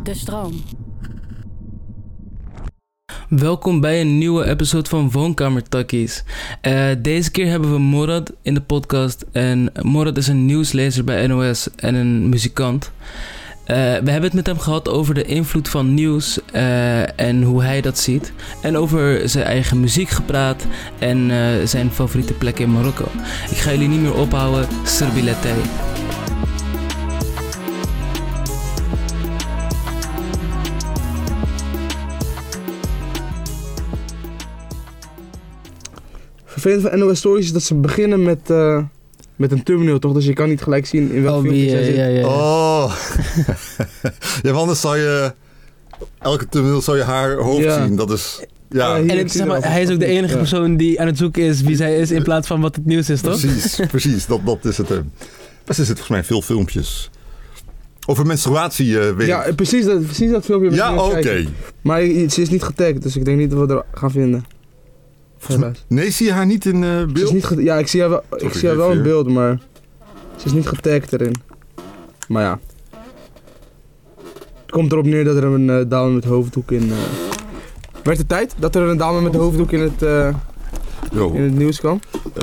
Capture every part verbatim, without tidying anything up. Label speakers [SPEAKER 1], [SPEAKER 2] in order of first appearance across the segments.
[SPEAKER 1] De Stroom.
[SPEAKER 2] Welkom bij een nieuwe episode van Woonkamertakkies. Uh, deze keer hebben we Morad in de podcast. En Morad is een nieuwslezer bij N O S en een muzikant. Uh, we hebben het met hem gehad over de invloed van nieuws uh, en hoe hij dat ziet. En over zijn eigen muziek gepraat en uh, zijn favoriete plek in Marokko. Ik ga jullie niet meer ophouden. Serbiletei.
[SPEAKER 3] Vervelend van N O S Stories is dat ze beginnen met, uh, met een thumbnail, toch? Dus je kan niet gelijk zien in welk
[SPEAKER 2] oh,
[SPEAKER 3] filmpje zij
[SPEAKER 2] ja,
[SPEAKER 3] zit.
[SPEAKER 2] ja, ja.
[SPEAKER 4] Oh. Ja, want anders zou je... Elke thumbnail zou je haar hoofd
[SPEAKER 3] Ja.
[SPEAKER 4] zien. Dat is... Ja,
[SPEAKER 3] Ja,
[SPEAKER 2] En het, zeg maar, hij is ook de enige persoon die aan het zoeken is wie zij is in plaats van wat het nieuws is, toch?
[SPEAKER 4] precies. precies dat, dat is het. Uh. Maar er zitten volgens mij veel filmpjes. Over menstruatie uh, weet
[SPEAKER 3] Ja, precies dat, precies dat filmpje.
[SPEAKER 4] Ja, oké.
[SPEAKER 3] Okay.
[SPEAKER 4] Okay.
[SPEAKER 3] Maar ze is niet getagd, dus ik denk niet dat we er gaan vinden. Helaas.
[SPEAKER 4] Nee, zie je haar niet in uh,
[SPEAKER 3] Ze is
[SPEAKER 4] beeld?
[SPEAKER 3] niet ge- ja, ik zie haar wel, ik zie haar wel in beeld, maar ze is niet getagd erin. Maar ja. Het komt erop neer dat er een uh, dame met hoofddoek in... Uh... Werd het tijd dat er een dame met hoofddoek in het, uh, in het nieuws kwam?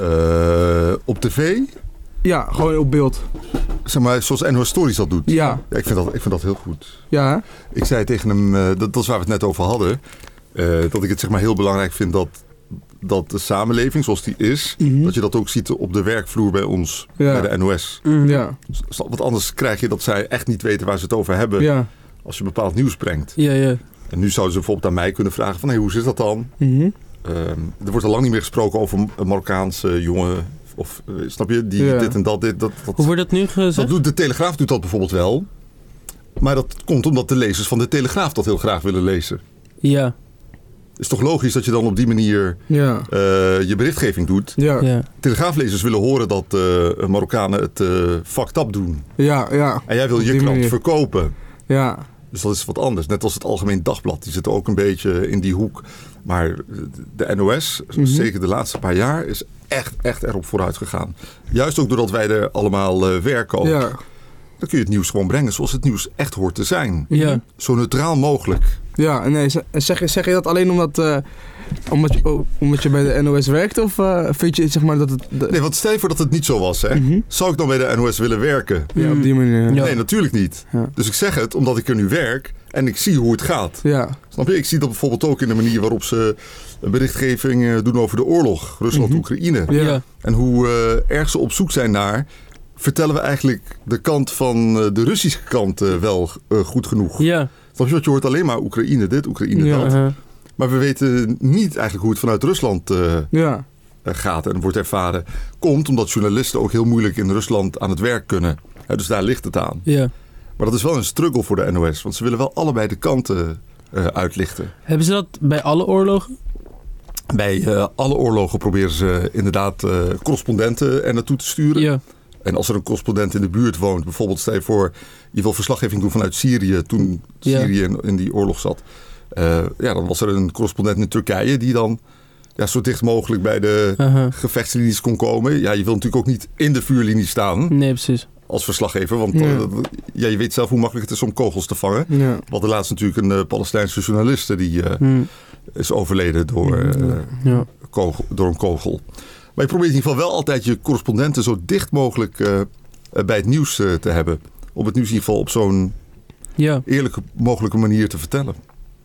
[SPEAKER 4] Uh, op tv?
[SPEAKER 3] Ja, gewoon op beeld.
[SPEAKER 4] Zeg maar, zoals N O S Stories dat doet.
[SPEAKER 3] Ja.
[SPEAKER 4] Ja, ik vind dat, ik vind dat heel goed.
[SPEAKER 3] Ja, hè?
[SPEAKER 4] Ik zei tegen hem, uh, dat, dat is waar we het net over hadden, uh, dat ik het zeg maar heel belangrijk vind dat, dat de samenleving zoals die is,
[SPEAKER 3] Mm-hmm.
[SPEAKER 4] dat je dat ook ziet op de werkvloer bij ons,
[SPEAKER 3] Ja.
[SPEAKER 4] bij de N O S.
[SPEAKER 3] Mm, ja.
[SPEAKER 4] Want anders krijg je dat zij echt niet weten waar ze het over hebben
[SPEAKER 3] Ja.
[SPEAKER 4] als je bepaald nieuws brengt.
[SPEAKER 2] Ja, ja.
[SPEAKER 4] En nu zouden ze bijvoorbeeld aan mij kunnen vragen van, hé, hoe zit dat dan?
[SPEAKER 3] Mm-hmm.
[SPEAKER 4] Uh, er wordt al lang niet meer gesproken over een Marokkaanse jongen, of uh, snap je, die
[SPEAKER 3] Ja.
[SPEAKER 4] dit en dat, dit, dat, dat.
[SPEAKER 2] Hoe wordt dat nu gezegd?
[SPEAKER 4] Dat doet de Telegraaf doet dat bijvoorbeeld wel. Maar dat komt omdat de lezers van de Telegraaf dat heel graag willen lezen.
[SPEAKER 2] Ja,
[SPEAKER 4] Het is toch logisch dat je dan op die manier
[SPEAKER 3] Ja.
[SPEAKER 4] uh, je berichtgeving doet.
[SPEAKER 3] Ja. Ja.
[SPEAKER 2] ja.
[SPEAKER 4] Telegraaflezers willen horen dat uh, Marokkanen het uh, fucked up doen.
[SPEAKER 3] Ja. Ja.
[SPEAKER 4] En jij wil
[SPEAKER 3] Op
[SPEAKER 4] je
[SPEAKER 3] die
[SPEAKER 4] krant
[SPEAKER 3] manier.
[SPEAKER 4] verkopen.
[SPEAKER 3] Ja.
[SPEAKER 4] Dus dat is wat anders. Net als het Algemeen Dagblad. Die zitten ook een beetje in die hoek. Maar de N O S,
[SPEAKER 3] Mm-hmm.
[SPEAKER 4] zeker de laatste paar jaar, is echt, echt erop vooruit gegaan. Juist ook doordat wij er allemaal uh, werken ook.
[SPEAKER 3] Ja.
[SPEAKER 4] Dan kun je het nieuws gewoon brengen zoals het nieuws echt hoort te zijn.
[SPEAKER 2] Ja.
[SPEAKER 4] Zo neutraal mogelijk.
[SPEAKER 3] Ja, nee, zeg, je- zeg je dat alleen omdat, uh, omdat, je, oh, omdat je bij de N O S werkt? Of uh, vind je zeg maar dat het... De...
[SPEAKER 4] Nee, want stel je voor dat het niet zo was. Hè?
[SPEAKER 3] Mm-hmm.
[SPEAKER 4] Zou ik dan bij de N O S willen werken?
[SPEAKER 3] Ja, op die manier.
[SPEAKER 2] Ja.
[SPEAKER 4] Nee, natuurlijk niet.
[SPEAKER 3] Ja.
[SPEAKER 4] Dus ik zeg het omdat ik er nu werk en ik zie hoe het gaat.
[SPEAKER 3] Ja.
[SPEAKER 4] Snap je? Ik zie dat bijvoorbeeld ook in de manier waarop ze een berichtgeving uh, doen over de oorlog. Rusland-Oekraïne.
[SPEAKER 3] Ja.
[SPEAKER 2] Ja.
[SPEAKER 4] En hoe uh, erg ze op zoek zijn naar... vertellen we eigenlijk de kant van uh, de Russische kant uh, wel uh, goed genoeg.
[SPEAKER 2] Ja.
[SPEAKER 4] Snap je? Want je hoort alleen maar Oekraïne dit, Oekraïne
[SPEAKER 3] Ja.
[SPEAKER 4] dat.
[SPEAKER 2] Uh-huh.
[SPEAKER 4] Maar we weten niet eigenlijk hoe het vanuit Rusland uh,
[SPEAKER 3] Ja.
[SPEAKER 4] uh, gaat en wordt ervaren. Komt omdat journalisten ook heel moeilijk in Rusland aan het werk kunnen. Uh, dus daar ligt het aan.
[SPEAKER 2] Ja.
[SPEAKER 4] Maar dat is wel een struggle voor de N O S. Want ze willen wel allebei de kanten uh, uitlichten.
[SPEAKER 2] Hebben ze dat bij alle oorlogen?
[SPEAKER 4] Bij uh, alle oorlogen proberen ze inderdaad uh, correspondenten er naartoe te sturen.
[SPEAKER 2] Ja.
[SPEAKER 4] En als er een correspondent in de buurt woont, bijvoorbeeld stel je voor, je wil verslaggeving doen vanuit Syrië, toen
[SPEAKER 2] Ja.
[SPEAKER 4] Syrië in, in die oorlog zat. Uh, ja, dan was er een correspondent in Turkije die dan ja, zo dicht mogelijk bij de
[SPEAKER 2] Uh-huh.
[SPEAKER 4] gevechtslinies kon komen. Ja, je wil natuurlijk ook niet in de vuurlinie staan
[SPEAKER 2] Nee, precies.
[SPEAKER 4] als verslaggever, want
[SPEAKER 3] Ja.
[SPEAKER 4] uh, ja, je weet zelf hoe makkelijk het is om kogels te vangen.
[SPEAKER 3] Ja.
[SPEAKER 4] We hadden laatst natuurlijk een uh, Palestijnse journaliste die uh,
[SPEAKER 2] Hm.
[SPEAKER 4] is overleden door, uh,
[SPEAKER 2] Ja.
[SPEAKER 4] kogel, door een kogel. Maar je probeert in ieder geval wel altijd je correspondenten zo dicht mogelijk uh, bij het nieuws uh, te hebben. Om het nieuws in ieder geval op zo'n
[SPEAKER 2] Ja.
[SPEAKER 4] eerlijke mogelijke manier te vertellen.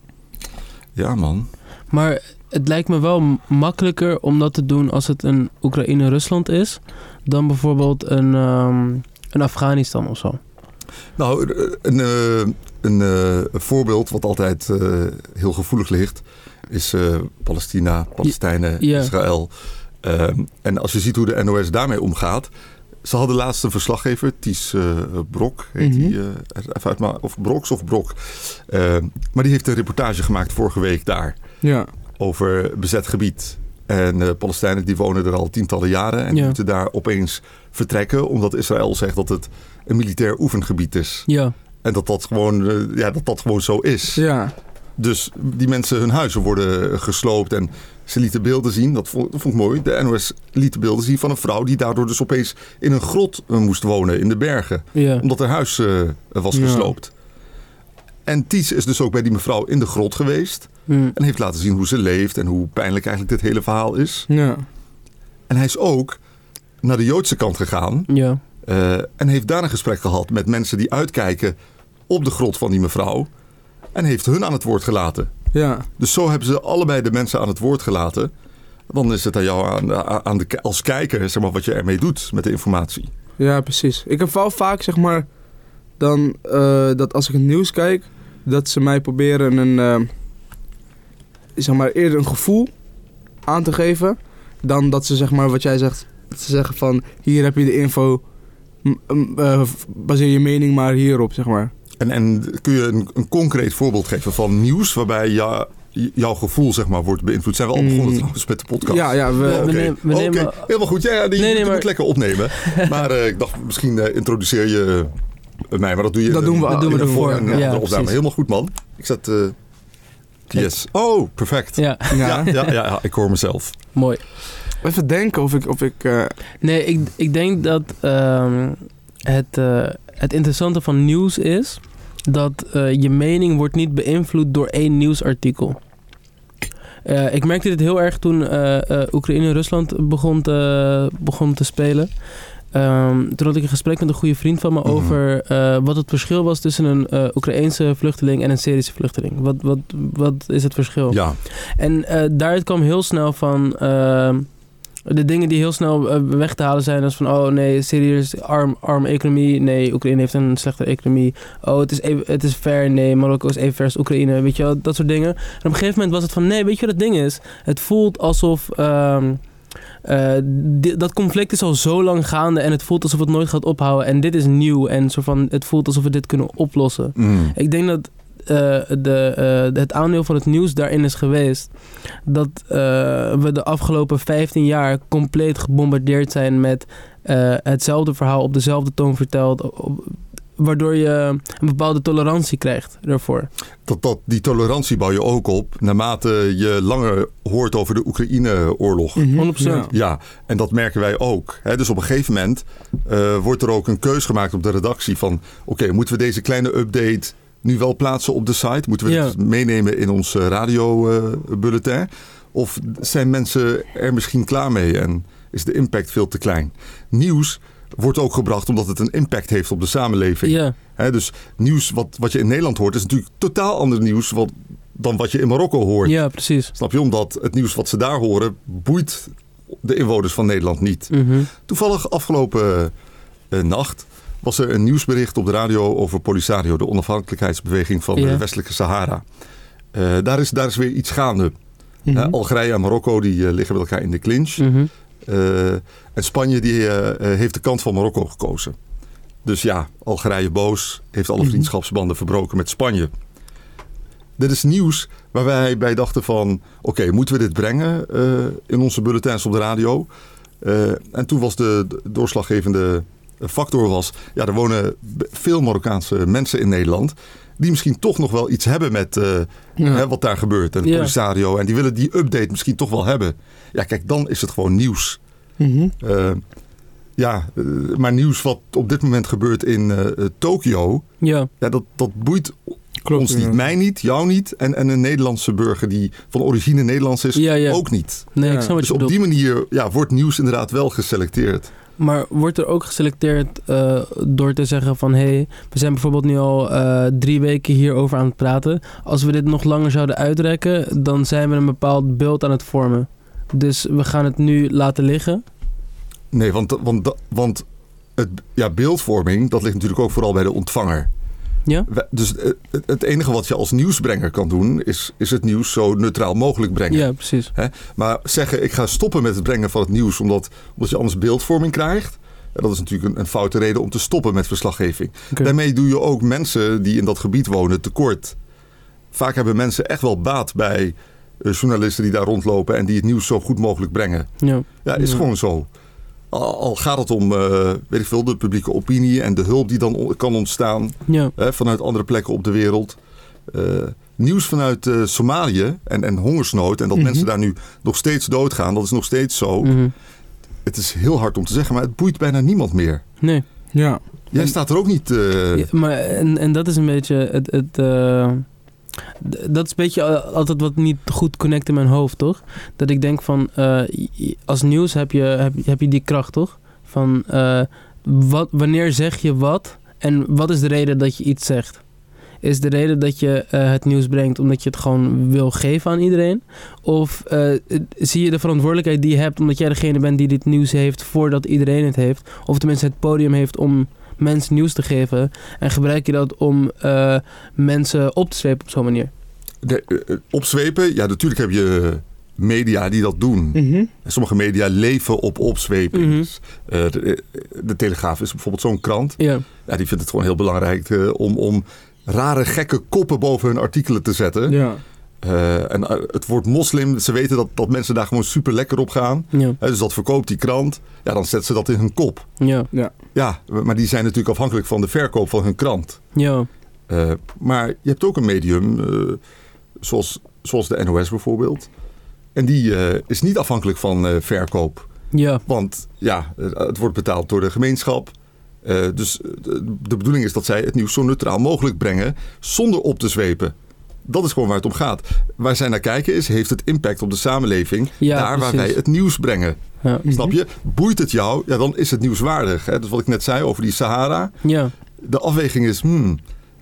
[SPEAKER 4] Ja, man.
[SPEAKER 2] Maar het lijkt me wel m- makkelijker om dat te doen als het een Oekraïne-Rusland is, dan bijvoorbeeld een, um, een Afghanistan of zo.
[SPEAKER 4] Nou, een, uh, een, uh, een voorbeeld wat altijd uh, heel gevoelig ligt, is uh, Palestina, Palestijnen,
[SPEAKER 2] Ja.
[SPEAKER 4] Israël. Um, en als je ziet hoe de N O S daarmee omgaat. Ze hadden laatst een verslaggever, Ties uh, Brok, heet
[SPEAKER 3] Mhm.
[SPEAKER 4] die, uh, even uit, maar, of Broks of Brok. Uh, maar die heeft een reportage gemaakt vorige week daar
[SPEAKER 3] Ja.
[SPEAKER 4] over bezet gebied. En uh, Palestijnen die wonen er al tientallen jaren en
[SPEAKER 2] Ja.
[SPEAKER 4] moeten daar opeens vertrekken, omdat Israël zegt dat het een militair oefengebied is.
[SPEAKER 2] Ja.
[SPEAKER 4] En dat dat gewoon, uh, ja, dat dat gewoon zo is.
[SPEAKER 3] Ja.
[SPEAKER 4] Dus die mensen, hun huizen worden gesloopt en ze lieten beelden zien. Dat vond, dat vond ik mooi. De N O S liet beelden zien van een vrouw die daardoor dus opeens in een grot uh, moest wonen in de bergen.
[SPEAKER 2] Ja.
[SPEAKER 4] Omdat haar huis uh, was
[SPEAKER 3] Ja.
[SPEAKER 4] gesloopt. en Ties is dus ook bij die mevrouw in de grot geweest.
[SPEAKER 2] Mm.
[SPEAKER 4] En heeft laten zien hoe ze leeft en hoe pijnlijk eigenlijk dit hele verhaal is.
[SPEAKER 3] Ja.
[SPEAKER 4] En hij is ook naar de Joodse kant gegaan.
[SPEAKER 2] Ja.
[SPEAKER 4] Uh, en heeft daar een gesprek gehad met mensen die uitkijken op de grot van die mevrouw. En heeft hun aan het woord gelaten.
[SPEAKER 3] Ja.
[SPEAKER 4] Dus zo hebben ze allebei de mensen aan het woord gelaten. Dan is het aan jou aan, aan de, als kijker, zeg maar, wat je ermee doet met de informatie.
[SPEAKER 3] Ja, precies. Ik heb wel vaak, zeg maar, dan uh, dat als ik het nieuws kijk, dat ze mij proberen een, uh, zeg maar, eerder een gevoel aan te geven, dan dat ze, zeg maar, wat jij zegt, dat ze zeggen van, hier heb je de info, uh, baseer je mening maar hierop, zeg maar.
[SPEAKER 4] En, en kun je een, een concreet voorbeeld geven van nieuws waarbij ja, jouw gevoel, zeg maar, wordt beïnvloed? Zijn we al begonnen mm. trouwens met de podcast?
[SPEAKER 3] Ja, ja. We,
[SPEAKER 4] oh, Oké,
[SPEAKER 2] we nemen, we
[SPEAKER 4] okay.
[SPEAKER 2] nemen...
[SPEAKER 4] Helemaal goed. Ja, ja die
[SPEAKER 2] nee, nee,
[SPEAKER 4] moet
[SPEAKER 2] maar...
[SPEAKER 4] lekker opnemen. Maar uh, ik dacht, misschien uh, introduceer je uh, mij. Maar dat doe je
[SPEAKER 3] dat doen we,
[SPEAKER 2] dat doen we ervoor.
[SPEAKER 4] En, ja,
[SPEAKER 2] ja,
[SPEAKER 4] opname. Helemaal goed, man. Ik zet... Uh, yes. Oh, perfect.
[SPEAKER 2] Ja.
[SPEAKER 3] Ja.
[SPEAKER 4] Ja, ja, ja, ja, ik hoor mezelf.
[SPEAKER 2] Mooi.
[SPEAKER 3] Even denken of ik... Of ik uh...
[SPEAKER 2] Nee, ik, ik denk dat um, het, uh, het interessante van nieuws is dat uh, je mening wordt niet beïnvloed door één nieuwsartikel. Uh, ik merkte dit heel erg toen uh, uh, Oekraïne-Rusland begon te, begon te spelen. Um, toen had ik een gesprek met een goede vriend van me mm-hmm. over uh, wat het verschil was tussen een uh, Oekraïense vluchteling en een Syrische vluchteling. Wat, wat, wat is het verschil?
[SPEAKER 4] Ja.
[SPEAKER 2] En uh, daaruit kwam heel snel van... Uh, de dingen die heel snel uh, weg te halen zijn, als van, oh nee, Syrië is arm, arm economie. Nee, Oekraïne heeft een slechte economie. Oh, het is, even, het is fair. Nee, Marokko is even ver als Oekraïne. Weet je wel, dat soort dingen. En op een gegeven moment was het van, nee, weet je wat het ding is? Het voelt alsof... Um, uh, di- dat conflict is al zo lang gaande en het voelt alsof het nooit gaat ophouden. En dit is nieuw en soort van, het voelt alsof we dit kunnen oplossen.
[SPEAKER 4] Mm. Ik
[SPEAKER 2] denk dat Uh, de, uh, het aandeel van het nieuws daarin is geweest dat uh, we de afgelopen vijftien jaar compleet gebombardeerd zijn met uh, hetzelfde verhaal op dezelfde toon verteld, op, waardoor je een bepaalde tolerantie krijgt daarvoor.
[SPEAKER 4] Dat, dat, die tolerantie bouw je ook op naarmate je langer hoort over de Oekraïne-oorlog.
[SPEAKER 2] Mm-hmm. honderd procent.
[SPEAKER 4] Ja. ja, en dat merken wij ook. Hè? Dus op een gegeven moment uh, wordt er ook een keus gemaakt op de redactie van oké, okay, moeten we deze kleine update nu wel plaatsen op de site? Moeten we ja. het meenemen in ons radiobulletin? Uh, of zijn mensen er misschien klaar mee en is de impact veel te klein? Nieuws wordt ook gebracht omdat het een impact heeft op de samenleving.
[SPEAKER 2] Ja.
[SPEAKER 4] He, dus nieuws wat, wat je in Nederland hoort is natuurlijk totaal ander nieuws wat, dan wat je in Marokko hoort.
[SPEAKER 2] Ja, precies.
[SPEAKER 4] Snap je? Omdat het nieuws wat ze daar horen boeit de inwoners van Nederland niet.
[SPEAKER 2] Mm-hmm.
[SPEAKER 4] Toevallig afgelopen uh, nacht was er een nieuwsbericht op de radio over Polisario, de onafhankelijkheidsbeweging van ja. de westelijke Sahara. Uh, daar, is, daar is weer iets gaande. Mm-hmm. Uh, Algerije en Marokko die, uh, liggen met elkaar in de clinch.
[SPEAKER 2] Mm-hmm.
[SPEAKER 4] Uh, en Spanje die, uh, uh, heeft de kant van Marokko gekozen. Dus ja, Algerije boos, heeft alle mm-hmm. vriendschapsbanden verbroken met Spanje. Dit is nieuws waar wij bij dachten van, oké, okay, moeten we dit brengen uh, in onze bulletins op de radio? Uh, en toen was de, de doorslaggevende factor was, ja, er wonen veel Marokkaanse mensen in Nederland die misschien toch nog wel iets hebben met uh, ja. hè, wat daar gebeurt en de ja. Polisario. En die willen die update misschien toch wel hebben. Ja, kijk, dan is het gewoon nieuws.
[SPEAKER 3] Mm-hmm.
[SPEAKER 4] Uh, ja, uh, maar nieuws wat op dit moment gebeurt in uh, Tokio,
[SPEAKER 2] ja.
[SPEAKER 4] ja, dat, dat boeit
[SPEAKER 3] Klopt,
[SPEAKER 4] ons niet. Ja. Mij niet, jou niet. En, en een Nederlandse burger die van origine Nederlands is,
[SPEAKER 2] ja, ja.
[SPEAKER 4] ook niet.
[SPEAKER 2] Nee, ja. ik snap wat
[SPEAKER 4] dus
[SPEAKER 2] je
[SPEAKER 4] op
[SPEAKER 2] bedoelt.
[SPEAKER 4] die manier ja, wordt nieuws inderdaad wel geselecteerd.
[SPEAKER 2] Maar wordt er ook geselecteerd uh, door te zeggen van... hé, hey, we zijn bijvoorbeeld nu al uh, drie weken hierover aan het praten. Als we dit nog langer zouden uitrekken, dan zijn we een bepaald beeld aan het vormen. Dus we gaan het nu laten liggen?
[SPEAKER 4] Nee, want, want, want het, ja, beeldvorming, dat ligt natuurlijk ook vooral bij de ontvanger.
[SPEAKER 2] Ja?
[SPEAKER 4] Dus het, het enige wat je als nieuwsbrenger kan doen, is, is het nieuws zo neutraal mogelijk brengen.
[SPEAKER 2] Ja, precies.
[SPEAKER 4] Hè? Maar zeggen, ik ga stoppen met het brengen van het nieuws, omdat, omdat je anders beeldvorming krijgt. Ja, dat is natuurlijk een, een foute reden om te stoppen met verslaggeving. Okay. Daarmee doe je ook mensen die in dat gebied wonen tekort. Vaak hebben mensen echt wel baat bij uh, journalisten die daar rondlopen en die het nieuws zo goed mogelijk brengen.
[SPEAKER 2] Ja,
[SPEAKER 4] ja is
[SPEAKER 2] ja.
[SPEAKER 4] gewoon zo. Al, al gaat het om, uh, weet ik veel, de publieke opinie en de hulp die dan on- kan ontstaan
[SPEAKER 2] ja.
[SPEAKER 4] hè, vanuit andere plekken op de wereld. Uh, nieuws vanuit uh, Somalië en, en hongersnood en dat mm-hmm. mensen daar nu nog steeds doodgaan, dat is nog steeds zo.
[SPEAKER 2] Mm-hmm.
[SPEAKER 4] Het is heel hard om te zeggen, maar het boeit bijna niemand meer.
[SPEAKER 2] Nee.
[SPEAKER 3] Ja.
[SPEAKER 4] Jij staat er ook niet... Uh...
[SPEAKER 2] Ja, maar en, en dat is een beetje... Het, het, uh, dat is een beetje altijd wat niet goed connect in mijn hoofd, toch? Dat ik denk van... Uh, als nieuws heb je, heb, heb je die kracht, toch? Van uh, wat, wanneer zeg je wat? En wat is de reden dat je iets zegt? Is de reden dat je uh, het nieuws brengt omdat je het gewoon wil geven aan iedereen? Of uh, zie je de verantwoordelijkheid die je hebt omdat jij degene bent die dit nieuws heeft voordat iedereen het heeft? Of tenminste het podium heeft om mensen nieuws te geven? En gebruik je dat om uh, mensen op te zwepen op zo'n manier?
[SPEAKER 4] De, uh, opzwepen? Ja, natuurlijk heb je media die dat doen.
[SPEAKER 3] Mm-hmm.
[SPEAKER 4] Sommige media leven op opzweping.
[SPEAKER 2] Mm-hmm.
[SPEAKER 4] Dus, uh, de, de Telegraaf is bijvoorbeeld zo'n krant.
[SPEAKER 2] Ja.
[SPEAKER 4] Ja, die vindt het gewoon heel belangrijk uh, om... om rare gekke koppen boven hun artikelen te zetten.
[SPEAKER 3] Ja.
[SPEAKER 4] Uh, en uh, het woord moslim, ze weten dat, dat mensen daar gewoon super lekker op gaan.
[SPEAKER 2] Ja.
[SPEAKER 4] Uh, dus dat verkoopt die krant. Ja, dan zetten ze dat in hun kop.
[SPEAKER 2] Ja.
[SPEAKER 3] Ja.
[SPEAKER 4] Ja, maar die zijn natuurlijk afhankelijk van de verkoop van hun krant.
[SPEAKER 2] Ja.
[SPEAKER 4] Uh, maar je hebt ook een medium, uh, zoals, zoals de N O S bijvoorbeeld. En die uh, is niet afhankelijk van uh, verkoop.
[SPEAKER 2] Ja.
[SPEAKER 4] Want ja, het wordt betaald door de gemeenschap. Uh, dus de, de bedoeling is dat zij het nieuws zo neutraal mogelijk brengen zonder op te zwepen. Dat is gewoon waar het om gaat. Waar zij naar kijken is, heeft het impact op de samenleving
[SPEAKER 2] Ja,
[SPEAKER 4] daar
[SPEAKER 2] precies.
[SPEAKER 4] waar wij het nieuws brengen.
[SPEAKER 2] Ja.
[SPEAKER 4] Snap je? Boeit het jou? Ja, dan is het nieuwswaardig. Hè? Dus wat ik net zei over die Sahara.
[SPEAKER 2] Ja.
[SPEAKER 4] De afweging is, hmm,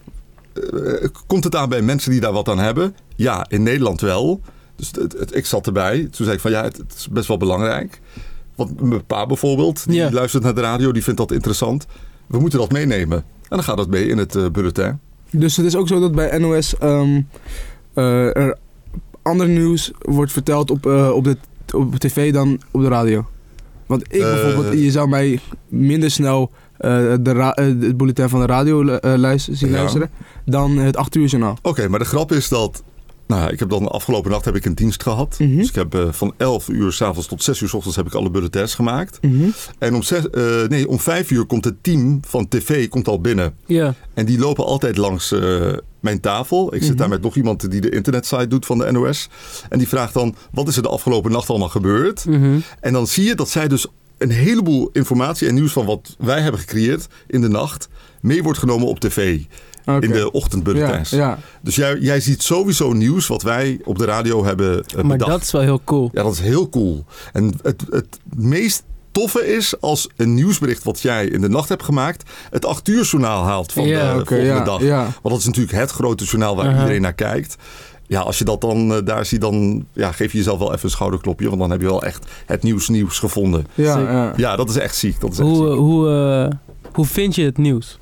[SPEAKER 4] uh, komt het aan bij mensen die daar wat aan hebben? Ja, in Nederland wel. Dus het, het, ik zat erbij. Toen zei ik van ja, het, het is best wel belangrijk. Want mijn pa bijvoorbeeld, die
[SPEAKER 2] Ja.
[SPEAKER 4] luistert naar de radio, die vindt dat interessant. We moeten dat meenemen. En dan gaat dat mee in het uh, bulletin.
[SPEAKER 3] Dus het is ook zo dat bij N O S um, uh, er ander nieuws wordt verteld op, uh, op, de, op tv dan op de radio. Want ik
[SPEAKER 4] Uh,
[SPEAKER 3] bijvoorbeeld, je zou mij minder snel uh, de ra- uh, het bulletin van de radio uh, luisteren, zien
[SPEAKER 4] Ja.
[SPEAKER 3] luisteren dan het acht uur journaal.
[SPEAKER 4] Oké, okay, maar de grap is dat... Nou, ik heb dan de afgelopen nacht heb ik een dienst gehad.
[SPEAKER 3] Mm-hmm.
[SPEAKER 4] Dus ik heb uh, van elf uur 's avonds tot zes uur 's ochtends heb ik alle bulletins gemaakt.
[SPEAKER 3] Mm-hmm.
[SPEAKER 4] En om, zes, uh, nee, om vijf uur komt het team van tv komt al binnen.
[SPEAKER 2] Ja.
[SPEAKER 4] En die lopen altijd langs uh, mijn tafel. Ik zit
[SPEAKER 3] Mm-hmm.
[SPEAKER 4] daar met nog iemand die de internetsite doet van de N O S. En die vraagt dan, wat is er de afgelopen nacht allemaal gebeurd?
[SPEAKER 2] Mm-hmm.
[SPEAKER 4] En dan zie je dat zij dus een heleboel informatie en nieuws van wat wij hebben gecreëerd in de nacht mee wordt genomen op tv.
[SPEAKER 3] Okay.
[SPEAKER 4] In de ochtendbulletins.
[SPEAKER 3] Ja, ja.
[SPEAKER 4] Dus jij, jij ziet sowieso nieuws wat wij op de radio hebben uh,
[SPEAKER 2] Maar
[SPEAKER 4] bedacht.
[SPEAKER 2] dat is wel heel cool.
[SPEAKER 4] Ja, dat is heel cool. En het, het meest toffe is als een nieuwsbericht wat jij in de nacht hebt gemaakt het acht uur journaal haalt van
[SPEAKER 2] Ja,
[SPEAKER 4] de
[SPEAKER 3] okay,
[SPEAKER 4] volgende
[SPEAKER 3] ja,
[SPEAKER 4] dag.
[SPEAKER 3] ja.
[SPEAKER 4] Want dat is natuurlijk het grote journaal waar
[SPEAKER 2] Uh-huh.
[SPEAKER 4] iedereen naar kijkt. Ja, als je dat dan uh, daar ziet, dan ja, geef je jezelf wel even een schouderklopje. Want dan heb je wel echt het nieuws nieuws gevonden.
[SPEAKER 3] Ja,
[SPEAKER 2] Zeker.
[SPEAKER 3] ja.
[SPEAKER 4] Ja, dat is echt ziek. Dat is echt
[SPEAKER 2] Hoe,
[SPEAKER 4] ziek.
[SPEAKER 2] hoe, uh, hoe vind je het nieuws?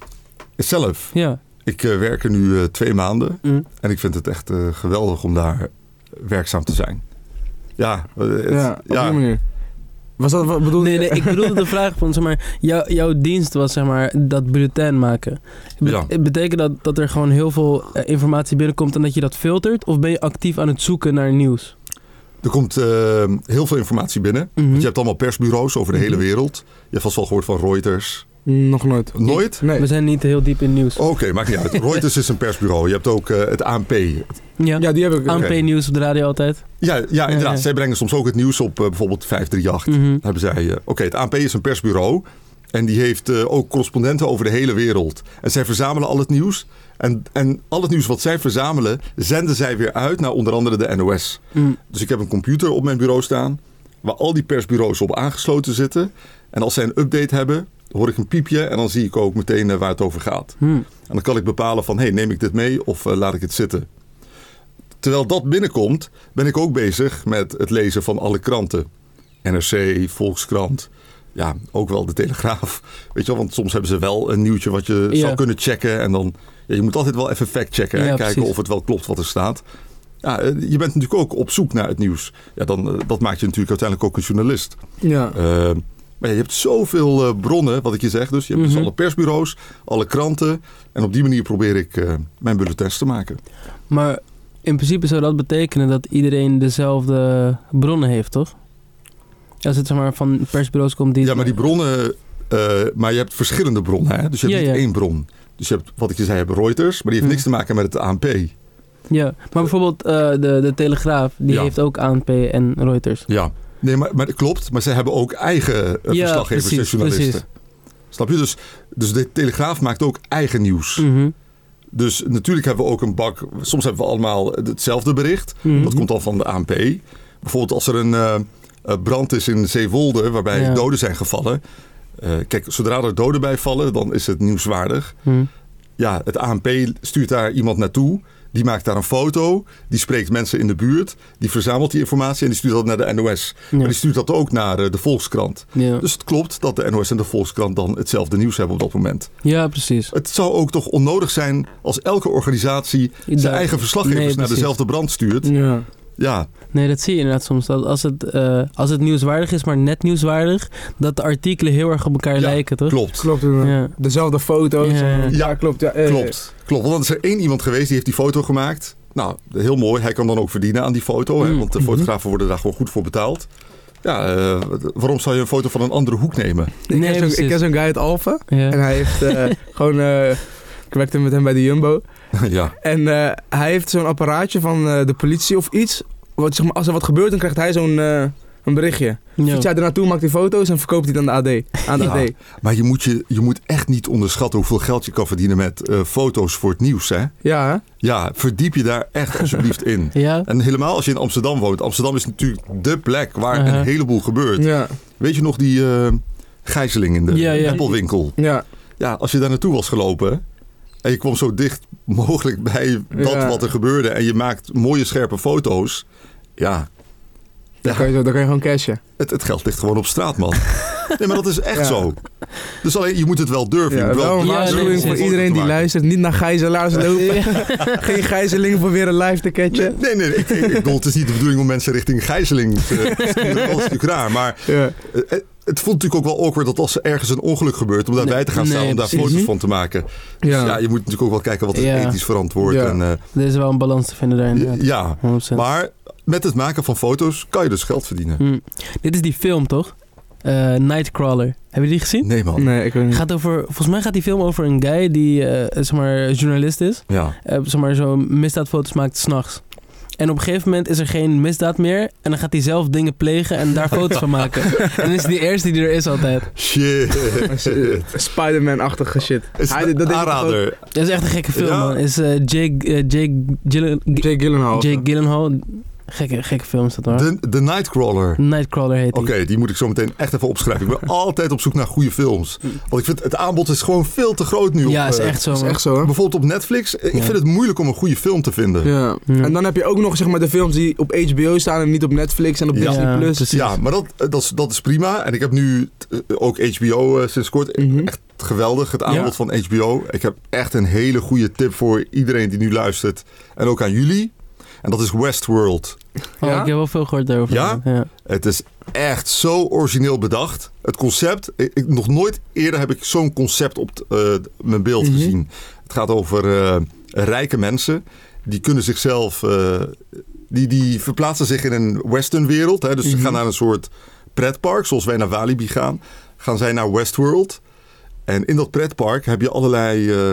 [SPEAKER 4] Zelf,
[SPEAKER 2] Ja.
[SPEAKER 4] ik uh, werk er nu uh, twee maanden.
[SPEAKER 2] Mm.
[SPEAKER 4] En ik vind het echt uh, geweldig om daar werkzaam te zijn. Ja, uh, het,
[SPEAKER 3] Ja, op die
[SPEAKER 4] ja.
[SPEAKER 3] manier. Was dat, wat bedoel
[SPEAKER 2] Nee, nee, ik bedoelde de vraag van, zeg maar, jou, jouw dienst was, zeg maar, dat bulletin maken. Be-
[SPEAKER 4] Ja.
[SPEAKER 2] Betekent dat dat er gewoon heel veel uh, informatie binnenkomt en dat je dat filtert? Of ben je actief aan het zoeken naar nieuws?
[SPEAKER 4] Er komt uh, heel veel informatie binnen.
[SPEAKER 2] Mhm.
[SPEAKER 4] Want je hebt allemaal persbureaus over de hele
[SPEAKER 3] Mhm.
[SPEAKER 4] wereld. Je hebt vast wel gehoord van Reuters.
[SPEAKER 3] Nog nooit.
[SPEAKER 4] Nooit?
[SPEAKER 3] Nee.
[SPEAKER 2] We zijn niet heel diep in nieuws.
[SPEAKER 4] Oké, okay, maakt niet uit. Reuters is een persbureau. Je hebt ook uh, het A N P.
[SPEAKER 2] Ja,
[SPEAKER 3] Ja, die heb ik.
[SPEAKER 2] A N P
[SPEAKER 4] Oké.
[SPEAKER 2] nieuws op de radio altijd.
[SPEAKER 4] Ja, ja inderdaad.
[SPEAKER 2] ja.
[SPEAKER 4] Zij brengen soms ook het nieuws op uh, bijvoorbeeld vijf drie acht.
[SPEAKER 2] Mhm.
[SPEAKER 4] Dan hebben zij... Uh, Oké, okay, het A N P is een persbureau. En die heeft uh, ook correspondenten over de hele wereld. En zij verzamelen al het nieuws. En, en al het nieuws wat zij verzamelen, zenden zij weer uit naar onder andere de N O S.
[SPEAKER 2] Mm.
[SPEAKER 4] Dus ik heb een computer op mijn bureau staan, waar al die persbureaus op aangesloten zitten. En als zij een update hebben, hoor ik een piepje en dan zie ik ook meteen uh, waar het over gaat.
[SPEAKER 2] Mm.
[SPEAKER 4] En dan kan ik bepalen van, hey, neem ik dit mee of uh, laat ik het zitten. Terwijl dat binnenkomt, ben ik ook bezig met het lezen van alle kranten. N R C, Volkskrant, ja, ook wel de Telegraaf. Weet je wel, want soms hebben ze wel een nieuwtje wat je
[SPEAKER 2] Ja.
[SPEAKER 4] zou kunnen checken. En dan, ja, je moet altijd wel even factchecken en
[SPEAKER 2] Ja,
[SPEAKER 4] kijken
[SPEAKER 2] precies.
[SPEAKER 4] of het wel klopt wat er staat. Ja, uh, je bent natuurlijk ook op zoek naar het nieuws. Ja, dan, uh, dat maakt je natuurlijk uiteindelijk ook een journalist.
[SPEAKER 3] Ja.
[SPEAKER 4] Uh, maar ja, je hebt zoveel uh, bronnen, wat ik je zeg. Dus je hebt
[SPEAKER 2] Mhm.
[SPEAKER 4] dus alle persbureaus, alle kranten. En op die manier probeer ik uh, mijn bulletins te maken.
[SPEAKER 2] Maar in principe zou dat betekenen dat iedereen dezelfde bronnen heeft, toch? Als het, zeg maar, van persbureaus komt die...
[SPEAKER 4] Ja, maar die bronnen... Uh, maar je hebt verschillende bronnen, hè? Dus je hebt
[SPEAKER 2] Ja,
[SPEAKER 4] niet
[SPEAKER 2] ja.
[SPEAKER 4] één bron. Dus je hebt, wat ik je zei, je hebt Reuters. Maar die heeft
[SPEAKER 2] Mhm.
[SPEAKER 4] niks te maken met het A N P.
[SPEAKER 2] Ja, maar bijvoorbeeld uh, de, de Telegraaf, die
[SPEAKER 4] Ja.
[SPEAKER 2] heeft ook A N P en Reuters.
[SPEAKER 4] Ja, nee, maar, maar dat klopt. Maar ze hebben ook eigen uh,
[SPEAKER 2] Ja,
[SPEAKER 4] verslaggevers
[SPEAKER 2] precies,
[SPEAKER 4] en journalisten.
[SPEAKER 2] precies.
[SPEAKER 4] Snap je? Dus dus de Telegraaf maakt ook eigen nieuws.
[SPEAKER 2] Mm-hmm.
[SPEAKER 4] Dus natuurlijk hebben we ook een bak... Soms hebben we allemaal hetzelfde bericht. Mm-hmm. Dat komt dan van de A N P. Bijvoorbeeld als er een uh, brand is in Zeewolde... waarbij ja. doden zijn gevallen. Uh, kijk, zodra er doden bij vallen... dan is het nieuwswaardig. Mm. Ja, het A N P stuurt daar iemand naartoe... Die maakt daar een foto, die spreekt mensen in de buurt, die verzamelt die informatie en die stuurt dat naar de N O S. Ja. Maar die stuurt dat ook naar de Volkskrant. Ja. Dus het klopt dat de N O S en de Volkskrant dan hetzelfde nieuws hebben op dat moment.
[SPEAKER 2] Ja, precies.
[SPEAKER 4] Het zou ook toch onnodig zijn als elke organisatie zijn ja. eigen verslaggevers nee, naar dezelfde brand stuurt.
[SPEAKER 3] Ja.
[SPEAKER 4] Ja.
[SPEAKER 2] Nee, dat zie je inderdaad soms. Dat als, het, uh, als het nieuwswaardig is, maar net nieuwswaardig... dat de artikelen heel erg op elkaar ja, lijken, toch?
[SPEAKER 4] Klopt.
[SPEAKER 3] Klopt. Ja. Dezelfde foto's. Ja, ja.
[SPEAKER 4] ja
[SPEAKER 3] klopt. Ja, eh,
[SPEAKER 4] klopt. Klopt. Want dan is er één iemand geweest die heeft die foto gemaakt. Nou, heel mooi. Hij kan dan ook verdienen aan die foto. Hè, want de fotografen worden daar gewoon goed voor betaald. Ja, uh, waarom zou je een foto van een andere hoek nemen?
[SPEAKER 3] Nee, ik, ken zo, ik ken zo'n guy uit Alphen. Ja. En hij heeft uh, gewoon... Uh, ik werkte met hem bij de Jumbo.
[SPEAKER 4] Ja.
[SPEAKER 3] En uh, hij heeft zo'n apparaatje van uh, de politie of iets... Wat, zeg maar, als er wat gebeurt, dan krijgt hij zo'n uh, een berichtje.
[SPEAKER 2] Ja.
[SPEAKER 3] Fiets jij er naartoe, maakt hij foto's en verkoopt hij dan de A D. Aan de
[SPEAKER 4] ja,
[SPEAKER 3] A D.
[SPEAKER 4] Maar je moet, je, je moet echt niet onderschatten hoeveel geld je kan verdienen met uh, foto's voor het nieuws. Hè?
[SPEAKER 3] Ja, hè?
[SPEAKER 4] Ja, verdiep je daar echt alsjeblieft in.
[SPEAKER 2] Ja.
[SPEAKER 4] En helemaal als je in Amsterdam woont. Amsterdam is natuurlijk dé plek waar uh-huh. een heleboel gebeurt.
[SPEAKER 3] Ja.
[SPEAKER 4] Weet je nog die uh, gijzeling in de
[SPEAKER 2] ja, ja.
[SPEAKER 4] Apple-winkel?
[SPEAKER 3] Ja.
[SPEAKER 4] Ja, als je daar naartoe was gelopen... en je kwam zo dicht mogelijk bij dat ja. wat er gebeurde... en je maakt mooie scherpe foto's... ja...
[SPEAKER 3] Dan kan, je, dan kan je gewoon cashen.
[SPEAKER 4] Het, het geld ligt gewoon op straat, man. Nee, maar dat is echt ja. zo. Dus alleen, je moet het wel durven.
[SPEAKER 3] Ja,
[SPEAKER 4] je
[SPEAKER 3] wel een waarschuwing ja, voor iedereen die luistert. Niet naar gijzelaars lopen. Ja. Geen gijzeling proberen live te catchen.
[SPEAKER 4] Nee, nee, nee ik, ik bedoel, het is niet de bedoeling om mensen richting gijzeling te sturen. Dat is natuurlijk raar. Maar ja. het, het voelt natuurlijk ook wel awkward dat als er ergens een ongeluk gebeurt... om daarbij nee, te gaan staan, nee, om daar precies. foto's van te maken. Dus ja. ja, je moet natuurlijk ook wel kijken wat is ja. ethisch verantwoord.
[SPEAKER 2] Ja.
[SPEAKER 4] En, uh,
[SPEAKER 2] er is wel een balans te vinden daarin.
[SPEAKER 4] Ja, honderd procent. Maar... met het maken van foto's kan je dus geld verdienen.
[SPEAKER 2] Hmm. Dit is die film, toch? Uh, Nightcrawler. Heb je die gezien?
[SPEAKER 4] Nee, man.
[SPEAKER 3] Nee, ik weet niet.
[SPEAKER 2] Gaat over, volgens mij gaat die film over een guy die uh, zeg maar, journalist is.
[SPEAKER 4] Ja.
[SPEAKER 2] Uh, zeg maar, zo misdaadfoto's maakt 's nachts. En op een gegeven moment is er geen misdaad meer. En dan gaat hij zelf dingen plegen en daar foto's van maken. En dan is hij de eerste die er is altijd.
[SPEAKER 4] Shit.
[SPEAKER 3] Spider-Man-achtige shit.
[SPEAKER 4] Is hij, dat aanrader.
[SPEAKER 2] Dat is echt een gekke film, ja. man. Is uh, Jake, uh, Jake, Gyllen,
[SPEAKER 3] Jake Gyllenhaal.
[SPEAKER 2] Jake Gyllenhaal. Gekke, gekke film is dat hoor.
[SPEAKER 4] De, de Nightcrawler.
[SPEAKER 2] Nightcrawler heet die.
[SPEAKER 4] Oké, okay, die moet ik zo meteen echt even opschrijven. Ik ben altijd op zoek naar goede films. Want ik vind het aanbod is gewoon veel te groot nu.
[SPEAKER 2] Ja, op, is echt zo.
[SPEAKER 3] Is echt zo hè?
[SPEAKER 4] Bijvoorbeeld op Netflix. Ik ja. vind het moeilijk om een goede film te vinden.
[SPEAKER 3] Ja. Ja. En dan heb je ook nog zeg maar, de films die op H B O staan en niet op Netflix en op
[SPEAKER 4] ja.
[SPEAKER 3] Disney Plus.
[SPEAKER 2] Precies.
[SPEAKER 4] Ja, maar dat, dat, is, dat is prima. En ik heb nu uh, ook H B O uh, sinds kort. Mm-hmm. Echt geweldig, het aanbod ja. van H B O. Ik heb echt een hele goede tip voor iedereen die nu luistert. En ook aan jullie. En dat is Westworld.
[SPEAKER 2] Oh, ja? Ik heb wel veel gehoord daarover.
[SPEAKER 4] Ja? ja? Het is echt zo origineel bedacht. Het concept, ik, ik, nog nooit eerder heb ik zo'n concept op t, uh, mijn beeld mm-hmm. gezien. Het gaat over uh, rijke mensen. Die kunnen zichzelf, uh, die, die verplaatsen zich in een westernwereld. Hè? Dus mm-hmm. ze gaan naar een soort pretpark, zoals wij naar Walibi gaan. Gaan zij naar Westworld. En in dat pretpark heb je allerlei... Uh,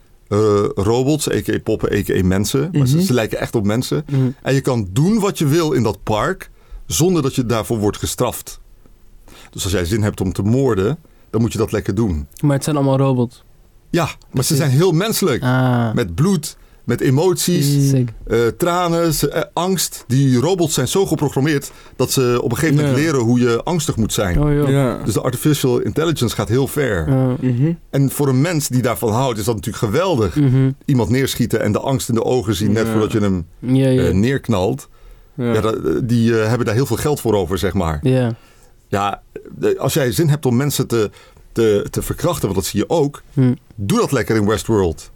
[SPEAKER 4] Uh, robots, a k a poppen, a k a mensen. Mm-hmm. Maar ze, ze lijken echt op mensen. Mm-hmm. En je kan doen wat je wil in dat park... zonder dat je daarvoor wordt gestraft. Dus als jij zin hebt om te moorden... dan moet je dat lekker doen.
[SPEAKER 2] Maar het zijn allemaal robots.
[SPEAKER 4] Ja, maar Precies. ze zijn heel menselijk.
[SPEAKER 2] Ah.
[SPEAKER 4] Met bloed, met emoties, uh, tranen, uh, angst. Die robots zijn zo geprogrammeerd... dat ze op een gegeven moment ja. leren hoe je angstig moet zijn.
[SPEAKER 2] Oh,
[SPEAKER 3] ja.
[SPEAKER 4] Dus de artificial intelligence gaat heel ver.
[SPEAKER 2] Uh, mm-hmm.
[SPEAKER 4] En voor een mens die daarvan houdt... is dat natuurlijk geweldig.
[SPEAKER 2] Mm-hmm.
[SPEAKER 4] Iemand neerschieten en de angst in de ogen zien... net ja. voordat je hem
[SPEAKER 2] ja, ja.
[SPEAKER 4] Uh, neerknalt. Ja. Ja, die uh, hebben daar heel veel geld voor over, zeg maar.
[SPEAKER 2] Ja,
[SPEAKER 4] ja als jij zin hebt om mensen te, te, te verkrachten... want dat zie je ook...
[SPEAKER 2] Mm.
[SPEAKER 4] doe dat lekker in Westworld.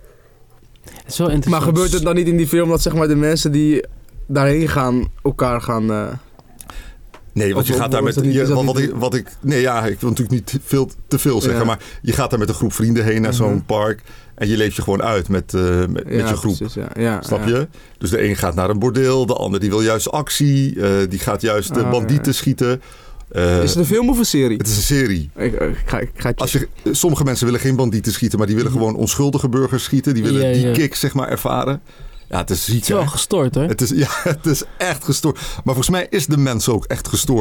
[SPEAKER 2] Het is wel interessant.
[SPEAKER 3] Maar gebeurt het dan niet in die film... dat zeg maar, de mensen die daarheen gaan... elkaar gaan... Uh...
[SPEAKER 4] Nee, want je gaat daar met... Je, wat, wat, ik, wat ik... Nee, ja, ik wil natuurlijk niet veel, te veel zeggen... Ja. maar je gaat daar met een groep vrienden heen naar uh-huh. zo'n park... en je leeft je gewoon uit met, uh, met,
[SPEAKER 3] ja,
[SPEAKER 4] met je groep.
[SPEAKER 3] Precies, ja. Ja,
[SPEAKER 4] Snap
[SPEAKER 3] ja.
[SPEAKER 4] je? Dus de een gaat naar een bordeel... de ander die wil juist actie... Uh, die gaat juist uh, bandieten ah, ja. schieten...
[SPEAKER 3] Uh, is het een film of een serie?
[SPEAKER 4] Het is een serie.
[SPEAKER 3] Ik, ik ga, ik ga
[SPEAKER 4] Als je, sommige mensen willen geen bandieten schieten... maar die willen gewoon onschuldige burgers schieten. Die willen ja, die ja. kick zeg maar ervaren. Ja, het is ziek.
[SPEAKER 2] Het is wel
[SPEAKER 4] hè?
[SPEAKER 2] gestoord, hè?
[SPEAKER 4] Het is, ja, het is echt gestoord. Maar volgens mij is de mens ook echt gestoord.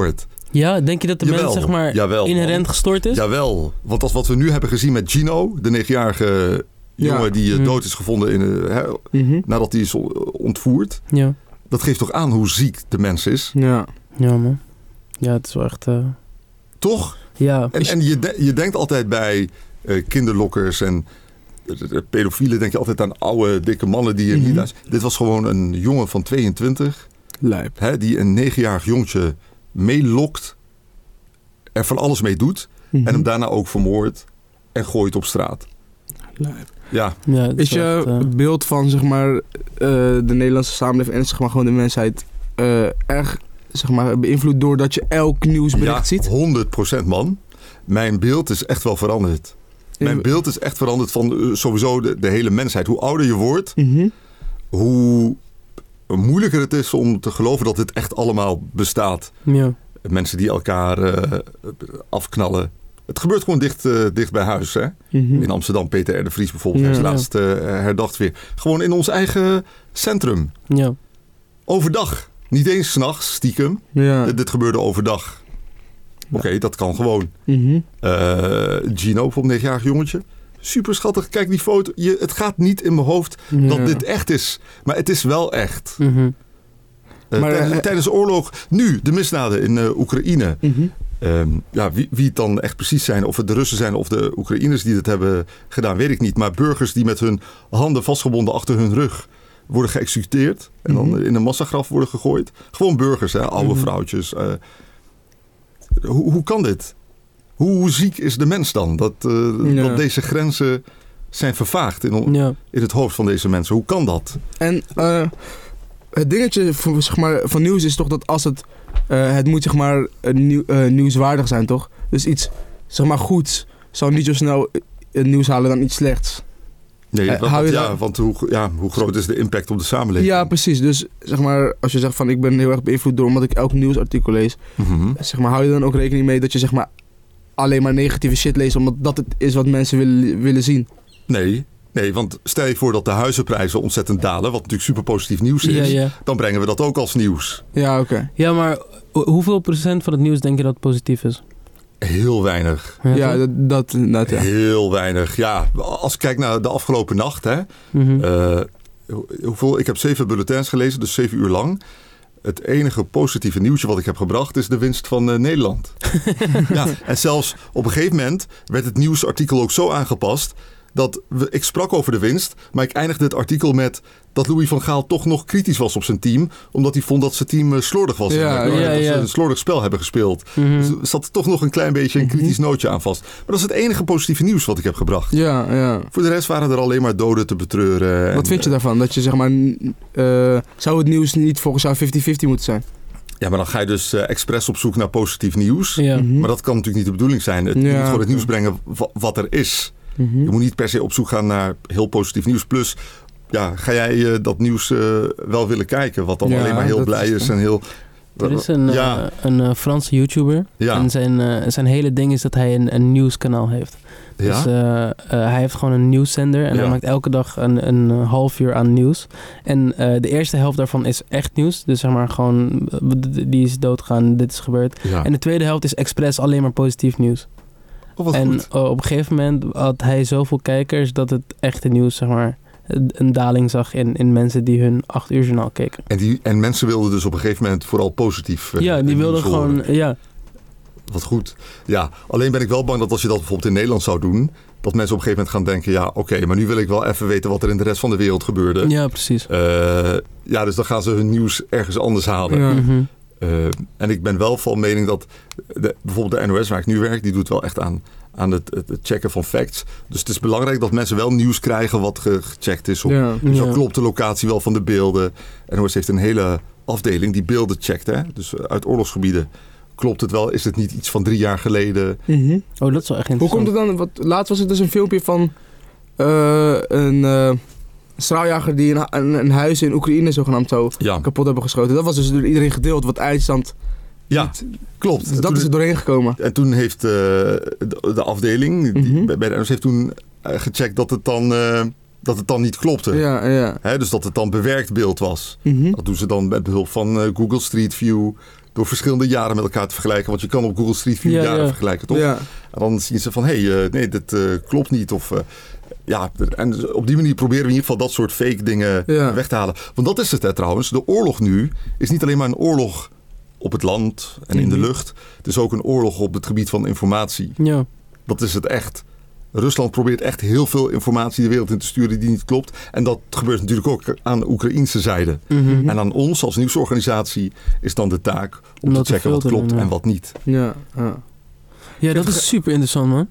[SPEAKER 2] Ja, denk je dat de
[SPEAKER 4] Jawel,
[SPEAKER 2] mens zeg maar
[SPEAKER 4] jawel,
[SPEAKER 2] inherent
[SPEAKER 4] man.
[SPEAKER 2] gestoord is?
[SPEAKER 4] Jawel, want als wat we nu hebben gezien met Gino, de negenjarige jongen
[SPEAKER 3] Ja.
[SPEAKER 4] die uh,
[SPEAKER 2] Mm.
[SPEAKER 4] dood is gevonden in, uh, hè,
[SPEAKER 3] Mhm.
[SPEAKER 4] nadat hij is ontvoerd.
[SPEAKER 2] Ja.
[SPEAKER 4] Dat geeft toch aan hoe ziek de mens is?
[SPEAKER 3] Ja.
[SPEAKER 2] Ja, man. Ja, het is wel echt... Uh...
[SPEAKER 4] Toch?
[SPEAKER 2] Ja.
[SPEAKER 4] En, en je, de, je denkt altijd bij uh, kinderlokkers en de, de pedofielen, denk je altijd aan oude, dikke mannen die je
[SPEAKER 3] Mhm.
[SPEAKER 4] niet luisteren. Dit was gewoon een jongen van tweeëntwintig,
[SPEAKER 3] Lijp.
[SPEAKER 4] hè, die een negenjarig jongetje meelokt, er van alles mee doet
[SPEAKER 3] Mhm.
[SPEAKER 4] en hem daarna ook vermoordt en gooit op straat.
[SPEAKER 3] Lijp.
[SPEAKER 4] Ja,
[SPEAKER 2] ja het
[SPEAKER 3] Is
[SPEAKER 2] wel
[SPEAKER 3] je
[SPEAKER 2] echt, uh...
[SPEAKER 3] beeld van zeg maar uh, de Nederlandse samenleving en zeg maar gewoon de mensheid uh, erg zeg maar beïnvloed doordat je elk nieuwsbericht
[SPEAKER 4] ja
[SPEAKER 3] ziet?
[SPEAKER 4] honderd procent man. Mijn beeld is echt wel veranderd. Mijn beeld is echt veranderd van uh, sowieso de, de hele mensheid. Hoe ouder je wordt,
[SPEAKER 3] Mhm.
[SPEAKER 4] hoe moeilijker het is om te geloven dat dit echt allemaal bestaat.
[SPEAKER 2] Ja.
[SPEAKER 4] Mensen die elkaar uh, afknallen. Het gebeurt gewoon dicht, uh, dicht bij huis. Hè?
[SPEAKER 3] Mhm.
[SPEAKER 4] In Amsterdam, Peter R. de Vries bijvoorbeeld.
[SPEAKER 3] Ja,
[SPEAKER 4] Hij is
[SPEAKER 2] ja.
[SPEAKER 4] laatst uh, herdacht weer. Gewoon in ons eigen centrum.
[SPEAKER 2] Ja.
[SPEAKER 4] Overdag. Niet eens 's nachts, stiekem.
[SPEAKER 3] Ja.
[SPEAKER 4] Dit, dit gebeurde overdag. Oké, okay, dat kan gewoon.
[SPEAKER 3] Mhm.
[SPEAKER 4] Uh, Gino, bijvoorbeeld negenjarig jongetje. Super schattig. Kijk die foto. Je, het gaat niet in mijn hoofd
[SPEAKER 2] Ja.
[SPEAKER 4] dat dit echt is. Maar het is wel echt.
[SPEAKER 2] Mhm.
[SPEAKER 4] Uh,
[SPEAKER 3] Maar,
[SPEAKER 4] tijdens,
[SPEAKER 3] uh,
[SPEAKER 4] tijdens de oorlog. Nu, de misdaden in uh, Oekraïne.
[SPEAKER 3] Mhm.
[SPEAKER 4] Um, ja, wie, wie het dan echt precies zijn. Of het de Russen zijn of de Oekraïners die het hebben gedaan. Weet ik niet. Maar burgers die met hun handen vastgebonden achter hun rug worden geëxecuteerd. En dan
[SPEAKER 3] Mhm.
[SPEAKER 4] in een massagraf worden gegooid. Gewoon burgers, hè, oude
[SPEAKER 2] Mhm.
[SPEAKER 4] vrouwtjes. Uh, hoe, hoe kan dit? Hoe, hoe ziek is de mens dan? Dat, uh,
[SPEAKER 3] Ja.
[SPEAKER 4] dat deze grenzen zijn vervaagd in, on-
[SPEAKER 2] Ja.
[SPEAKER 4] in het hoofd van deze mensen. Hoe kan dat?
[SPEAKER 3] En uh, het dingetje van, zeg maar, van nieuws is toch dat als het... Uh, het moet zeg maar uh, nieuw, uh, nieuwswaardig zijn, toch? Dus iets zeg maar goeds zou niet zo snel het nieuws halen dan iets slechts.
[SPEAKER 4] Nee,
[SPEAKER 3] Uh,
[SPEAKER 4] want,
[SPEAKER 3] hou je
[SPEAKER 4] ja,
[SPEAKER 3] dat-
[SPEAKER 4] want hoe, ja, hoe groot is de impact op de samenleving?
[SPEAKER 3] Ja, precies. Dus zeg maar, als je zegt van ik ben heel erg beïnvloed door omdat ik elk nieuwsartikel lees.
[SPEAKER 4] Mhm.
[SPEAKER 3] Zeg maar, hou je dan ook rekening mee dat je zeg maar alleen maar negatieve shit leest omdat dat het is wat mensen willen, willen zien?
[SPEAKER 4] Nee, nee, want stel je voor dat de huizenprijzen ontzettend dalen, wat natuurlijk super positief nieuws is,
[SPEAKER 2] Ja, ja.
[SPEAKER 4] dan brengen we dat ook als nieuws.
[SPEAKER 3] Ja, oké. Okay.
[SPEAKER 2] Ja, maar ho- hoeveel procent van het nieuws denk je dat positief is?
[SPEAKER 4] Heel weinig.
[SPEAKER 3] Ja,
[SPEAKER 2] toch?
[SPEAKER 3] dat, dat inderdaad, ja.
[SPEAKER 4] Heel weinig. Ja, als ik kijk naar de afgelopen nacht, hè,
[SPEAKER 2] Mhm.
[SPEAKER 4] uh, hoe- hoeveel, ik heb zeven bulletins gelezen, dus zeven uur lang. Het enige positieve nieuwtje wat ik heb gebracht is de winst van uh, Nederland. Ja, en zelfs op een gegeven moment werd het nieuwsartikel ook zo aangepast dat we, ik sprak over de winst, maar ik eindigde het artikel met dat Louis van Gaal toch nog kritisch was op zijn team, omdat hij vond dat zijn team uh, slordig was.
[SPEAKER 3] Ja,
[SPEAKER 4] dat
[SPEAKER 2] ja,
[SPEAKER 4] ze
[SPEAKER 2] ja.
[SPEAKER 4] een slordig spel hebben gespeeld.
[SPEAKER 2] Mhm.
[SPEAKER 4] Dus er zat toch nog een klein beetje een kritisch nootje aan vast. Maar dat is het enige positieve nieuws wat ik heb gebracht.
[SPEAKER 3] Ja, ja.
[SPEAKER 4] Voor de rest waren er alleen maar doden te betreuren.
[SPEAKER 3] Wat
[SPEAKER 4] en,
[SPEAKER 3] vind je daarvan? Dat je zeg maar, uh, zou het nieuws niet volgens jou vijftig vijftig moeten zijn?
[SPEAKER 4] Ja, maar dan ga je dus uh, expres op zoek naar positief nieuws.
[SPEAKER 2] Ja.
[SPEAKER 3] Mhm.
[SPEAKER 4] Maar dat kan natuurlijk niet de bedoeling zijn. Het, je
[SPEAKER 3] Ja,
[SPEAKER 4] moet gewoon het
[SPEAKER 3] oké.
[SPEAKER 4] nieuws brengen wa- wat er is.
[SPEAKER 3] Mhm.
[SPEAKER 4] Je moet niet per se op zoek gaan naar heel positief nieuws. Plus, ja, ga jij uh, dat nieuws uh, wel willen kijken? Wat dan
[SPEAKER 3] Ja,
[SPEAKER 4] alleen maar heel
[SPEAKER 3] dat
[SPEAKER 4] blij
[SPEAKER 3] is
[SPEAKER 4] is
[SPEAKER 3] het.
[SPEAKER 4] en heel...
[SPEAKER 2] Er is een,
[SPEAKER 4] ja,
[SPEAKER 2] uh, een uh, Franse YouTuber.
[SPEAKER 4] ja,
[SPEAKER 2] En zijn, uh, zijn hele ding is dat hij een, een nieuwskanaal heeft.
[SPEAKER 4] ja.
[SPEAKER 2] Dus uh, uh, hij heeft gewoon een nieuwszender. En
[SPEAKER 4] Ja.
[SPEAKER 2] hij maakt elke dag een, een uh, half uur aan nieuws. En uh, de eerste helft daarvan is echt nieuws. Dus zeg maar gewoon, uh, die is doodgegaan, dit is gebeurd.
[SPEAKER 4] ja.
[SPEAKER 2] En de tweede helft is expres alleen maar positief nieuws.
[SPEAKER 4] Oh, wat
[SPEAKER 2] en
[SPEAKER 4] goed.
[SPEAKER 2] uh, op een gegeven moment had hij zoveel kijkers dat het echte nieuws, zeg maar, een daling zag in, in mensen die hun acht uur journaal keken.
[SPEAKER 4] En, die, en mensen wilden dus op een gegeven moment vooral positief uh,
[SPEAKER 2] ja, die
[SPEAKER 4] nieuws
[SPEAKER 2] wilden
[SPEAKER 4] horen.
[SPEAKER 2] gewoon, ja.
[SPEAKER 4] Wat goed. Ja, alleen ben ik wel bang dat als je dat bijvoorbeeld in Nederland zou doen, dat mensen op een gegeven moment gaan denken, ja, oké, okay, maar nu wil ik wel even weten wat er in de rest van de wereld gebeurde.
[SPEAKER 2] Ja, precies.
[SPEAKER 4] Uh, ja, dus dan gaan ze hun nieuws ergens anders halen.
[SPEAKER 3] Ja.
[SPEAKER 2] Mhm.
[SPEAKER 4] Uh, en ik ben wel van mening dat de, bijvoorbeeld de N O S waar ik nu werk, die doet wel echt aan, aan het, het, het checken van facts. Dus het is belangrijk dat mensen wel nieuws krijgen wat ge, gecheckt is. Op,
[SPEAKER 3] Ja.
[SPEAKER 4] dus
[SPEAKER 2] Ja.
[SPEAKER 4] dan klopt de locatie wel van de beelden. N O S heeft een hele afdeling die beelden checkt. Hè? Dus uh, uit oorlogsgebieden. Klopt het wel? Is het niet iets van drie jaar geleden?
[SPEAKER 3] Mhm.
[SPEAKER 2] Oh, dat is wel echt
[SPEAKER 3] Hoe
[SPEAKER 2] interessant.
[SPEAKER 3] komt het dan? Wat, laatst was het dus een filmpje van uh, een uh, straaljager die een, een, een huis in Oekraïne zogenaamd zo
[SPEAKER 4] Ja,
[SPEAKER 3] kapot hebben geschoten. Dat was dus door iedereen gedeeld, wat eindstand.
[SPEAKER 4] ja klopt.
[SPEAKER 3] Dus dat
[SPEAKER 4] Toen-
[SPEAKER 3] is er doorheen gekomen.
[SPEAKER 4] En toen heeft uh, de, de afdeling die,
[SPEAKER 3] Mhm.
[SPEAKER 4] bij bij de N O S heeft toen uh, gecheckt dat het dan, uh, dat het dan niet klopte.
[SPEAKER 3] Ja, ja.
[SPEAKER 4] Hè? Dus dat het dan bewerkt beeld was.
[SPEAKER 3] Mhm.
[SPEAKER 4] Dat doen ze dan met behulp van uh, Google Street View. door verschillende jaren met elkaar te vergelijken. Want je kan op Google Street View
[SPEAKER 2] Ja,
[SPEAKER 4] jaren
[SPEAKER 2] ja.
[SPEAKER 4] vergelijken, toch?
[SPEAKER 3] Ja.
[SPEAKER 4] En dan zien ze van, hé, hey, uh, nee, dit uh, klopt niet. Of, uh, ja, en op die manier proberen we in ieder geval dat soort fake dingen
[SPEAKER 3] Ja.
[SPEAKER 4] weg te halen. Want dat is het hè, trouwens. De oorlog nu is niet alleen maar een oorlog op het land en in de
[SPEAKER 2] Mhm.
[SPEAKER 4] lucht. Het is ook een oorlog op het gebied van informatie.
[SPEAKER 2] Ja.
[SPEAKER 4] Dat is het echt. Rusland probeert echt heel veel informatie de wereld in te sturen die niet klopt. En dat gebeurt natuurlijk ook aan de Oekraïnse zijde.
[SPEAKER 2] Mhm.
[SPEAKER 4] En aan ons als nieuwsorganisatie is dan de taak om
[SPEAKER 2] Om
[SPEAKER 4] te
[SPEAKER 2] dat te
[SPEAKER 4] checken wat
[SPEAKER 2] filteren,
[SPEAKER 4] klopt
[SPEAKER 2] ja.
[SPEAKER 4] en wat niet.
[SPEAKER 3] Ja, ja.
[SPEAKER 2] Ja, dat is super interessant, man.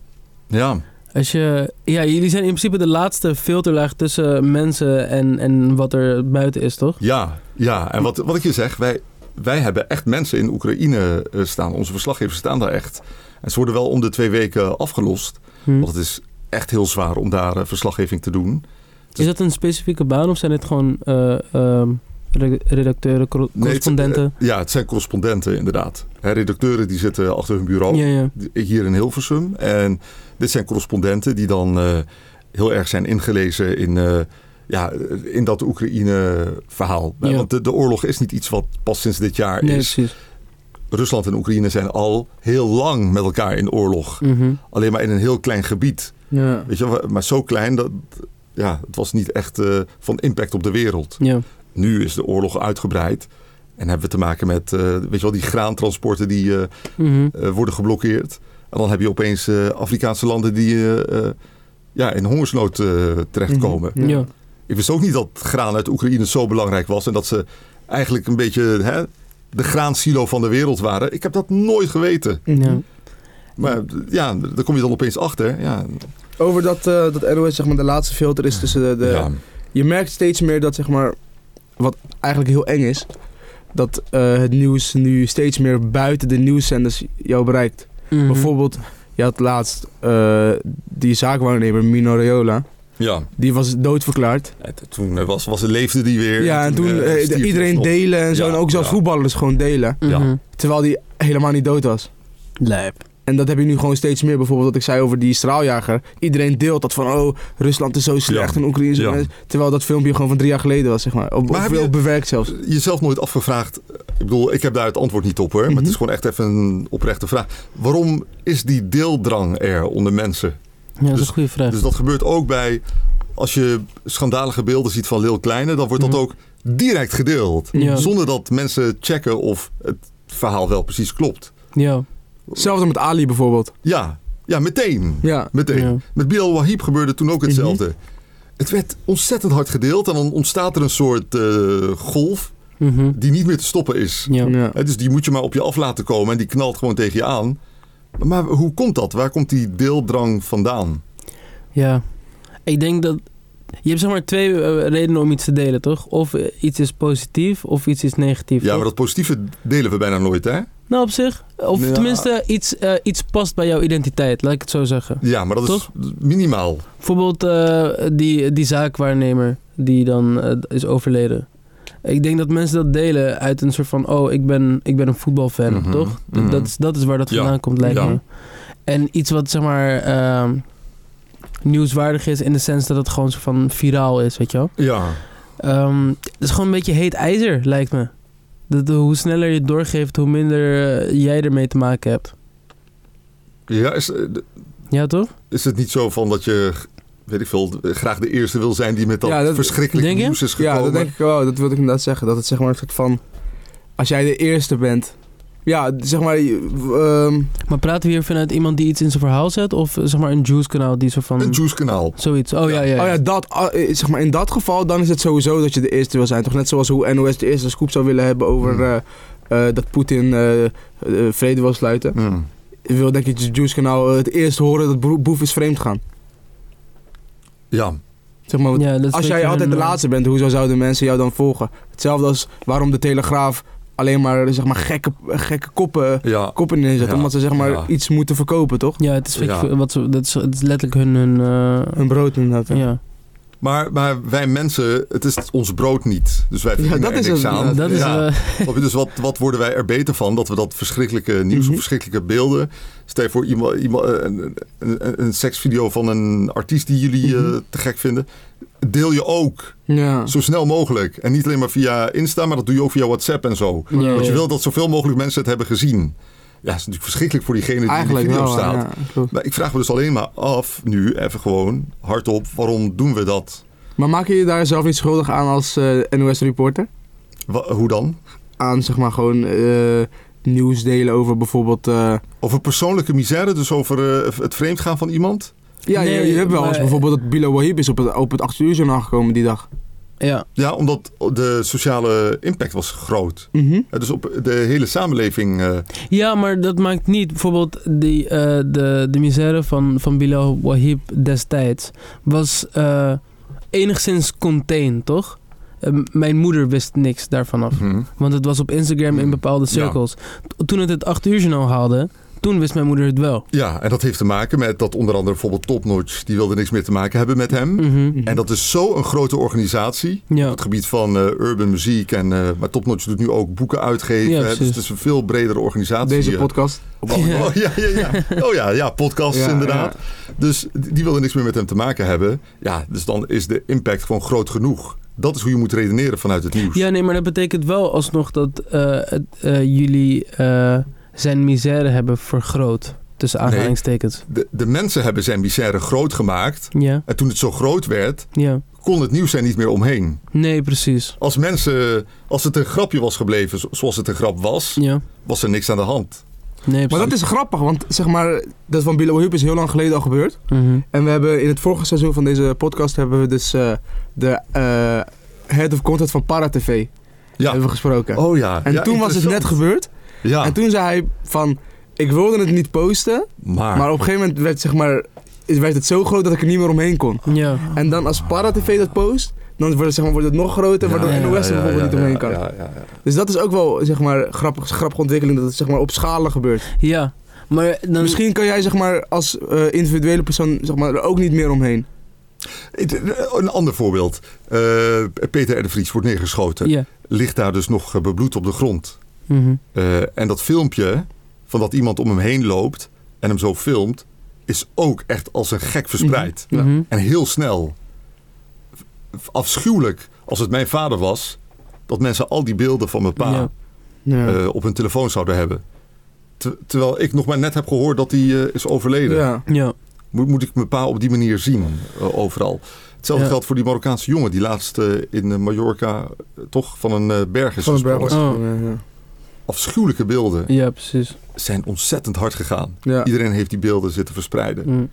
[SPEAKER 4] Ja,
[SPEAKER 2] Als je, ja, jullie zijn in principe de laatste filterlaag tussen mensen en, en wat er buiten is, toch?
[SPEAKER 4] ja, ja. En wat, wat ik je zeg, wij, wij hebben echt mensen in Oekraïne uh, staan. Onze verslaggevers staan daar echt. En ze worden wel om de twee weken afgelost.
[SPEAKER 2] Hm.
[SPEAKER 4] Want het is echt heel zwaar om daar uh, verslaggeving te doen.
[SPEAKER 2] Is dat een specifieke baan of zijn het gewoon uh, uh, redacteuren, cor-
[SPEAKER 4] Nee, het-
[SPEAKER 2] correspondenten?
[SPEAKER 4] uh, ja, het zijn correspondenten inderdaad. Hè, redacteuren die zitten achter hun bureau.
[SPEAKER 2] Ja, ja.
[SPEAKER 4] Hier in Hilversum. En dit zijn correspondenten die dan uh, heel erg zijn ingelezen in, uh, ja, in dat Oekraïne-verhaal.
[SPEAKER 2] Ja.
[SPEAKER 4] Want de, de oorlog is niet iets wat pas sinds dit jaar
[SPEAKER 2] Nee,
[SPEAKER 4] is.
[SPEAKER 2] precies.
[SPEAKER 4] Rusland en Oekraïne zijn al heel lang met elkaar in oorlog.
[SPEAKER 2] Mhm.
[SPEAKER 4] Alleen maar in een heel klein gebied.
[SPEAKER 3] Ja.
[SPEAKER 4] Weet je, wel, maar zo klein dat ja, het was niet echt uh, van impact op de wereld.
[SPEAKER 2] Ja.
[SPEAKER 4] Nu is de oorlog uitgebreid. En hebben we te maken met uh, weet je wel, die graantransporten die uh,
[SPEAKER 2] Mhm.
[SPEAKER 4] uh, worden geblokkeerd. En dan heb je opeens uh, Afrikaanse landen die uh, uh, ja, in hongersnood uh, terechtkomen.
[SPEAKER 3] Mhm.
[SPEAKER 2] Ja.
[SPEAKER 4] Ik wist ook niet dat graan uit Oekraïne zo belangrijk was. En dat ze eigenlijk een beetje hè, de graansilo van de wereld waren. Ik heb dat nooit geweten.
[SPEAKER 2] Ja.
[SPEAKER 4] Maar ja, daar kom je dan opeens achter. Ja,
[SPEAKER 3] Over dat, uh, dat N O S zeg maar, de laatste filter is tussen de... de
[SPEAKER 4] ja.
[SPEAKER 3] Je merkt steeds meer dat, zeg maar, wat eigenlijk heel eng is, dat uh, het nieuws nu steeds meer buiten de nieuwszenders jou bereikt.
[SPEAKER 2] Mhm.
[SPEAKER 3] Bijvoorbeeld, je had laatst uh, die zaakwaarnemer Mino Raiola,
[SPEAKER 4] ja.
[SPEAKER 3] die was doodverklaard.
[SPEAKER 4] Toen was, was, leefde die weer.
[SPEAKER 3] Ja, en toen
[SPEAKER 4] uh,
[SPEAKER 3] uh,
[SPEAKER 4] stierf hij
[SPEAKER 3] iedereen
[SPEAKER 4] alsnog.
[SPEAKER 3] delen en zo,
[SPEAKER 4] Ja,
[SPEAKER 3] en ook zelfs
[SPEAKER 4] ja.
[SPEAKER 3] voetballers gewoon delen.
[SPEAKER 2] Mhm.
[SPEAKER 4] Ja.
[SPEAKER 3] Terwijl die helemaal niet dood was.
[SPEAKER 2] Lijp.
[SPEAKER 3] En dat heb je nu gewoon steeds meer. Bijvoorbeeld wat ik zei over die straaljager. Iedereen deelt dat van, oh, Rusland is zo slecht
[SPEAKER 4] Ja.
[SPEAKER 3] en Oekraïne is zo
[SPEAKER 4] Ja.
[SPEAKER 3] slecht. Terwijl dat filmpje gewoon van drie jaar geleden was, zeg maar. Op,
[SPEAKER 4] Maar
[SPEAKER 3] of
[SPEAKER 4] heb je-
[SPEAKER 3] veel bewerkt zelfs.
[SPEAKER 4] Jezelf nooit afgevraagd. Ik bedoel, ik heb daar het antwoord niet op hoor. Maar
[SPEAKER 3] Mhm.
[SPEAKER 4] het is gewoon echt even een oprechte vraag. Waarom is die deeldrang er onder mensen?
[SPEAKER 2] Ja, dat is
[SPEAKER 4] Dus-
[SPEAKER 2] een goede vraag.
[SPEAKER 4] Dus dat gebeurt ook bij. Als je schandalige beelden ziet van Lil Kleine, dan wordt dat
[SPEAKER 2] Mhm.
[SPEAKER 4] ook direct gedeeld.
[SPEAKER 2] Ja.
[SPEAKER 4] Zonder dat mensen checken of het verhaal wel precies klopt.
[SPEAKER 2] Ja.
[SPEAKER 3] Hetzelfde met Ali bijvoorbeeld.
[SPEAKER 4] Ja, ja meteen.
[SPEAKER 3] Ja.
[SPEAKER 4] meteen.
[SPEAKER 2] Ja.
[SPEAKER 4] Met Bilal Wahib gebeurde toen ook hetzelfde. Het werd ontzettend hard gedeeld en dan ontstaat er een soort uh, golf
[SPEAKER 2] Mhm.
[SPEAKER 4] die niet meer te stoppen is.
[SPEAKER 2] Ja.
[SPEAKER 3] Ja.
[SPEAKER 4] Hè, dus die moet je maar op je af laten komen en die knalt gewoon tegen je aan. Maar hoe komt dat? Waar komt die deeldrang vandaan?
[SPEAKER 2] Ja, ik denk dat... Je hebt zeg maar twee uh, redenen om iets te delen, toch? Of uh, iets is positief, of iets is negatief.
[SPEAKER 4] Ja,
[SPEAKER 2] toch?
[SPEAKER 4] maar dat positieve delen we bijna nooit, hè?
[SPEAKER 2] Nou, op zich. Of
[SPEAKER 4] Ja.
[SPEAKER 2] tenminste, iets, uh, iets past bij jouw identiteit, laat ik het zo zeggen.
[SPEAKER 4] Ja, maar dat
[SPEAKER 2] Toch?
[SPEAKER 4] is minimaal.
[SPEAKER 2] Bijvoorbeeld uh, die, die zaakwaarnemer die dan uh, is overleden. Ik denk dat mensen dat delen uit een soort van... Oh, ik ben, ik ben een voetbalfan,
[SPEAKER 4] Mhm,
[SPEAKER 2] toch?
[SPEAKER 4] mhm.
[SPEAKER 2] Dat, is, dat is waar dat
[SPEAKER 4] Ja,
[SPEAKER 2] vandaan komt, lijkt
[SPEAKER 4] ja.
[SPEAKER 2] me. En iets wat, zeg maar... Uh, nieuwswaardig is in de sens dat het gewoon zo van viraal is, weet je wel?
[SPEAKER 4] Ja.
[SPEAKER 2] Um, het is gewoon een beetje heet ijzer, lijkt me. Dat, hoe sneller je het doorgeeft, hoe minder uh, jij ermee te maken hebt.
[SPEAKER 4] Ja, is,
[SPEAKER 2] Ja, toch?
[SPEAKER 4] is het niet zo van dat je, weet ik veel, graag de eerste wil zijn die met dat,
[SPEAKER 3] Ja, dat-
[SPEAKER 4] verschrikkelijke
[SPEAKER 2] denk je?
[SPEAKER 4] nieuws is gekomen?
[SPEAKER 3] Ja, dat denk ik wel. Dat wilde ik inderdaad zeggen. Dat het zeg maar een soort van... Als jij de eerste bent... Ja, zeg maar... Um,
[SPEAKER 2] Maar praten we hier vanuit iemand die iets in zijn verhaal zet? Of zeg maar een Juice-kanaal die zo van...
[SPEAKER 4] Een Juice-kanaal.
[SPEAKER 2] Zoiets. Oh ja, ja. ja.
[SPEAKER 3] oh ja, dat, uh, zeg maar in dat geval, dan is het sowieso dat je de eerste wil zijn. Toch net zoals hoe N O S de eerste scoop zou willen hebben over
[SPEAKER 4] Hmm.
[SPEAKER 3] uh, uh, dat Poetin uh, uh, vrede wil sluiten.
[SPEAKER 4] Hmm.
[SPEAKER 3] Je wil denk ik het Juice-kanaal uh, het eerst horen dat Bro- Boef is vreemd gaan.
[SPEAKER 4] Ja.
[SPEAKER 3] Zeg maar,
[SPEAKER 2] Ja, dat is
[SPEAKER 3] als
[SPEAKER 2] een
[SPEAKER 3] jij
[SPEAKER 2] beetje
[SPEAKER 3] altijd de
[SPEAKER 2] een, uh,
[SPEAKER 3] laatste bent, hoezo zouden mensen jou dan volgen? Hetzelfde als waarom de Telegraaf alleen maar, zeg maar gekke, gekke koppen,
[SPEAKER 4] Ja.
[SPEAKER 3] koppen inzet.
[SPEAKER 4] Ja.
[SPEAKER 3] Omdat ze zeg maar
[SPEAKER 4] Ja.
[SPEAKER 3] iets moeten verkopen, toch?
[SPEAKER 2] Ja, het is,
[SPEAKER 4] Ja.
[SPEAKER 2] Wat ze, dat is, het is letterlijk hun... hun uh,
[SPEAKER 3] Een brood inderdaad.
[SPEAKER 2] ja.
[SPEAKER 4] Maar, maar wij mensen, het is ons brood niet. Dus wij verdienen
[SPEAKER 3] dat
[SPEAKER 4] er
[SPEAKER 3] is
[SPEAKER 4] niks
[SPEAKER 3] het,
[SPEAKER 4] aan.
[SPEAKER 2] Dat is...
[SPEAKER 4] Ja.
[SPEAKER 2] uh,
[SPEAKER 4] Snap je? Dus wat, wat worden wij er beter van? Dat we dat verschrikkelijke nieuws
[SPEAKER 3] Mhm.
[SPEAKER 4] of verschrikkelijke beelden... Stel je voor iemand, iemand, een, een, een, een seksvideo van een artiest die jullie uh,
[SPEAKER 3] Mhm.
[SPEAKER 4] te gek vinden. deel je ook
[SPEAKER 3] Ja.
[SPEAKER 4] zo snel mogelijk. En niet alleen maar via Insta, maar dat doe je ook via WhatsApp en zo.
[SPEAKER 2] Ja,
[SPEAKER 4] Want je
[SPEAKER 2] ja.
[SPEAKER 4] wil dat zoveel mogelijk mensen het hebben gezien. Ja, dat is natuurlijk verschrikkelijk voor diegene die
[SPEAKER 3] Eigenlijk
[SPEAKER 4] in de video
[SPEAKER 3] wel,
[SPEAKER 4] staat.
[SPEAKER 3] ja, klopt.
[SPEAKER 4] Maar ik vraag me dus alleen maar af, nu even gewoon hardop, waarom doen we dat?
[SPEAKER 3] Maar maak je je daar zelf niet schuldig aan als uh, N O S-reporter?
[SPEAKER 4] Wa- hoe dan?
[SPEAKER 3] Aan zeg maar gewoon uh, nieuws delen over bijvoorbeeld... Uh...
[SPEAKER 4] Over persoonlijke misère, dus over uh, het vreemdgaan van iemand?
[SPEAKER 3] Ja,
[SPEAKER 2] Nee,
[SPEAKER 3] je, je hebt wel eens
[SPEAKER 2] maar-
[SPEAKER 3] bijvoorbeeld dat Bilal Wahib is op het, op het acht uur journaal gekomen die dag.
[SPEAKER 2] Ja.
[SPEAKER 4] Ja, omdat de sociale impact was groot.
[SPEAKER 3] Mm-hmm.
[SPEAKER 4] Dus op de hele samenleving... Uh...
[SPEAKER 2] ja, maar dat maakt niet. Bijvoorbeeld die, uh, de, de misère van, van Bilal Wahib destijds was uh, enigszins contained, toch? Uh, mijn moeder wist niks daarvan af.
[SPEAKER 4] Hm.
[SPEAKER 2] Want het was op Instagram in bepaalde cirkels. Ja. Toen het het acht uur journaal haalde, toen wist mijn moeder het wel.
[SPEAKER 4] Ja, en dat heeft te maken met dat onder andere bijvoorbeeld Topnotch, die wilde niks meer te maken hebben met hem.
[SPEAKER 2] Mm-hmm.
[SPEAKER 4] En dat is zo'n grote organisatie
[SPEAKER 2] Ja.
[SPEAKER 4] op het gebied van uh, urban muziek. En, uh, maar Topnotch doet nu ook boeken uitgeven.
[SPEAKER 2] Ja,
[SPEAKER 4] hè, dus het is een veel bredere organisatie.
[SPEAKER 3] Deze
[SPEAKER 4] uh,
[SPEAKER 3] podcast.
[SPEAKER 4] Oh, ja, ja, ja. Oh ja, ja podcasts
[SPEAKER 3] Ja,
[SPEAKER 4] inderdaad.
[SPEAKER 3] ja.
[SPEAKER 4] Dus die wilden niks meer met hem te maken hebben. Ja, dus dan is de impact gewoon groot genoeg. Dat is hoe je moet redeneren vanuit het nieuws.
[SPEAKER 2] Ja, nee, maar dat betekent wel alsnog dat uh, het, uh, jullie uh, zijn misère hebben vergroot. Tussen aanhalingstekens.
[SPEAKER 4] Nee, de, de mensen hebben zijn misère groot gemaakt.
[SPEAKER 2] Ja.
[SPEAKER 4] En toen het zo groot werd,
[SPEAKER 2] Ja.
[SPEAKER 4] kon het nieuws er niet meer omheen.
[SPEAKER 2] Nee, precies.
[SPEAKER 4] Als mensen, als het een grapje was gebleven zoals het een grap was,
[SPEAKER 2] Ja.
[SPEAKER 4] was er niks aan de hand.
[SPEAKER 2] Nee,
[SPEAKER 3] Maar
[SPEAKER 2] precies.
[SPEAKER 3] dat is grappig, want zeg maar, dat van Bilal Wahib is heel lang geleden al gebeurd.
[SPEAKER 2] Mm-hmm.
[SPEAKER 3] En we hebben in het vorige seizoen van deze podcast hebben we dus uh, de uh, head of content van Paratv
[SPEAKER 4] Ja.
[SPEAKER 3] hebben we gesproken.
[SPEAKER 4] Oh ja.
[SPEAKER 3] En
[SPEAKER 4] ja,
[SPEAKER 3] toen was het net
[SPEAKER 4] interessant.
[SPEAKER 3] gebeurd.
[SPEAKER 4] Ja.
[SPEAKER 3] En toen zei hij van, ik wilde het niet posten,
[SPEAKER 4] Maar,
[SPEAKER 3] maar op een gegeven moment werd, zeg maar, werd het zo groot dat ik er niet meer omheen kon.
[SPEAKER 2] Ja.
[SPEAKER 3] En dan als Paratv dat post, dan wordt het, zeg maar, wordt het nog groter, waardoor
[SPEAKER 2] Ja,
[SPEAKER 3] N O S er
[SPEAKER 4] ja,
[SPEAKER 3] bijvoorbeeld
[SPEAKER 4] ja,
[SPEAKER 3] niet omheen
[SPEAKER 4] ja,
[SPEAKER 3] kan.
[SPEAKER 4] Ja, ja, ja.
[SPEAKER 3] Dus dat is ook wel, zeg maar, grappig, grappige ontwikkeling, dat het, zeg maar, op schalen gebeurt.
[SPEAKER 2] Ja. Maar dan...
[SPEAKER 3] Misschien kan jij, zeg maar, als uh, individuele persoon, zeg maar, er ook niet meer omheen.
[SPEAKER 4] Een ander voorbeeld. Uh, Peter R. de Vries wordt neergeschoten.
[SPEAKER 2] Ja.
[SPEAKER 4] Ligt daar dus nog bebloed op de grond.
[SPEAKER 2] Mm-hmm.
[SPEAKER 4] Uh, en dat filmpje van dat iemand om hem heen loopt en hem zo filmt, is ook echt als een gek verspreid.
[SPEAKER 3] Ja.
[SPEAKER 2] Mm-hmm.
[SPEAKER 4] En heel snel. Afschuwelijk als het mijn vader was, dat mensen al die beelden van mijn pa
[SPEAKER 2] Ja.
[SPEAKER 3] Ja.
[SPEAKER 4] uh, op hun telefoon zouden hebben. Ter- terwijl ik nog maar net heb gehoord dat hij uh, is overleden.
[SPEAKER 3] ja.
[SPEAKER 2] Ja.
[SPEAKER 4] Moet, moet ik mijn pa op die manier zien, uh, overal. Hetzelfde
[SPEAKER 2] Ja.
[SPEAKER 4] geldt voor die Marokkaanse jongen die laatst uh, in uh, Mallorca uh, toch van een uh, berg is
[SPEAKER 3] Van een berg
[SPEAKER 4] gesprongen.
[SPEAKER 3] was
[SPEAKER 2] Oh.
[SPEAKER 3] het, ja, ja.
[SPEAKER 4] Afschuwelijke beelden
[SPEAKER 2] Ja, precies.
[SPEAKER 4] zijn ontzettend hard gegaan.
[SPEAKER 3] Ja.
[SPEAKER 4] Iedereen heeft die beelden zitten verspreiden.
[SPEAKER 2] Mm.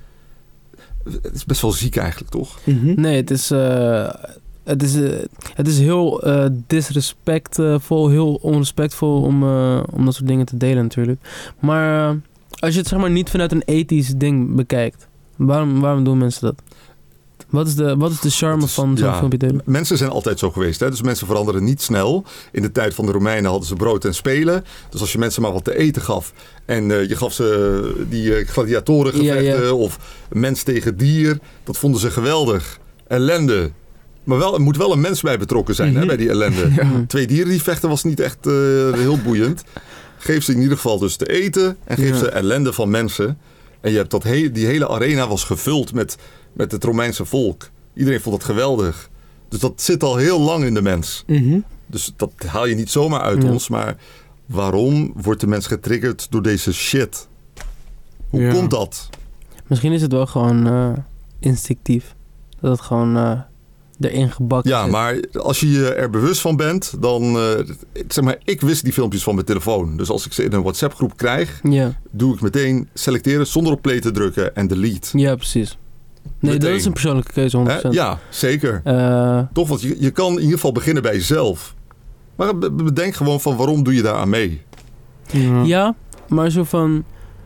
[SPEAKER 4] Het is best wel ziek eigenlijk, toch?
[SPEAKER 3] Mhm.
[SPEAKER 2] Nee, het is, uh, het is, uh, het is heel uh, disrespectvol, heel onrespectvol om, uh, om dat soort dingen te delen natuurlijk. Maar uh, als je het zeg maar niet vanuit een ethisch ding bekijkt, waarom, waarom doen mensen dat? Wat is de, wat is de charme
[SPEAKER 4] Het is-
[SPEAKER 2] van zo'n
[SPEAKER 4] ja,
[SPEAKER 2] filmpje delen?
[SPEAKER 4] Mensen zijn altijd zo geweest. Hè? Dus mensen veranderen niet snel. In de tijd van de Romeinen hadden ze brood en spelen. Dus als je mensen maar wat te eten gaf. En uh, je gaf ze die uh, gladiatorengevechten.
[SPEAKER 2] Ja, ja.
[SPEAKER 4] Of mens tegen dier. Dat vonden ze geweldig. Ellende. Maar wel, er moet wel een mens bij betrokken zijn,
[SPEAKER 3] Mhm.
[SPEAKER 4] hè, bij die ellende.
[SPEAKER 3] Ja.
[SPEAKER 2] Mm.
[SPEAKER 4] Twee dieren die vechten was niet echt uh, heel boeiend. Geef ze in ieder geval dus te eten. En geef
[SPEAKER 3] Ja.
[SPEAKER 4] ze ellende van mensen. En je hebt dat he- die hele arena was gevuld met, met het Romeinse volk. Iedereen vond het geweldig. Dus dat zit al heel lang in de mens.
[SPEAKER 3] Mhm.
[SPEAKER 4] Dus dat haal je niet zomaar uit
[SPEAKER 2] Ja.
[SPEAKER 4] ons. Maar waarom wordt de mens getriggerd door deze shit? Hoe
[SPEAKER 3] Ja.
[SPEAKER 4] komt dat?
[SPEAKER 2] Misschien is het wel gewoon uh, instinctief. Dat het gewoon uh, erin gebakken
[SPEAKER 4] Ja,
[SPEAKER 2] zit.
[SPEAKER 4] maar als je je er bewust van bent, dan... Uh, zeg maar, ik wist die filmpjes van mijn telefoon. Dus als ik ze in een WhatsApp groep krijg,
[SPEAKER 2] Ja,
[SPEAKER 4] doe ik meteen selecteren zonder op play te drukken en delete.
[SPEAKER 2] ja, precies. Nee,
[SPEAKER 4] Meteen.
[SPEAKER 2] dat is een persoonlijke keuze, honderd
[SPEAKER 4] Hè?
[SPEAKER 2] procent.
[SPEAKER 4] Ja, zeker.
[SPEAKER 2] Uh,
[SPEAKER 4] Toch, want je, je kan in ieder geval beginnen bij jezelf. Maar be- bedenk gewoon van waarom doe je daar aan mee?
[SPEAKER 3] Ja.
[SPEAKER 2] Ja, maar zo van...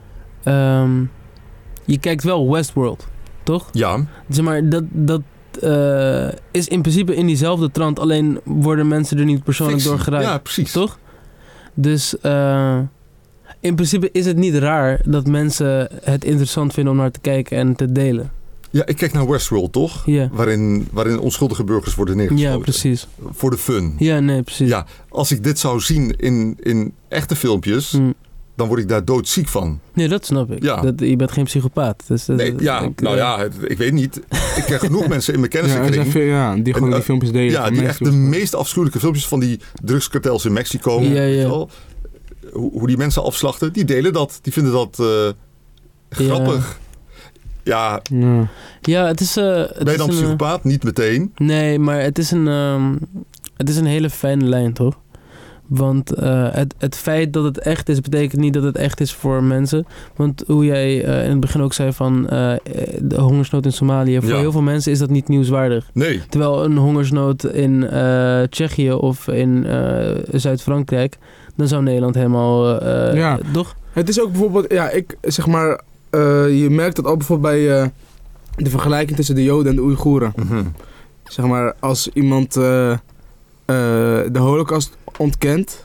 [SPEAKER 2] Um, je kijkt wel Westworld, toch?
[SPEAKER 4] Ja,
[SPEAKER 2] Zeg maar, dat, dat uh, is in principe in diezelfde trant. Alleen worden mensen er niet persoonlijk
[SPEAKER 4] fictie.
[SPEAKER 2] door geraakt.
[SPEAKER 4] Ja, precies.
[SPEAKER 2] Toch? Dus uh, in principe is het niet raar dat mensen het interessant vinden om naar te kijken en te delen.
[SPEAKER 4] Ja, ik kijk naar Westworld, toch?
[SPEAKER 2] Ja,
[SPEAKER 4] Waarin, waarin onschuldige burgers worden neergeschoten.
[SPEAKER 2] ja precies.
[SPEAKER 4] Voor de fun.
[SPEAKER 2] Ja, nee, precies.
[SPEAKER 4] Ja, als ik dit zou zien in, in echte filmpjes,
[SPEAKER 2] Mm.
[SPEAKER 4] dan word ik daar doodziek van.
[SPEAKER 2] Nee, dat snap ik.
[SPEAKER 4] Ja.
[SPEAKER 2] Dat, je bent geen psychopaat. Dus dat,
[SPEAKER 4] Nee, ja,
[SPEAKER 2] ik,
[SPEAKER 4] nou
[SPEAKER 2] uh,
[SPEAKER 4] ja, het- ik weet niet. Ik ken genoeg mensen in mijn
[SPEAKER 3] Ja, er
[SPEAKER 4] kennissenkring.
[SPEAKER 3] zijn veel- ja, die gewoon
[SPEAKER 4] En,
[SPEAKER 3] die
[SPEAKER 4] uh,
[SPEAKER 3] filmpjes delen.
[SPEAKER 4] Ja,
[SPEAKER 3] van
[SPEAKER 4] die
[SPEAKER 3] mensen
[SPEAKER 4] echt de
[SPEAKER 3] die-
[SPEAKER 4] meest afschuwelijke filmpjes van die drugskartels in Mexico.
[SPEAKER 2] Ja,
[SPEAKER 4] weet je
[SPEAKER 2] ja.
[SPEAKER 4] wel. Hoe, hoe die mensen afslachten, die delen dat. Die vinden dat uh, grappig. Ja,
[SPEAKER 3] Ja.
[SPEAKER 2] Ja, het is... Uh, het
[SPEAKER 4] ben je
[SPEAKER 2] is
[SPEAKER 4] dan
[SPEAKER 2] een, uh,
[SPEAKER 4] psychopaat? Niet meteen.
[SPEAKER 2] Nee, maar het is een, um, het is een hele fijne lijn, toch? Want uh, het, het feit dat het echt is, betekent niet dat het echt is voor mensen. Want hoe jij uh, in het begin ook zei van uh, de hongersnood in Somalië. Voor
[SPEAKER 4] Ja.
[SPEAKER 2] heel veel mensen is dat niet nieuwswaardig.
[SPEAKER 4] Nee.
[SPEAKER 2] Terwijl een hongersnood in uh, Tsjechië of in uh, Zuid-Frankrijk, dan zou Nederland helemaal... Uh,
[SPEAKER 3] Ja.
[SPEAKER 2] Toch?
[SPEAKER 3] Het is ook bijvoorbeeld, ja, ik zeg maar, uh, je merkt dat ook bijvoorbeeld bij uh, de vergelijking tussen de Joden en de Oeigoeren.
[SPEAKER 4] Mm-hmm.
[SPEAKER 3] Zeg maar, als iemand uh, uh, de Holocaust ontkent,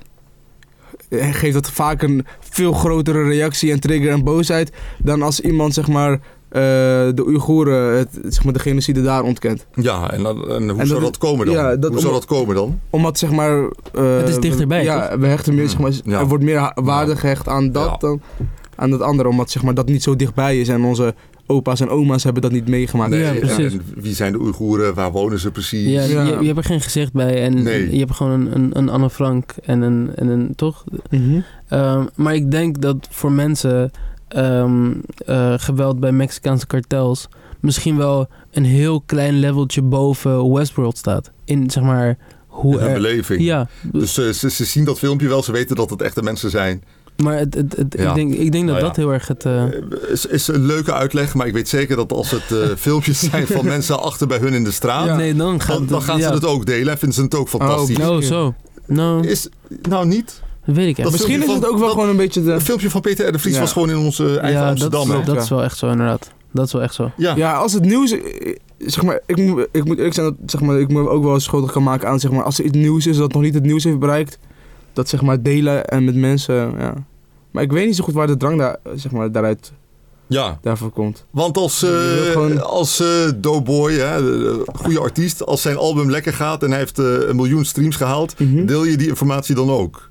[SPEAKER 3] geeft dat vaak een veel grotere reactie en trigger en boosheid dan als iemand, zeg maar, uh, de Oeigoeren, het, zeg maar, de genocide daar ontkent.
[SPEAKER 4] Ja, en, dan, en hoe
[SPEAKER 3] En
[SPEAKER 4] zou
[SPEAKER 3] dat-
[SPEAKER 4] dat komen dan?
[SPEAKER 3] ja, dat
[SPEAKER 4] hoe zou
[SPEAKER 3] om-
[SPEAKER 4] dat komen dan?
[SPEAKER 3] Omdat, zeg maar... Uh,
[SPEAKER 2] Het is dichterbij,
[SPEAKER 3] Ja,
[SPEAKER 2] toch?
[SPEAKER 3] we hechten meer, zeg maar,
[SPEAKER 4] Ja.
[SPEAKER 3] er wordt meer ha- waarde
[SPEAKER 4] Ja.
[SPEAKER 3] gehecht aan dat
[SPEAKER 4] Ja.
[SPEAKER 3] dan aan dat andere. Omdat, zeg maar, dat niet zo dichtbij is en onze opa's en oma's hebben dat niet meegemaakt.
[SPEAKER 2] Ja, precies.
[SPEAKER 4] En wie zijn de Oeigoeren? Waar wonen ze precies?
[SPEAKER 2] Ja,
[SPEAKER 3] Ja.
[SPEAKER 2] Je, je hebt er geen gezicht bij en
[SPEAKER 4] Nee.
[SPEAKER 2] je hebt gewoon een, een, een Anne Frank en een, en een toch?
[SPEAKER 3] Mhm.
[SPEAKER 2] Um, maar ik denk dat voor mensen um, uh, geweld bij Mexicaanse kartels misschien wel een heel klein leveltje boven Westworld staat. In zeg maar hoe
[SPEAKER 4] In hun
[SPEAKER 2] er...
[SPEAKER 4] beleving.
[SPEAKER 2] Ja,
[SPEAKER 4] Dus uh, ze, ze zien dat filmpje wel, ze weten dat het echte mensen zijn.
[SPEAKER 2] maar het, het, het,
[SPEAKER 4] Ja.
[SPEAKER 2] ik denk, ik denk dat
[SPEAKER 4] Nou ja.
[SPEAKER 2] dat heel erg het... Uh,
[SPEAKER 4] Uh, is, is een leuke uitleg, maar ik weet zeker dat als het uh, filmpjes zijn van mensen achter bij hun in de straat,
[SPEAKER 3] Ja.
[SPEAKER 2] Nee, dan gaat
[SPEAKER 4] dan, dan
[SPEAKER 2] het-
[SPEAKER 4] gaan
[SPEAKER 2] ja.
[SPEAKER 4] ze het ook delen en vinden ze het ook fantastisch.
[SPEAKER 3] Oh,
[SPEAKER 2] Oh, zo. Nou,
[SPEAKER 4] Is, nou niet.
[SPEAKER 2] dat weet ik echt.
[SPEAKER 4] Dat
[SPEAKER 3] Misschien is
[SPEAKER 4] filmpje
[SPEAKER 3] het ook
[SPEAKER 4] van-
[SPEAKER 3] wel
[SPEAKER 4] dat-
[SPEAKER 3] gewoon een beetje de...
[SPEAKER 4] Een filmpje van Peter R. de Vries
[SPEAKER 3] Ja.
[SPEAKER 4] was gewoon in onze eigen
[SPEAKER 2] Ja, dat,
[SPEAKER 4] Amsterdam.
[SPEAKER 2] is,
[SPEAKER 4] hè?
[SPEAKER 2] dat is wel echt zo inderdaad. Dat is wel echt zo.
[SPEAKER 4] Ja.
[SPEAKER 3] Ja, als het nieuws... eh, Zeg maar, ik moet, ik moet eerlijk zijn dat zeg maar, ik me ook wel schuldig kan maken aan, zeg maar, als er iets nieuws is dat nog niet het nieuws heeft bereikt, dat, zeg maar, delen en met mensen, ja. Maar ik weet niet zo goed waar de drang daar, zeg maar, daaruit,
[SPEAKER 4] ja,
[SPEAKER 3] daarvoor komt.
[SPEAKER 4] want als, uh,
[SPEAKER 3] Je wil gewoon-
[SPEAKER 4] als uh, Doughboy, hè, de- de goede artiest, als zijn album lekker gaat en hij heeft uh, een miljoen streams gehaald,
[SPEAKER 3] Mhm.
[SPEAKER 4] deel je die informatie dan ook?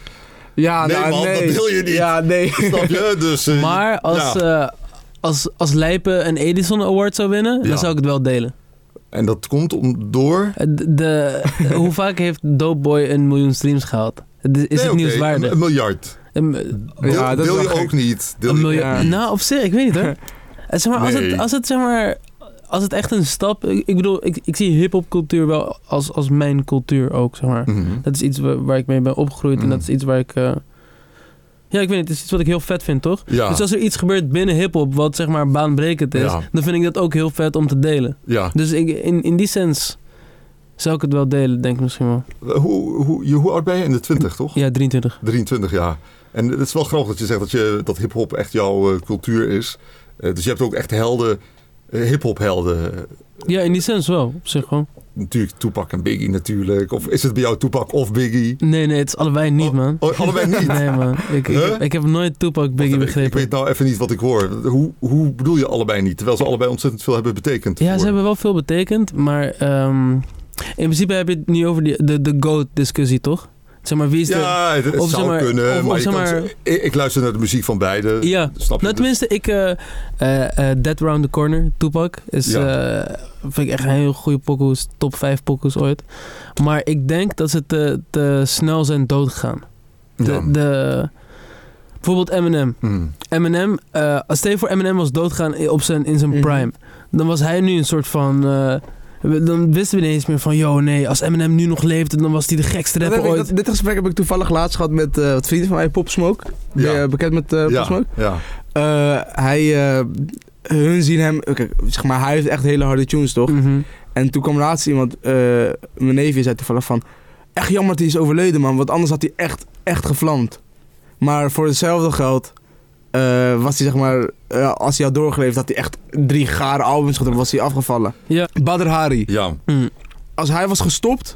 [SPEAKER 3] Ja,
[SPEAKER 4] Nee,
[SPEAKER 3] nou,
[SPEAKER 4] man,
[SPEAKER 3] nee.
[SPEAKER 4] dat wil je niet.
[SPEAKER 3] Ja, nee.
[SPEAKER 4] Snap je? Dus, uh,
[SPEAKER 2] Maar als,
[SPEAKER 4] ja.
[SPEAKER 2] uh, als, als Lijpen een Edison Award zou winnen,
[SPEAKER 4] Ja.
[SPEAKER 2] dan zou ik het wel delen.
[SPEAKER 4] En dat komt om, door...
[SPEAKER 2] Uh, De, de- hoe vaak heeft Dopeboy een miljoen streams gehaald? Het Is, is
[SPEAKER 4] Nee,
[SPEAKER 2] het
[SPEAKER 4] oké,
[SPEAKER 2] nieuwswaardig?
[SPEAKER 4] Een, een miljard.
[SPEAKER 2] Een,
[SPEAKER 4] Deel,
[SPEAKER 3] Ja, dat is
[SPEAKER 4] deel
[SPEAKER 3] wel
[SPEAKER 4] je
[SPEAKER 3] gek.
[SPEAKER 4] ook niet. Deel
[SPEAKER 2] een
[SPEAKER 4] je-
[SPEAKER 2] miljoen.
[SPEAKER 3] Ja.
[SPEAKER 2] Nou, op zich, ik weet niet hoor. Uh, zeg maar, als,
[SPEAKER 4] Nee.
[SPEAKER 2] het, als het zeg maar... Als het echt een stap... Ik, ik bedoel, ik, ik zie hiphopcultuur wel als, als mijn cultuur ook, zeg maar.
[SPEAKER 4] Mhm.
[SPEAKER 2] Dat is iets waar, waar ik mee ben opgegroeid. En
[SPEAKER 4] Mm.
[SPEAKER 2] dat is iets waar ik... uh, ja, ik weet niet. Het is iets wat ik heel vet vind, toch?
[SPEAKER 4] Ja,
[SPEAKER 2] Dus als er iets gebeurt binnen hiphop wat zeg maar baanbrekend is...
[SPEAKER 4] Ja.
[SPEAKER 2] dan vind ik dat ook heel vet om te delen.
[SPEAKER 4] ja.
[SPEAKER 2] Dus ik, in, in die sens zou ik het wel delen, denk ik misschien wel.
[SPEAKER 4] Hoe, hoe, je, hoe oud ben je? In de twintig, toch?
[SPEAKER 2] Ja, drieëntwintig.
[SPEAKER 4] drieëntwintig jaar. En het is wel grappig dat je zegt dat, je, dat hip-hop echt jouw uh, cultuur is. Uh, dus je hebt ook echt helden, uh, hip-hop helden.
[SPEAKER 2] Ja, in die sens wel, op zich gewoon.
[SPEAKER 4] Natuurlijk Tupac en Biggie natuurlijk. Of is het bij jou Tupac of Biggie?
[SPEAKER 2] Nee, nee, het is allebei niet,
[SPEAKER 4] Oh,
[SPEAKER 2] man.
[SPEAKER 4] oh, allebei niet?
[SPEAKER 2] Nee, man. Ik, ik,
[SPEAKER 4] Huh?
[SPEAKER 2] heb, ik heb nooit Tupac Biggie
[SPEAKER 4] Wacht, ik, ik
[SPEAKER 2] begrepen.
[SPEAKER 4] weet nou even niet wat ik hoor. Hoe, hoe bedoel je allebei niet? Terwijl ze allebei ontzettend veel hebben betekend.
[SPEAKER 2] Ja,
[SPEAKER 4] voor-
[SPEAKER 2] ze hebben wel veel betekend, maar um, in principe heb je het niet over die, de, de GOAT-discussie, toch? Zeg maar, wie is de...
[SPEAKER 4] Ja, het, het
[SPEAKER 2] of
[SPEAKER 4] zou
[SPEAKER 2] zeg maar-
[SPEAKER 4] kunnen.
[SPEAKER 2] of-
[SPEAKER 4] maar
[SPEAKER 2] of
[SPEAKER 4] je
[SPEAKER 2] zeg
[SPEAKER 4] kan
[SPEAKER 2] maar-
[SPEAKER 4] ze- ik, ik luister naar de muziek van beide.
[SPEAKER 2] Ja,
[SPEAKER 4] Snap je?
[SPEAKER 2] nou, tenminste, ik... Uh, uh, uh, Dead Round the Corner, Tupac, is,
[SPEAKER 4] Ja.
[SPEAKER 2] uh, vind ik echt een heel goede pokoes. Top vijf pokoes ooit. Maar ik denk dat ze te, te snel zijn doodgegaan. De,
[SPEAKER 4] Ja.
[SPEAKER 2] de, bijvoorbeeld Eminem.
[SPEAKER 4] Hmm.
[SPEAKER 2] Eminem, uh, stel je voor Eminem was doodgegaan op zijn, in zijn
[SPEAKER 3] Mhm.
[SPEAKER 2] prime. Dan was hij nu een soort van... Uh, dan wisten we niet eens meer van... Yo, nee, als Eminem nu nog leefde, dan was hij de gekste
[SPEAKER 3] Dat
[SPEAKER 2] rapper
[SPEAKER 3] heb ik-
[SPEAKER 2] ooit.
[SPEAKER 3] dat- dit gesprek heb ik toevallig laatst gehad met uh, wat vrienden van mij, Pop Smoke. Ben je
[SPEAKER 4] Ja.
[SPEAKER 3] bekend met uh, Pop
[SPEAKER 4] Ja,
[SPEAKER 3] Smoke?
[SPEAKER 4] ja.
[SPEAKER 3] Uh, hij, uh, hun zien hem, kijk, zeg maar, hij heeft echt hele harde tunes, toch?
[SPEAKER 2] Mhm.
[SPEAKER 3] En toen kwam laatst iemand, uh, mijn neefje zei toevallig van, echt jammer dat hij is overleden, man, want anders had hij echt, echt gevlamd. Maar voor hetzelfde geld uh, was hij, zeg maar, uh, als hij had doorgeleefd, had hij echt drie gare albums gedaan, was hij afgevallen.
[SPEAKER 2] Ja.
[SPEAKER 3] Badr Hari,
[SPEAKER 4] Ja.
[SPEAKER 2] Mm.
[SPEAKER 3] als hij was gestopt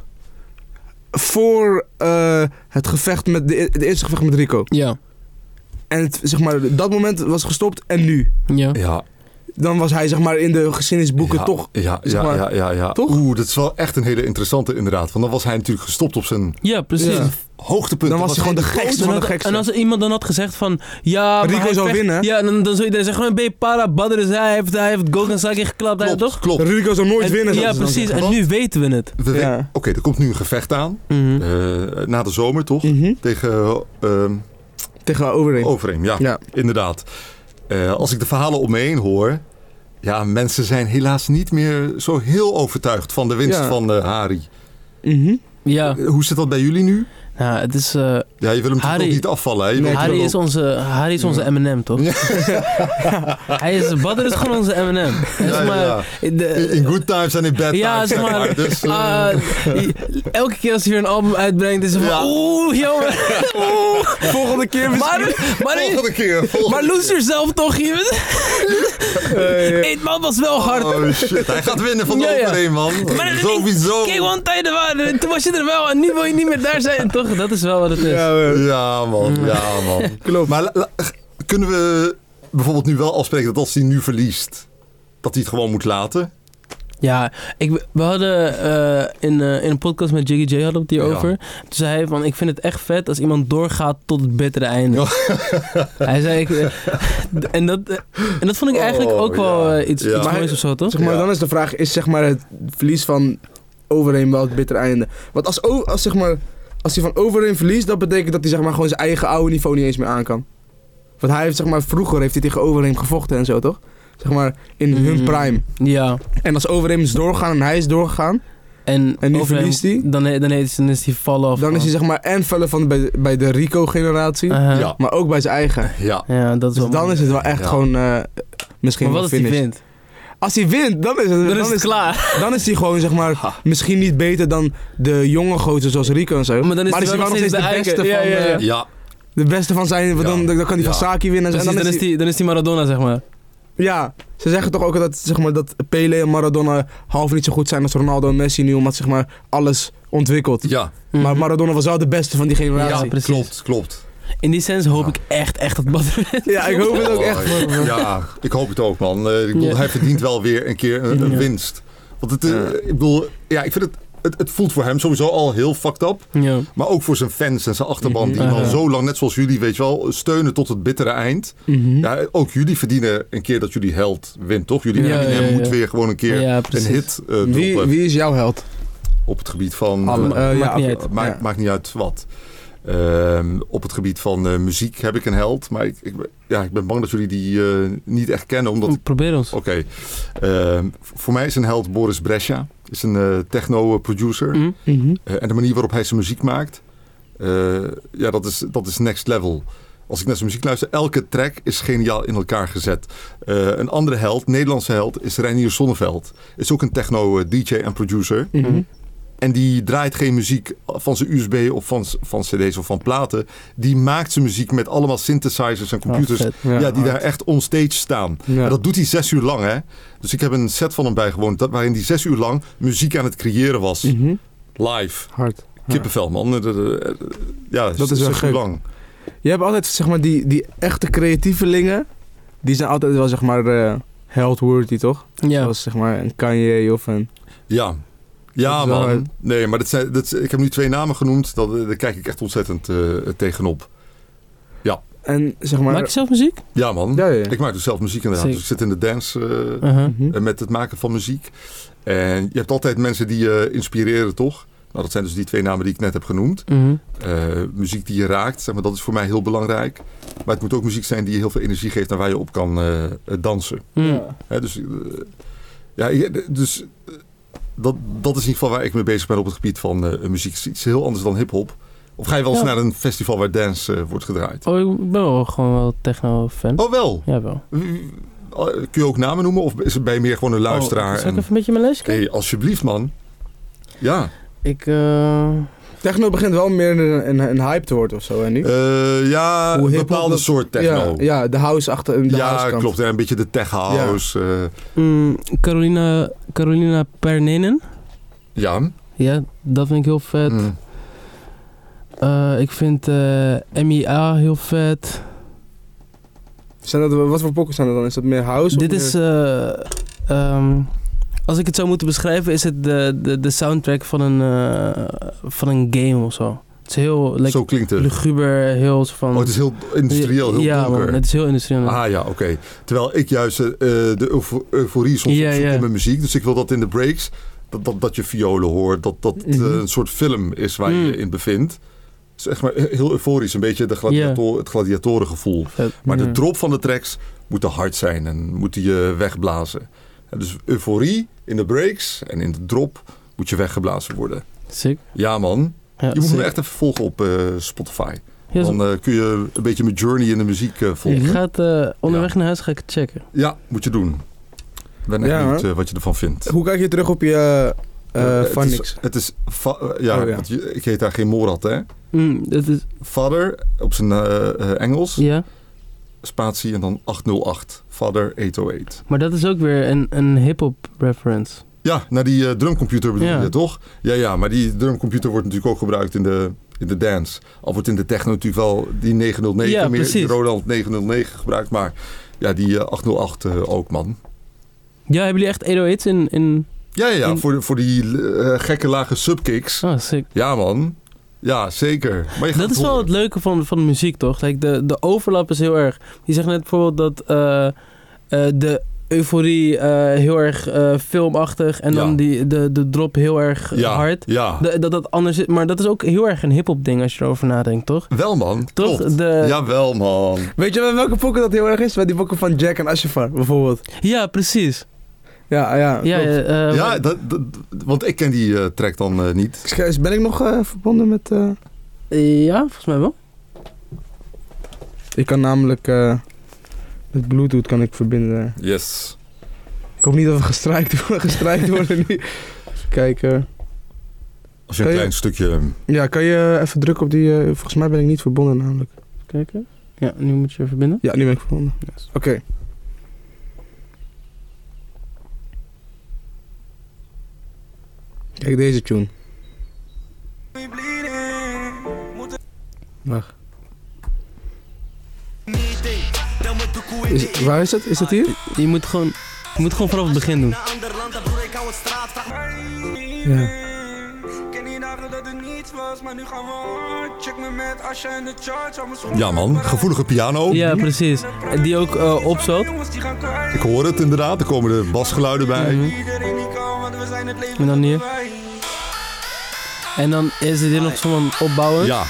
[SPEAKER 3] voor uh, het gevecht met, de, de eerste gevecht met Rico.
[SPEAKER 2] Ja.
[SPEAKER 3] En het, zeg maar, dat moment was gestopt en nu.
[SPEAKER 2] Ja.
[SPEAKER 4] Ja.
[SPEAKER 3] dan was hij zeg maar in de geschiedenisboeken
[SPEAKER 4] ja,
[SPEAKER 3] toch...
[SPEAKER 4] Ja,
[SPEAKER 3] zeg
[SPEAKER 4] ja,
[SPEAKER 3] maar,
[SPEAKER 4] ja, ja, ja.
[SPEAKER 3] toch?
[SPEAKER 4] Oeh, dat is wel echt een hele interessante inderdaad. Want dan was hij natuurlijk gestopt op zijn
[SPEAKER 2] Ja, precies.
[SPEAKER 3] Ja.
[SPEAKER 4] hoogtepunt.
[SPEAKER 3] Dan was hij gewoon de gekste
[SPEAKER 2] En,
[SPEAKER 3] van de
[SPEAKER 2] had-
[SPEAKER 3] gekste.
[SPEAKER 2] en als er iemand dan had gezegd van... Ja, maar
[SPEAKER 3] Rico
[SPEAKER 2] hij
[SPEAKER 3] zou
[SPEAKER 2] vecht-
[SPEAKER 3] winnen.
[SPEAKER 2] Ja, dan, dan zou iedereen zeggen... Ben je para, Badr is hij. Hij heeft, hij heeft Golden Saki geklapt. Hij,
[SPEAKER 4] Klopt,
[SPEAKER 2] toch?
[SPEAKER 4] klopt.
[SPEAKER 3] Rico zou nooit
[SPEAKER 2] En-
[SPEAKER 3] winnen.
[SPEAKER 2] Ja,
[SPEAKER 3] zouden ze dan
[SPEAKER 2] precies.
[SPEAKER 3] zeggen.
[SPEAKER 2] En nu weten we het.
[SPEAKER 4] We we-
[SPEAKER 3] Ja.
[SPEAKER 4] Oké, er komt nu een gevecht aan.
[SPEAKER 2] Mhm.
[SPEAKER 4] eh, na de zomer, toch?
[SPEAKER 3] Mhm.
[SPEAKER 4] Tegen uh,
[SPEAKER 3] Tegen Overeem.
[SPEAKER 4] Overeem, ja,
[SPEAKER 3] Ja.
[SPEAKER 4] inderdaad. Eh, als ik de verhalen om me heen hoor... Ja, mensen zijn helaas niet meer zo heel overtuigd van de winst
[SPEAKER 3] Ja.
[SPEAKER 4] van uh, Hari.
[SPEAKER 3] Mhm.
[SPEAKER 2] Ja,
[SPEAKER 4] Eh, Hoe zit dat bij jullie nu?
[SPEAKER 2] nou, het is... eh,
[SPEAKER 4] Ja, je wil hem natuurlijk
[SPEAKER 2] Harry-
[SPEAKER 4] ook niet afvallen. Hè? Je
[SPEAKER 3] Nee,
[SPEAKER 4] wilt
[SPEAKER 2] Harry
[SPEAKER 4] hem
[SPEAKER 2] is
[SPEAKER 4] ook-
[SPEAKER 2] onze, Harry is onze
[SPEAKER 4] Ja.
[SPEAKER 2] M en M, toch?
[SPEAKER 4] Ja.
[SPEAKER 2] Hij is, Badr is gewoon onze M en M. Hij is
[SPEAKER 4] Ja,
[SPEAKER 2] maar-
[SPEAKER 4] ja.
[SPEAKER 2] de-
[SPEAKER 4] In, in good times en in bad
[SPEAKER 2] Ja,
[SPEAKER 4] times.
[SPEAKER 2] zeg
[SPEAKER 4] zeg
[SPEAKER 2] maar.
[SPEAKER 4] Dus, eh,
[SPEAKER 2] ah, elke keer als hij weer een album uitbrengt, is het van...
[SPEAKER 4] Ja.
[SPEAKER 2] Oeh, jongen. Oeh.
[SPEAKER 3] Volgende keer
[SPEAKER 2] Maar,
[SPEAKER 3] misschien.
[SPEAKER 2] maar,
[SPEAKER 4] volgende keer. Volgende
[SPEAKER 2] maar lose yourself toch, hier.
[SPEAKER 3] Eh,
[SPEAKER 2] Eet man was wel hard.
[SPEAKER 4] Oh shit, hij gaat winnen van de
[SPEAKER 2] Ja, ja.
[SPEAKER 4] Overeem, man.
[SPEAKER 2] Maar-
[SPEAKER 4] Sowieso.
[SPEAKER 2] Kijk, want tijden waren. Toen was je er wel en nu wil je niet meer daar zijn. Toch, dat is wel wat het is.
[SPEAKER 3] ja, eh,
[SPEAKER 4] Ja, man. Ja, man.
[SPEAKER 3] klopt.
[SPEAKER 4] Maar la- la- kunnen we bijvoorbeeld nu wel afspreken dat als hij nu verliest, dat hij het gewoon moet laten?
[SPEAKER 2] Ja, ik, we hadden eh, in, eh, in een podcast met Jiggy J hadden we het hierover.
[SPEAKER 4] Ja.
[SPEAKER 2] Toen zei hij van, ik vind het echt vet als iemand doorgaat tot het bittere einde.
[SPEAKER 4] Ja.
[SPEAKER 2] Hij zei, ik, eh, en, dat, eh, en dat vond ik eigenlijk
[SPEAKER 4] Oh,
[SPEAKER 2] ook wel
[SPEAKER 4] ja.
[SPEAKER 2] eh, iets,
[SPEAKER 4] Ja.
[SPEAKER 2] iets
[SPEAKER 3] Maar-
[SPEAKER 2] moois of zo, toch?
[SPEAKER 3] Zeg maar,
[SPEAKER 4] Ja.
[SPEAKER 3] dan is de vraag, is zeg maar het verlies van Overeem wel het bitter einde? Want als, O- als, zeg maar, als hij van Overeem verliest, dat betekent dat hij zeg maar, gewoon zijn eigen oude niveau niet eens meer aan kan. Want hij heeft, zeg maar, vroeger heeft hij tegen Overeem gevochten en zo, toch? Zeg maar, in hun
[SPEAKER 2] Mhm.
[SPEAKER 3] prime.
[SPEAKER 2] Ja.
[SPEAKER 3] En als Overeem is doorgegaan en hij is doorgegaan,
[SPEAKER 2] En,
[SPEAKER 3] En nu
[SPEAKER 2] over hem-
[SPEAKER 3] verliest hij?
[SPEAKER 2] Dan, he- dan, is, dan is hij vallen of
[SPEAKER 3] dan is hij zeg maar en vallen van bij, bij de Rico-generatie,
[SPEAKER 2] Uh-huh.
[SPEAKER 4] Ja.
[SPEAKER 3] maar ook bij zijn eigen.
[SPEAKER 4] Ja.
[SPEAKER 2] Ja, dat is
[SPEAKER 3] Dus
[SPEAKER 2] wel
[SPEAKER 3] dan is het wel echt
[SPEAKER 4] Ja.
[SPEAKER 3] gewoon eh, misschien
[SPEAKER 2] Maar
[SPEAKER 3] wel
[SPEAKER 2] wat als hij
[SPEAKER 3] finish.
[SPEAKER 2] wint?
[SPEAKER 3] Als hij wint, dan is het,
[SPEAKER 2] Dan is het klaar.
[SPEAKER 3] dan is hij gewoon zeg maar misschien niet beter dan de jonge gozer zoals Rico en zo.
[SPEAKER 2] Maar dan is hij wel nog steeds
[SPEAKER 3] de
[SPEAKER 2] de
[SPEAKER 3] beste
[SPEAKER 2] eigen. Ja,
[SPEAKER 3] van
[SPEAKER 2] ja, ja.
[SPEAKER 3] eh,
[SPEAKER 4] Ja.
[SPEAKER 3] de beste van zijn. Dan, dan, dan kan hij
[SPEAKER 4] Ja.
[SPEAKER 3] van Saki winnen.
[SPEAKER 2] Precies,
[SPEAKER 3] en
[SPEAKER 2] dan,
[SPEAKER 3] dan
[SPEAKER 2] is
[SPEAKER 3] is hij,
[SPEAKER 2] die, dan is die Maradona, zeg maar.
[SPEAKER 3] ja, ze zeggen toch ook dat zeg maar dat Pele en Maradona half niet zo goed zijn als Ronaldo en Messi nu, omdat zeg maar alles ontwikkelt.
[SPEAKER 4] Ja.
[SPEAKER 3] Maar
[SPEAKER 2] Mhm.
[SPEAKER 3] Maradona was wel de beste van die generatie.
[SPEAKER 4] Ja,
[SPEAKER 2] precies.
[SPEAKER 4] klopt, klopt.
[SPEAKER 2] In die sens hoop
[SPEAKER 4] Ja.
[SPEAKER 2] ik echt, echt dat Badr wint.
[SPEAKER 3] Ja, ik hoop het ook echt.
[SPEAKER 4] Oh,
[SPEAKER 3] man.
[SPEAKER 4] ja, ik hoop het ook, man. Eh, ik bedoel,
[SPEAKER 2] Ja.
[SPEAKER 4] hij verdient wel weer een keer een, een
[SPEAKER 2] Ja.
[SPEAKER 4] winst. Want het, eh,
[SPEAKER 3] Ja.
[SPEAKER 4] ik bedoel, ja, ik vind het, het, het voelt voor hem sowieso al heel fucked up.
[SPEAKER 2] Ja.
[SPEAKER 4] Maar ook voor zijn fans en zijn achterban, die
[SPEAKER 2] Mhm.
[SPEAKER 4] hem al
[SPEAKER 2] Ja.
[SPEAKER 4] zo lang, net zoals jullie, weet je wel, steunen tot het bittere eind.
[SPEAKER 3] Mhm.
[SPEAKER 4] Ja, ook jullie verdienen een keer dat jullie held wint, toch? Jullie
[SPEAKER 2] Ja,
[SPEAKER 4] Eminem
[SPEAKER 2] ja, ja.
[SPEAKER 4] moet weer gewoon een keer
[SPEAKER 2] Ja,
[SPEAKER 4] een
[SPEAKER 2] precies.
[SPEAKER 4] hit eh droppen
[SPEAKER 3] wie, wie is jouw held?
[SPEAKER 4] op het gebied van...
[SPEAKER 3] Alle-
[SPEAKER 4] eh,
[SPEAKER 3] eh,
[SPEAKER 2] maakt
[SPEAKER 3] ja,
[SPEAKER 2] niet
[SPEAKER 3] oké.
[SPEAKER 2] uit.
[SPEAKER 4] maakt,
[SPEAKER 3] Ja.
[SPEAKER 4] maakt niet uit wat. Ehm, op het gebied van eh, muziek heb ik een held. Maar ik, ik, ja, ik ben bang dat jullie die eh, niet echt kennen. Omdat ik-
[SPEAKER 2] Probeer ons.
[SPEAKER 4] Oké. Ehm, v- voor mij is een held Boris Brejcha. Is een eh, techno-producer.
[SPEAKER 2] Mhm.
[SPEAKER 3] Mhm.
[SPEAKER 4] Eh, en de manier waarop hij zijn muziek maakt. eh, ja, dat is, dat is next level. Als ik naar zijn muziek luister, elke track is geniaal in elkaar gezet. Eh, een andere held, Nederlandse held, is Reinier Zonneveld. Is ook een techno-D J en producer.
[SPEAKER 3] Mhm.
[SPEAKER 4] En die draait geen muziek van zijn U S B of van, van cd's of van platen. Die maakt zijn muziek met allemaal synthesizers en computers.
[SPEAKER 2] Ah, vet.
[SPEAKER 4] ja, die
[SPEAKER 3] hard.
[SPEAKER 4] daar echt onstage staan.
[SPEAKER 3] Ja.
[SPEAKER 4] En dat doet hij zes uur lang, hè. Dus ik heb een set van hem bijgewoond dat- waarin hij zes uur lang muziek aan het creëren was.
[SPEAKER 3] Mhm.
[SPEAKER 4] Live.
[SPEAKER 3] Hard. Ja.
[SPEAKER 4] Kippenvel, man. De- de- de- Ja,
[SPEAKER 3] Dat is wel
[SPEAKER 4] zes uur
[SPEAKER 3] gek.
[SPEAKER 4] lang.
[SPEAKER 3] Je hebt altijd zeg maar die, die echte creatievelingen. Die zijn altijd wel zeg maar eh held-worthy, toch?
[SPEAKER 2] Ja.
[SPEAKER 3] Zoals zeg maar een Kanye of een...
[SPEAKER 4] Ja. Ja,
[SPEAKER 3] Dat is wel
[SPEAKER 4] man.
[SPEAKER 3] hard.
[SPEAKER 4] Nee, maar dat zijn, dat, ik heb nu twee namen genoemd. Dat, daar kijk ik echt ontzettend eh, tegenop.
[SPEAKER 3] En zeg maar...
[SPEAKER 2] Maak je zelf muziek?
[SPEAKER 4] Ja, man.
[SPEAKER 3] Ja, ja, ja.
[SPEAKER 4] Ik maak dus zelf muziek inderdaad.
[SPEAKER 2] Zeker.
[SPEAKER 4] Dus ik zit in de dance eh,
[SPEAKER 2] Uh-huh.
[SPEAKER 3] Mhm.
[SPEAKER 4] eh, met het maken van muziek. En je hebt altijd mensen die je inspireren, toch? Nou, dat zijn dus die twee namen die ik net heb genoemd.
[SPEAKER 2] Mhm.
[SPEAKER 4] Eh, muziek die je raakt, zeg maar, dat is voor mij heel belangrijk. Maar het moet ook muziek zijn die je heel veel energie geeft en waar je op kan eh, eh, dansen.
[SPEAKER 2] Mhm.
[SPEAKER 4] Hè, dus eh, ja, ik- dus eh, dat, dat is in ieder geval waar ik mee bezig ben op het gebied van eh, muziek. Het is iets heel anders dan hip-hop. Of ga je wel eens
[SPEAKER 2] Ja.
[SPEAKER 4] naar een festival waar dance eh, wordt gedraaid?
[SPEAKER 2] Oh, ik ben wel gewoon wel techno-fan.
[SPEAKER 4] Oh, wel.
[SPEAKER 2] Ja, wel.
[SPEAKER 4] Kun je ook namen noemen? Of is het bij je meer gewoon een luisteraar?
[SPEAKER 2] Oh, zal ik
[SPEAKER 4] en...
[SPEAKER 2] even een beetje mijn lijstje kijken?
[SPEAKER 4] Hey, alsjeblieft, man. Ja.
[SPEAKER 2] Ik, eh...
[SPEAKER 3] Techno begint wel meer een, een, een hype te worden of zo, hè, nu?
[SPEAKER 4] Eh, ja,
[SPEAKER 3] Hoe
[SPEAKER 4] een
[SPEAKER 3] hip-hop
[SPEAKER 4] bepaalde
[SPEAKER 3] dat-
[SPEAKER 4] soort techno.
[SPEAKER 3] Ja, ja, de house achter de
[SPEAKER 4] Ja,
[SPEAKER 3] house
[SPEAKER 4] klopt. Ja, een beetje de tech house. Ja.
[SPEAKER 2] mm, Carolina, Carolina Pernenen.
[SPEAKER 4] ja.
[SPEAKER 2] Ja, dat vind ik heel vet.
[SPEAKER 4] Mm.
[SPEAKER 2] Eh, ik vind eh, M I A heel vet.
[SPEAKER 3] Zijn dat, wat voor pokken zijn er dan? Is dat meer house?
[SPEAKER 1] Dit
[SPEAKER 3] of
[SPEAKER 1] is...
[SPEAKER 3] meer...
[SPEAKER 1] Uh, um, als ik het zou moeten beschrijven, is het de, de, de soundtrack van een, uh, van een game of zo. Het is heel like,
[SPEAKER 4] Zo klinkt het.
[SPEAKER 1] luguber, heel van...
[SPEAKER 4] Oh, het is heel industrieel, heel
[SPEAKER 1] ja,
[SPEAKER 4] donker.
[SPEAKER 1] Man, het is heel industrieel.
[SPEAKER 4] Ah ja, oké. Okay. Terwijl ik juist uh, de eufo- euforie soms
[SPEAKER 1] ja,
[SPEAKER 4] opzoek
[SPEAKER 1] ja.
[SPEAKER 4] in mijn muziek. Dus ik wil dat in de breaks, dat, dat, dat je violen hoort. Dat dat uh,
[SPEAKER 3] Mm-hmm.
[SPEAKER 4] een soort film is waar je
[SPEAKER 1] Mm.
[SPEAKER 4] je in bevindt. Het is echt maar heel euforisch. Een beetje de gladiator, het gladiatorengevoel.
[SPEAKER 1] Vet.
[SPEAKER 4] Maar
[SPEAKER 1] Ja.
[SPEAKER 4] de drop van de tracks moet te hard zijn en moet je wegblazen. En dus euforie in de breaks en in de drop moet je weggeblazen worden.
[SPEAKER 1] Sick.
[SPEAKER 4] Ja man,
[SPEAKER 1] Ja,
[SPEAKER 4] je moet
[SPEAKER 1] sick.
[SPEAKER 4] me echt even volgen op uh, Spotify.
[SPEAKER 1] Ja, zo-
[SPEAKER 4] Dan uh, kun je een beetje mijn journey in de muziek uh, volgen.
[SPEAKER 1] ik ga het, uh, onderweg
[SPEAKER 4] Ja.
[SPEAKER 1] naar huis ga ik het checken.
[SPEAKER 4] Ja, moet je doen. Ik ben echt
[SPEAKER 3] Ja,
[SPEAKER 4] benieuwd
[SPEAKER 3] hoor.
[SPEAKER 4] uh, wat je ervan vindt.
[SPEAKER 3] Hoe kijk je terug op je uh,
[SPEAKER 4] Uh,
[SPEAKER 3] uh,
[SPEAKER 4] het
[SPEAKER 3] Phonics?
[SPEAKER 4] is, het is va- uh, ja,
[SPEAKER 3] Oh, ja.
[SPEAKER 4] want je, ik heet daar geen Morad, hè?
[SPEAKER 1] Mm, dat is...
[SPEAKER 4] Father op zijn uh, uh, Engels,
[SPEAKER 1] Ja,
[SPEAKER 4] spatie en dan achthonderdacht. Father achthonderdacht.
[SPEAKER 1] maar dat is ook weer een, een hip-hop reference.
[SPEAKER 4] Ja, naar die uh, drumcomputer bedoel
[SPEAKER 1] Ja.
[SPEAKER 4] je, toch? Ja, ja, maar die drumcomputer wordt natuurlijk ook gebruikt in de, in de dance. Al wordt in de techno natuurlijk wel die negenhonderdnegen
[SPEAKER 1] Ja,
[SPEAKER 4] meer, die
[SPEAKER 1] precies.
[SPEAKER 4] Roland negenhonderdnegen gebruikt, maar ja, die uh, achthonderdacht uh, ook, man.
[SPEAKER 1] Ja, hebben jullie echt honderdachts in... in...
[SPEAKER 4] Ja, ja, ja
[SPEAKER 1] In-
[SPEAKER 4] voor, de, voor die uh, gekke lage subkicks.
[SPEAKER 1] Oh, sick.
[SPEAKER 4] Ja, man. Ja, zeker. Maar je gaat
[SPEAKER 1] Dat is wel
[SPEAKER 4] horen.
[SPEAKER 1] het leuke van, van de muziek, toch? Like de, de overlap is heel erg... Je zegt net bijvoorbeeld dat uh, uh, de euforie uh, heel erg uh, filmachtig... en
[SPEAKER 4] Ja.
[SPEAKER 1] dan die, de, de drop heel erg
[SPEAKER 4] ja,
[SPEAKER 1] hard.
[SPEAKER 4] Ja,
[SPEAKER 1] De, dat dat anders is. Maar dat is ook heel erg een hip-hop ding als je erover nadenkt, toch?
[SPEAKER 4] wel man.
[SPEAKER 1] Toch?
[SPEAKER 4] Klopt.
[SPEAKER 1] De...
[SPEAKER 4] Jawel man.
[SPEAKER 3] Weet je bij welke pokken dat heel erg is? Bij die pokken van Jack en Ashafar, bijvoorbeeld.
[SPEAKER 1] Ja, precies.
[SPEAKER 3] Ja, ja.
[SPEAKER 1] Ja,
[SPEAKER 3] klopt.
[SPEAKER 1] uh,
[SPEAKER 4] Ja, dat, dat- want ik ken die uh, track dan uh, niet.
[SPEAKER 3] Is- Ben ik nog uh, verbonden met... Uh...
[SPEAKER 1] ja, volgens mij wel.
[SPEAKER 3] Ik kan namelijk... Uh, met Bluetooth kan ik verbinden.
[SPEAKER 4] Yes.
[SPEAKER 3] Ik hoop niet dat we gestrikt worden, gestrikt worden nu. Kijken.
[SPEAKER 4] Als je een
[SPEAKER 3] Kan je-
[SPEAKER 4] klein stukje...
[SPEAKER 3] Ja, kan je even drukken op die... Uh, volgens mij ben ik niet verbonden namelijk.
[SPEAKER 1] Kijken. Ja, nu moet je verbinden.
[SPEAKER 3] Ja, nu ben ik verbonden.
[SPEAKER 1] Yes.
[SPEAKER 3] Oké. Okay. Kijk deze tune. Wacht. Is, waar is het? Is het hier?
[SPEAKER 1] Je moet gewoon, je moet gewoon vanaf het begin doen.
[SPEAKER 3] Ja.
[SPEAKER 4] Ja man, gevoelige piano.
[SPEAKER 1] Ja, precies. En die ook uh, opzat.
[SPEAKER 4] Ik hoor het inderdaad. Er komen de basgeluiden bij.
[SPEAKER 1] Mhm. En dan hier. En dan is het hier nog zo'n opbouwen.
[SPEAKER 4] Ja.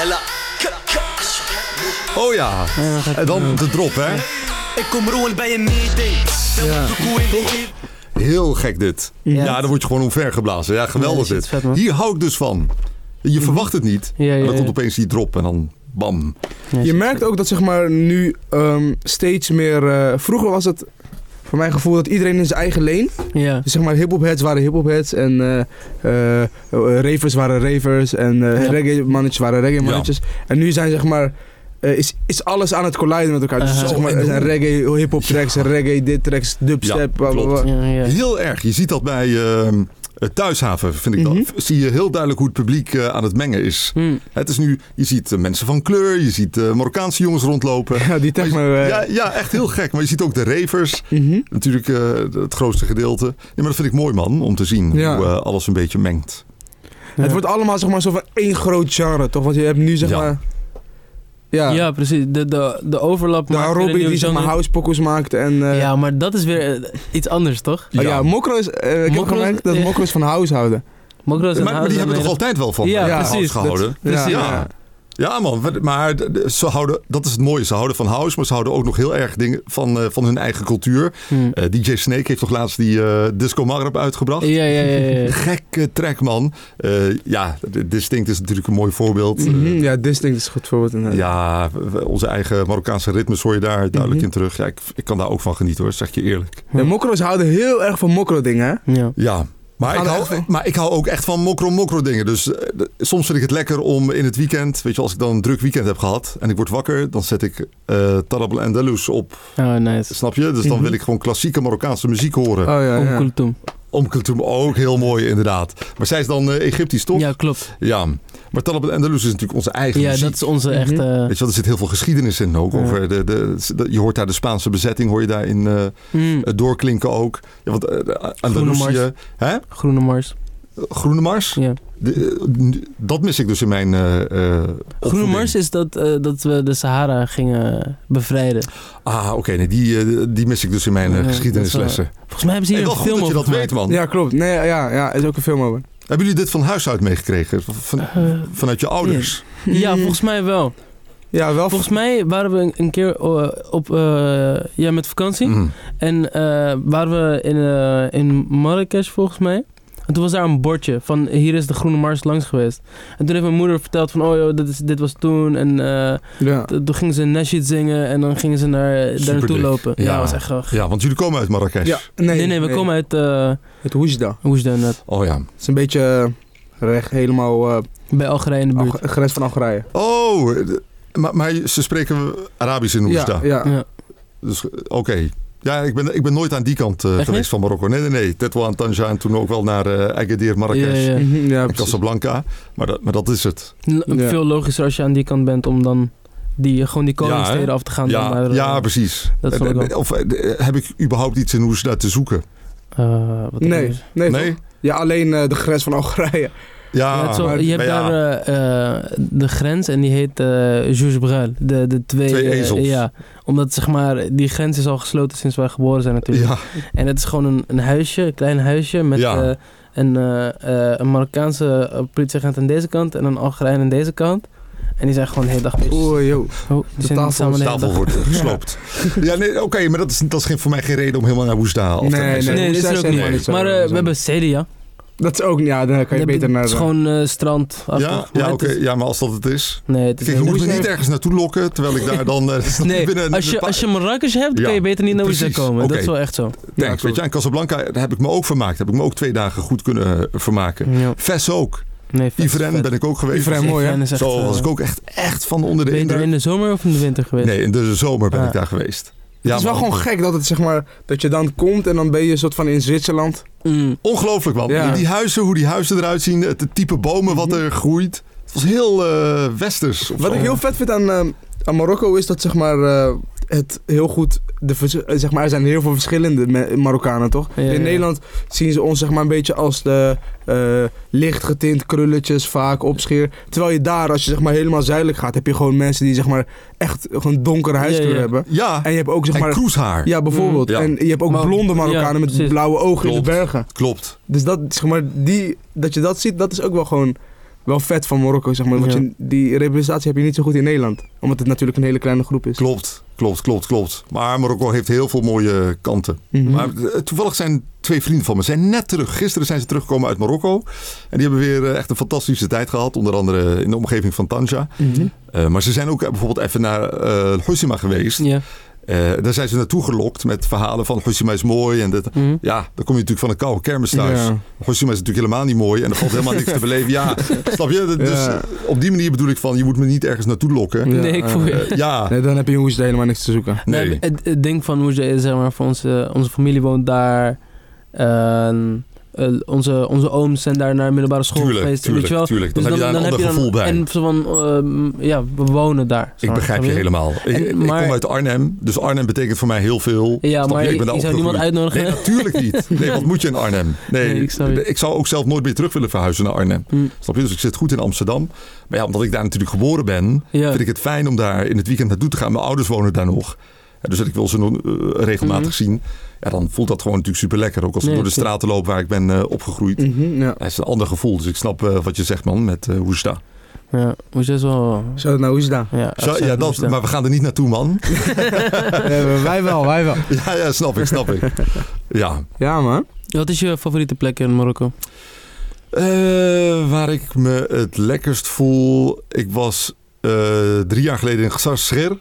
[SPEAKER 4] Oh ja.
[SPEAKER 1] En dan, ga ik-
[SPEAKER 4] En dan de drop, hè?
[SPEAKER 5] Ik kom roeien bij een meeting.
[SPEAKER 3] Ja.
[SPEAKER 4] Heel gek dit.
[SPEAKER 1] Ja.
[SPEAKER 4] Ja, dan word je gewoon omvergeblazen. Ja, geweldig
[SPEAKER 1] Ja, dit
[SPEAKER 4] dit.
[SPEAKER 1] is vet, man.
[SPEAKER 4] Hier hou ik dus van. Je verwacht het niet.
[SPEAKER 1] Ja, ja,
[SPEAKER 4] En dan
[SPEAKER 1] ja.
[SPEAKER 4] komt opeens die drop en dan bam.
[SPEAKER 1] Ja,
[SPEAKER 3] Je merkt ook dat zeg maar nu um, steeds meer... Uh, vroeger was het voor mijn gevoel dat iedereen in zijn eigen lane...
[SPEAKER 1] Ja.
[SPEAKER 3] Dus zeg maar hip-hop-heads waren hip-hop-heads en uh, uh, uh, ravers waren ravers en uh,
[SPEAKER 1] Ja.
[SPEAKER 3] reggae-mannetjes waren reggae-mannetjes. En nu zijn zeg maar, uh, is, is alles aan het colliden met elkaar. Dus
[SPEAKER 1] Uh-huh.
[SPEAKER 3] zeg maar, er zijn reggae, hip-hop tracks, reggae, dit tracks, dubstep,
[SPEAKER 4] Ja,
[SPEAKER 3] bla, bla,
[SPEAKER 4] klopt.
[SPEAKER 3] bla.
[SPEAKER 1] Ja, ja.
[SPEAKER 4] Heel erg. Je ziet dat bij uh, Thuishaven, vind ik
[SPEAKER 3] Mhm.
[SPEAKER 4] dat. Zie je heel duidelijk hoe het publiek uh, aan het mengen is.
[SPEAKER 1] Hm.
[SPEAKER 4] Het is nu, je ziet uh, mensen van kleur, je ziet uh, Marokkaanse jongens rondlopen.
[SPEAKER 3] Ja, die techno. Uh,
[SPEAKER 4] Ja, ja, echt heel gek. Maar je ziet ook de ravers.
[SPEAKER 3] mhm.
[SPEAKER 4] Natuurlijk uh, het grootste gedeelte. Nee, maar dat vind ik mooi, man, om te zien
[SPEAKER 3] Ja.
[SPEAKER 4] hoe uh, alles een beetje mengt.
[SPEAKER 1] Ja.
[SPEAKER 3] Het wordt allemaal zeg maar zo van één groot genre, toch? Want je hebt nu zeg
[SPEAKER 4] Ja.
[SPEAKER 3] maar... Ja,
[SPEAKER 1] Ja, precies. De, de, de overlap
[SPEAKER 3] de
[SPEAKER 1] maakt weer een
[SPEAKER 3] Robbie
[SPEAKER 1] nieuw
[SPEAKER 3] die zeg maar
[SPEAKER 1] genre.
[SPEAKER 3] housepokkels maakt en... uh,
[SPEAKER 1] Ja, maar dat is weer uh, iets anders, toch?
[SPEAKER 3] oh, ja, Mokro is... uh, ik
[SPEAKER 1] Mokro
[SPEAKER 3] heb
[SPEAKER 1] is-
[SPEAKER 3] gemerkt dat
[SPEAKER 1] ja.
[SPEAKER 3] Mokro is van house houden.
[SPEAKER 1] Mokro is
[SPEAKER 4] Maar,
[SPEAKER 1] een
[SPEAKER 4] maar die hebben toch
[SPEAKER 1] house-
[SPEAKER 4] altijd wel van
[SPEAKER 1] Ja,
[SPEAKER 4] uh,
[SPEAKER 3] precies.
[SPEAKER 4] house gehouden?
[SPEAKER 1] Precies.
[SPEAKER 4] Ja. Ja, man. Maar d- d- ze houden, dat is het mooie. Ze houden van house, maar ze houden ook nog heel erg dingen van, uh, van hun eigen cultuur.
[SPEAKER 1] Hm.
[SPEAKER 4] Uh, D J Snake heeft toch laatst die uh, Disco Maghreb uitgebracht?
[SPEAKER 1] Ja, ja, ja. ja, ja.
[SPEAKER 4] Gekke track, man. Uh, ja, de Distinct is natuurlijk een mooi voorbeeld.
[SPEAKER 3] Mhm,
[SPEAKER 4] Uh,
[SPEAKER 3] ja, Distinct is goed voorbeeld inderdaad.
[SPEAKER 4] ja, w- w- onze eigen Marokkaanse ritmes hoor je daar duidelijk
[SPEAKER 3] Mhm.
[SPEAKER 4] in terug. Ja, ik, ik kan daar ook van genieten hoor, zeg ik je eerlijk.
[SPEAKER 3] Ja, Mokro's houden heel erg van Mokro dingen, hè?
[SPEAKER 1] Ja.
[SPEAKER 4] Ja. Maar ik,
[SPEAKER 3] Gaan we
[SPEAKER 4] hou,
[SPEAKER 3] echt-
[SPEAKER 4] maar ik hou ook echt van mokro-mokro dingen. Dus eh, d- soms vind ik het lekker om in het weekend... Weet je, als ik dan een druk weekend heb gehad... en ik word wakker, dan zet ik uh, Tarab Andalus op.
[SPEAKER 1] Oh, nice.
[SPEAKER 4] Snap je? Dus dan
[SPEAKER 3] Mhm.
[SPEAKER 4] wil ik gewoon klassieke Marokkaanse muziek horen.
[SPEAKER 3] Oh ja,
[SPEAKER 1] Om
[SPEAKER 3] ja.
[SPEAKER 1] Kultum.
[SPEAKER 4] Om Kulthum ook heel mooi, inderdaad. Maar zij is dan uh, Egyptisch, toch?
[SPEAKER 1] Ja, klopt.
[SPEAKER 4] Ja. Maar Talab al-Andalus is natuurlijk onze eigen
[SPEAKER 1] Ja,
[SPEAKER 4] muziek.
[SPEAKER 1] dat is onze echte...
[SPEAKER 4] Weet je wel, er zit heel veel geschiedenis in ook.
[SPEAKER 1] Ja.
[SPEAKER 4] Over de, de, de, je hoort daar de Spaanse bezetting, hoor je daarin uh,
[SPEAKER 1] Mm.
[SPEAKER 4] doorklinken ook. Ja, want uh, Andalusië... Hè?
[SPEAKER 1] Groene Mars.
[SPEAKER 4] Groene Mars?
[SPEAKER 1] Ja.
[SPEAKER 4] De, uh, dat mis ik dus in mijn uh, uh,
[SPEAKER 1] Groene Mars is dat, uh, dat we de Sahara gingen bevrijden.
[SPEAKER 4] Ah, oké. Okay, nee, die, uh, die mis ik dus in mijn uh,
[SPEAKER 1] Ja,
[SPEAKER 4] geschiedenislessen.
[SPEAKER 1] wel, volgens mij hebben ze hier
[SPEAKER 4] Hey,
[SPEAKER 1] een
[SPEAKER 4] wel
[SPEAKER 1] film
[SPEAKER 4] goed dat je
[SPEAKER 1] over
[SPEAKER 4] dat weet,
[SPEAKER 1] gemaakt.
[SPEAKER 4] man.
[SPEAKER 3] Ja, klopt. Nee, ja, ja, er is ook een film over.
[SPEAKER 4] Hebben jullie dit van huis uit meegekregen? Van,
[SPEAKER 1] Uh,
[SPEAKER 4] vanuit je ouders?
[SPEAKER 1] Ja, volgens mij wel.
[SPEAKER 3] Ja, wel.
[SPEAKER 1] Volgens mij waren we een keer uh, op, uh, ja, met vakantie.
[SPEAKER 4] Mm.
[SPEAKER 1] En uh, waren we in, uh, in Marrakesh volgens mij. En toen was daar een bordje van hier is de Groene Mars langs geweest. En toen heeft mijn moeder verteld van oh joh, dit, is, dit was toen. En uh,
[SPEAKER 3] Ja.
[SPEAKER 1] t- toen gingen ze een nasheed zingen en dan gingen ze naar, daar naartoe
[SPEAKER 4] dik.
[SPEAKER 1] lopen. Ja,
[SPEAKER 4] Ja.
[SPEAKER 1] dat was echt graag.
[SPEAKER 4] Ja, want jullie komen uit Marrakesh.
[SPEAKER 3] Ja, nee,
[SPEAKER 1] Nee, nee, we komen uit uh,
[SPEAKER 3] Het Oujda.
[SPEAKER 1] Oujda net.
[SPEAKER 4] Oh ja.
[SPEAKER 3] Het is een beetje uh, recht, helemaal uh,
[SPEAKER 1] Bij Algerije in de buurt.
[SPEAKER 3] Alge- grens van Algerije.
[SPEAKER 4] Oh, de- maar, maar ze spreken Arabisch in Oujda.
[SPEAKER 3] Ja, ja.
[SPEAKER 1] Ja.
[SPEAKER 4] Dus oké. Okay. Ja, ik ben, ik ben nooit aan die kant uh,
[SPEAKER 1] Echt
[SPEAKER 4] geweest
[SPEAKER 1] niet?
[SPEAKER 4] van Marokko. Nee, nee, nee. Tetouan, Tanja en toen ook wel naar uh, Agadir, Marrakesh
[SPEAKER 1] Ja, ja.
[SPEAKER 3] Mhm, ja,
[SPEAKER 4] en
[SPEAKER 3] precies.
[SPEAKER 4] Casablanca. Maar dat, maar dat is het.
[SPEAKER 1] L-
[SPEAKER 3] Ja.
[SPEAKER 1] Veel logischer als je aan die kant bent om dan die, gewoon die koningssteden
[SPEAKER 4] hè?
[SPEAKER 1] af te gaan.
[SPEAKER 4] Ja,
[SPEAKER 1] dan naar, uh,
[SPEAKER 4] ja, precies.
[SPEAKER 1] dat vond ik
[SPEAKER 4] Eh,
[SPEAKER 1] wel.
[SPEAKER 4] Of eh, heb ik überhaupt iets in Oujda te zoeken?
[SPEAKER 1] uh, wat
[SPEAKER 3] Nee,
[SPEAKER 1] is-
[SPEAKER 3] nee,
[SPEAKER 4] Nee?
[SPEAKER 3] toch? Ja, alleen uh, de grens van Algerije.
[SPEAKER 4] Ja,
[SPEAKER 1] Ja, het is wel-
[SPEAKER 3] maar-
[SPEAKER 1] je hebt
[SPEAKER 4] maar ja.
[SPEAKER 1] daar uh, uh, de grens en die heet uh, Jousbral. De, de twee,
[SPEAKER 4] Twee
[SPEAKER 1] uh,
[SPEAKER 4] ezels.
[SPEAKER 1] ja, omdat zeg maar, die grens is al gesloten sinds wij geboren zijn natuurlijk.
[SPEAKER 4] Ja,
[SPEAKER 1] En het is gewoon een, een huisje, een klein huisje met
[SPEAKER 4] Ja.
[SPEAKER 1] uh, een, uh, uh, een Marokkaanse uh, politieagent aan deze kant en een Algerijn aan deze kant. En die zijn gewoon de hele dag bezig.
[SPEAKER 3] Oeh, joh.
[SPEAKER 1] Oh, die zijn
[SPEAKER 3] tafel-
[SPEAKER 1] samen de hele
[SPEAKER 4] tafel
[SPEAKER 1] dag.
[SPEAKER 4] wordt gesloopt. Ja, nee, oké, okay, maar dat is, dat is geen, voor mij geen reden om helemaal naar Oujda af te
[SPEAKER 3] Nee,
[SPEAKER 4] reizen.
[SPEAKER 1] Nee,
[SPEAKER 3] hoe
[SPEAKER 1] dit is
[SPEAKER 3] zij
[SPEAKER 1] er ook
[SPEAKER 3] zijn
[SPEAKER 1] niet.
[SPEAKER 3] maar niet zo-
[SPEAKER 1] Maar uh,
[SPEAKER 3] zo-
[SPEAKER 1] we hebben Celia.
[SPEAKER 3] Dat is ook, ja, dan kan je beter naar...
[SPEAKER 1] Het is
[SPEAKER 3] de-
[SPEAKER 1] gewoon uh, strand.
[SPEAKER 4] Ja, ja oké. Ja, maar als dat het is.
[SPEAKER 1] Nee, het is
[SPEAKER 4] Kijk, je
[SPEAKER 1] heel-
[SPEAKER 4] moet me
[SPEAKER 3] Oujda-
[SPEAKER 4] niet ergens naartoe lokken, terwijl ik daar dan... Uh,
[SPEAKER 1] Nee,
[SPEAKER 4] binnen
[SPEAKER 1] als je,
[SPEAKER 4] een
[SPEAKER 1] als je Marrakesh hebt,
[SPEAKER 4] Ja,
[SPEAKER 1] kan je beter niet naar Oujda
[SPEAKER 4] precies.
[SPEAKER 1] komen.
[SPEAKER 4] Oké.
[SPEAKER 1] Dat is wel echt zo.
[SPEAKER 4] Thanks, weet je. En Casablanca, daar heb ik me ook vermaakt. Heb ik me ook twee dagen goed kunnen uh, vermaken.
[SPEAKER 1] Ja.
[SPEAKER 4] Fes ook.
[SPEAKER 1] Nee, vet,
[SPEAKER 4] Yveren
[SPEAKER 1] vet.
[SPEAKER 4] ben ik ook geweest.
[SPEAKER 3] Yveren, mooi, hè?
[SPEAKER 1] Yveren is echt,
[SPEAKER 4] Zo was
[SPEAKER 1] uh,
[SPEAKER 4] ik ook echt, echt van onder de
[SPEAKER 1] Ben je daar
[SPEAKER 4] indruk.
[SPEAKER 1] in de zomer of in de winter geweest?
[SPEAKER 4] Nee, in de zomer ben
[SPEAKER 1] Ah.
[SPEAKER 4] ik daar geweest.
[SPEAKER 3] Het is wel
[SPEAKER 4] man.
[SPEAKER 3] gewoon gek dat het zeg maar dat je dan komt en dan ben je een soort van in Zwitserland.
[SPEAKER 1] Mm.
[SPEAKER 4] Ongelooflijk, man.
[SPEAKER 3] Ja.
[SPEAKER 4] Die huizen, hoe die huizen eruit zien. Het type bomen wat er groeit. Het was heel uh, westers. of
[SPEAKER 3] Wat
[SPEAKER 4] zo.
[SPEAKER 3] ik heel vet vind aan, uh, aan Marokko is dat zeg maar uh, het heel goed de vers- zeg maar er zijn heel veel verschillende me- Marokkanen toch?
[SPEAKER 1] Ja,
[SPEAKER 3] in
[SPEAKER 1] ja.
[SPEAKER 3] Nederland zien ze ons zeg maar een beetje als de uh, lichtgetint krulletjes vaak opscheer. Terwijl je daar als je zeg maar helemaal zuidelijk gaat heb je gewoon mensen die zeg maar echt gewoon donkere huidskleur
[SPEAKER 1] Ja, ja.
[SPEAKER 3] hebben.
[SPEAKER 4] Ja,
[SPEAKER 3] En je hebt ook zeg
[SPEAKER 4] en
[SPEAKER 3] maar
[SPEAKER 4] kroeshaar.
[SPEAKER 3] ja bijvoorbeeld
[SPEAKER 4] Mm, ja.
[SPEAKER 3] en je hebt ook
[SPEAKER 1] Maar-
[SPEAKER 3] blonde Marokkanen
[SPEAKER 1] ja,
[SPEAKER 3] met
[SPEAKER 1] precies.
[SPEAKER 3] blauwe ogen in
[SPEAKER 4] Klopt.
[SPEAKER 3] de bergen.
[SPEAKER 4] Klopt.
[SPEAKER 3] Dus dat, zeg maar, die, dat je dat ziet, dat is ook wel gewoon wel vet van Marokko, zeg maar. Want
[SPEAKER 1] Ja.
[SPEAKER 3] je, die representatie heb je niet zo goed in Nederland. Omdat het natuurlijk een hele kleine groep is.
[SPEAKER 4] Klopt, klopt, klopt, klopt. Maar Marokko heeft heel veel mooie kanten.
[SPEAKER 3] Mhm.
[SPEAKER 4] Maar uh, toevallig zijn twee vrienden van me zijn net terug. Gisteren zijn ze teruggekomen uit Marokko. En die hebben weer uh, echt een fantastische tijd gehad. Onder andere in de omgeving van Tanja.
[SPEAKER 3] Mhm.
[SPEAKER 4] Uh, maar ze zijn ook uh, bijvoorbeeld even naar uh, Hossima geweest.
[SPEAKER 1] Ja.
[SPEAKER 4] Uh, daar zijn ze naartoe gelokt met verhalen van Hossima is mooi. En dit.
[SPEAKER 1] Mm.
[SPEAKER 4] Ja, dan kom je natuurlijk van een koude kermis thuis.
[SPEAKER 3] Ja.
[SPEAKER 4] Hossima is natuurlijk helemaal niet mooi. En er valt helemaal niks te beleven. Ja, snap je? Dus
[SPEAKER 3] Ja.
[SPEAKER 4] op die manier bedoel ik van, je moet me niet ergens naartoe lokken.
[SPEAKER 3] Ja,
[SPEAKER 1] Nee, ik voel je.
[SPEAKER 4] Uh, ja,
[SPEAKER 3] Nee, dan heb je in Oujda helemaal niks te zoeken.
[SPEAKER 4] nee.
[SPEAKER 1] Nee, het, het ding van Oujda is, zeg maar, voor onze, onze familie woont daar. En, uh, onze, onze ooms zijn daar naar middelbare school
[SPEAKER 4] Tuurlijk,
[SPEAKER 1] geweest.
[SPEAKER 4] tuurlijk,
[SPEAKER 1] weet je wel?
[SPEAKER 4] tuurlijk. Dan
[SPEAKER 1] Dus
[SPEAKER 4] heb je daar een ander
[SPEAKER 1] dan-
[SPEAKER 4] gevoel bij.
[SPEAKER 1] En zo van, uh, ja, we wonen daar. zeg
[SPEAKER 4] Ik
[SPEAKER 1] maar,
[SPEAKER 4] begrijp je
[SPEAKER 1] snap
[SPEAKER 4] helemaal. Ik,
[SPEAKER 1] En-
[SPEAKER 4] ik
[SPEAKER 1] maar-
[SPEAKER 4] kom uit Arnhem, dus Arnhem betekent voor mij heel veel.
[SPEAKER 1] Ja,
[SPEAKER 4] Snap
[SPEAKER 1] maar
[SPEAKER 4] je?
[SPEAKER 1] je,
[SPEAKER 4] Ik ben daar
[SPEAKER 1] je zou niemand
[SPEAKER 4] opgegroeid.
[SPEAKER 1] uitnodigen.
[SPEAKER 4] Nee, natuurlijk niet. Nee, wat moet je in Arnhem? Nee,
[SPEAKER 1] Nee, ik
[SPEAKER 4] ik,
[SPEAKER 1] snap je.
[SPEAKER 4] ik zou ook zelf nooit meer terug willen verhuizen naar Arnhem.
[SPEAKER 1] Hm.
[SPEAKER 4] Snap je? Dus ik zit goed in Amsterdam. Maar ja, omdat ik daar natuurlijk geboren ben,
[SPEAKER 1] Ja.
[SPEAKER 4] vind ik het fijn om daar in het weekend naartoe te gaan. Mijn ouders wonen daar nog. Ja, dus dat ik wil ze nog, uh, regelmatig
[SPEAKER 1] Mhm.
[SPEAKER 4] zien. Ja, dan voelt dat gewoon natuurlijk super lekker. Ook als ik
[SPEAKER 1] Nee,
[SPEAKER 4] door de
[SPEAKER 1] tuurlijk.
[SPEAKER 4] straten loop waar ik ben uh, opgegroeid.
[SPEAKER 3] Mhm, ja.
[SPEAKER 4] Het is een ander gevoel. Dus ik snap uh, wat je zegt, man, met uh, Oujda.
[SPEAKER 1] Ja, Oujda is wel...
[SPEAKER 3] Zo, nou, hoe is dat?
[SPEAKER 1] Ja,
[SPEAKER 4] Zo,
[SPEAKER 1] echt
[SPEAKER 4] ja, dat,
[SPEAKER 1] Oujda.
[SPEAKER 4] maar we gaan er niet naartoe, man.
[SPEAKER 3] Ja, wij wel, wij wel.
[SPEAKER 4] Ja, ja, snap ik, snap ik. Ja.
[SPEAKER 3] Ja, man.
[SPEAKER 1] Wat is je favoriete plek in Marokko?
[SPEAKER 4] Uh, waar ik me het lekkerst voel... Ik was uh, drie jaar geleden in Gsar Scher.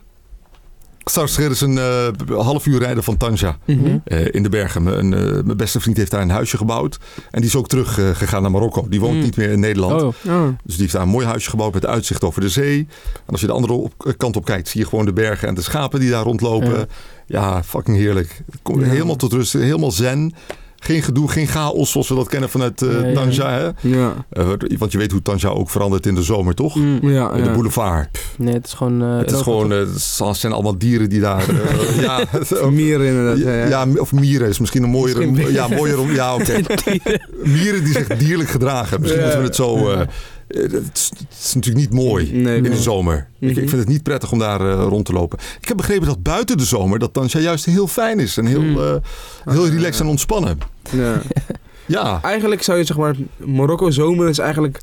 [SPEAKER 4] Gsar Scher is een uh, half uur rijden van Tanja.
[SPEAKER 3] Mhm.
[SPEAKER 4] Uh, in de bergen. Mijn, uh, mijn beste vriend heeft daar een huisje gebouwd. En die is ook terug uh, gegaan naar Marokko. Die woont
[SPEAKER 1] Mm.
[SPEAKER 4] niet meer in Nederland.
[SPEAKER 1] Oh,
[SPEAKER 3] Oh.
[SPEAKER 4] Dus die heeft daar een mooi huisje gebouwd met uitzicht over de zee. En als je de andere op, kant op kijkt, zie je gewoon de bergen en de schapen die daar rondlopen.
[SPEAKER 1] Ja.
[SPEAKER 4] Ja, fucking heerlijk. Kom,
[SPEAKER 3] Ja.
[SPEAKER 4] Helemaal tot rust, helemaal zen. Geen gedoe, geen chaos zoals we dat kennen vanuit uh,
[SPEAKER 1] Ja, ja.
[SPEAKER 4] Tanja. Hè?
[SPEAKER 3] Ja.
[SPEAKER 4] Uh, want je weet hoe Tanja ook verandert in de zomer, toch?
[SPEAKER 1] Mm.
[SPEAKER 3] Ja,
[SPEAKER 4] Uh, de
[SPEAKER 3] ja.
[SPEAKER 4] boulevard.
[SPEAKER 1] Nee, het is gewoon... Uh,
[SPEAKER 4] Het is
[SPEAKER 1] Europa,
[SPEAKER 4] gewoon,
[SPEAKER 1] toch?
[SPEAKER 4] uh, het zijn allemaal dieren die daar... Uh, ja,
[SPEAKER 3] Mieren inderdaad. Ja,
[SPEAKER 4] ja,
[SPEAKER 3] ja.
[SPEAKER 4] of mieren is misschien een mooiere...
[SPEAKER 3] Misschien-
[SPEAKER 4] Ja, mooier om... Ja, oké. Mieren die zich dierlijk gedragen. Misschien
[SPEAKER 3] Ja.
[SPEAKER 4] moeten we het zo... Uh, het, is, het is natuurlijk niet mooi
[SPEAKER 3] Nee,
[SPEAKER 4] in de
[SPEAKER 3] nee.
[SPEAKER 4] zomer.
[SPEAKER 3] Mhm.
[SPEAKER 4] Ik, ik vind het niet prettig om daar uh, rond te lopen. Ik heb begrepen dat buiten de zomer dat Tanja juist heel fijn is. En heel,
[SPEAKER 1] Mm.
[SPEAKER 4] uh, heel relaxed en ontspannen.
[SPEAKER 3] Ja.
[SPEAKER 4] Ja.
[SPEAKER 3] Eigenlijk zou je zeg maar, Marokko zomer is eigenlijk...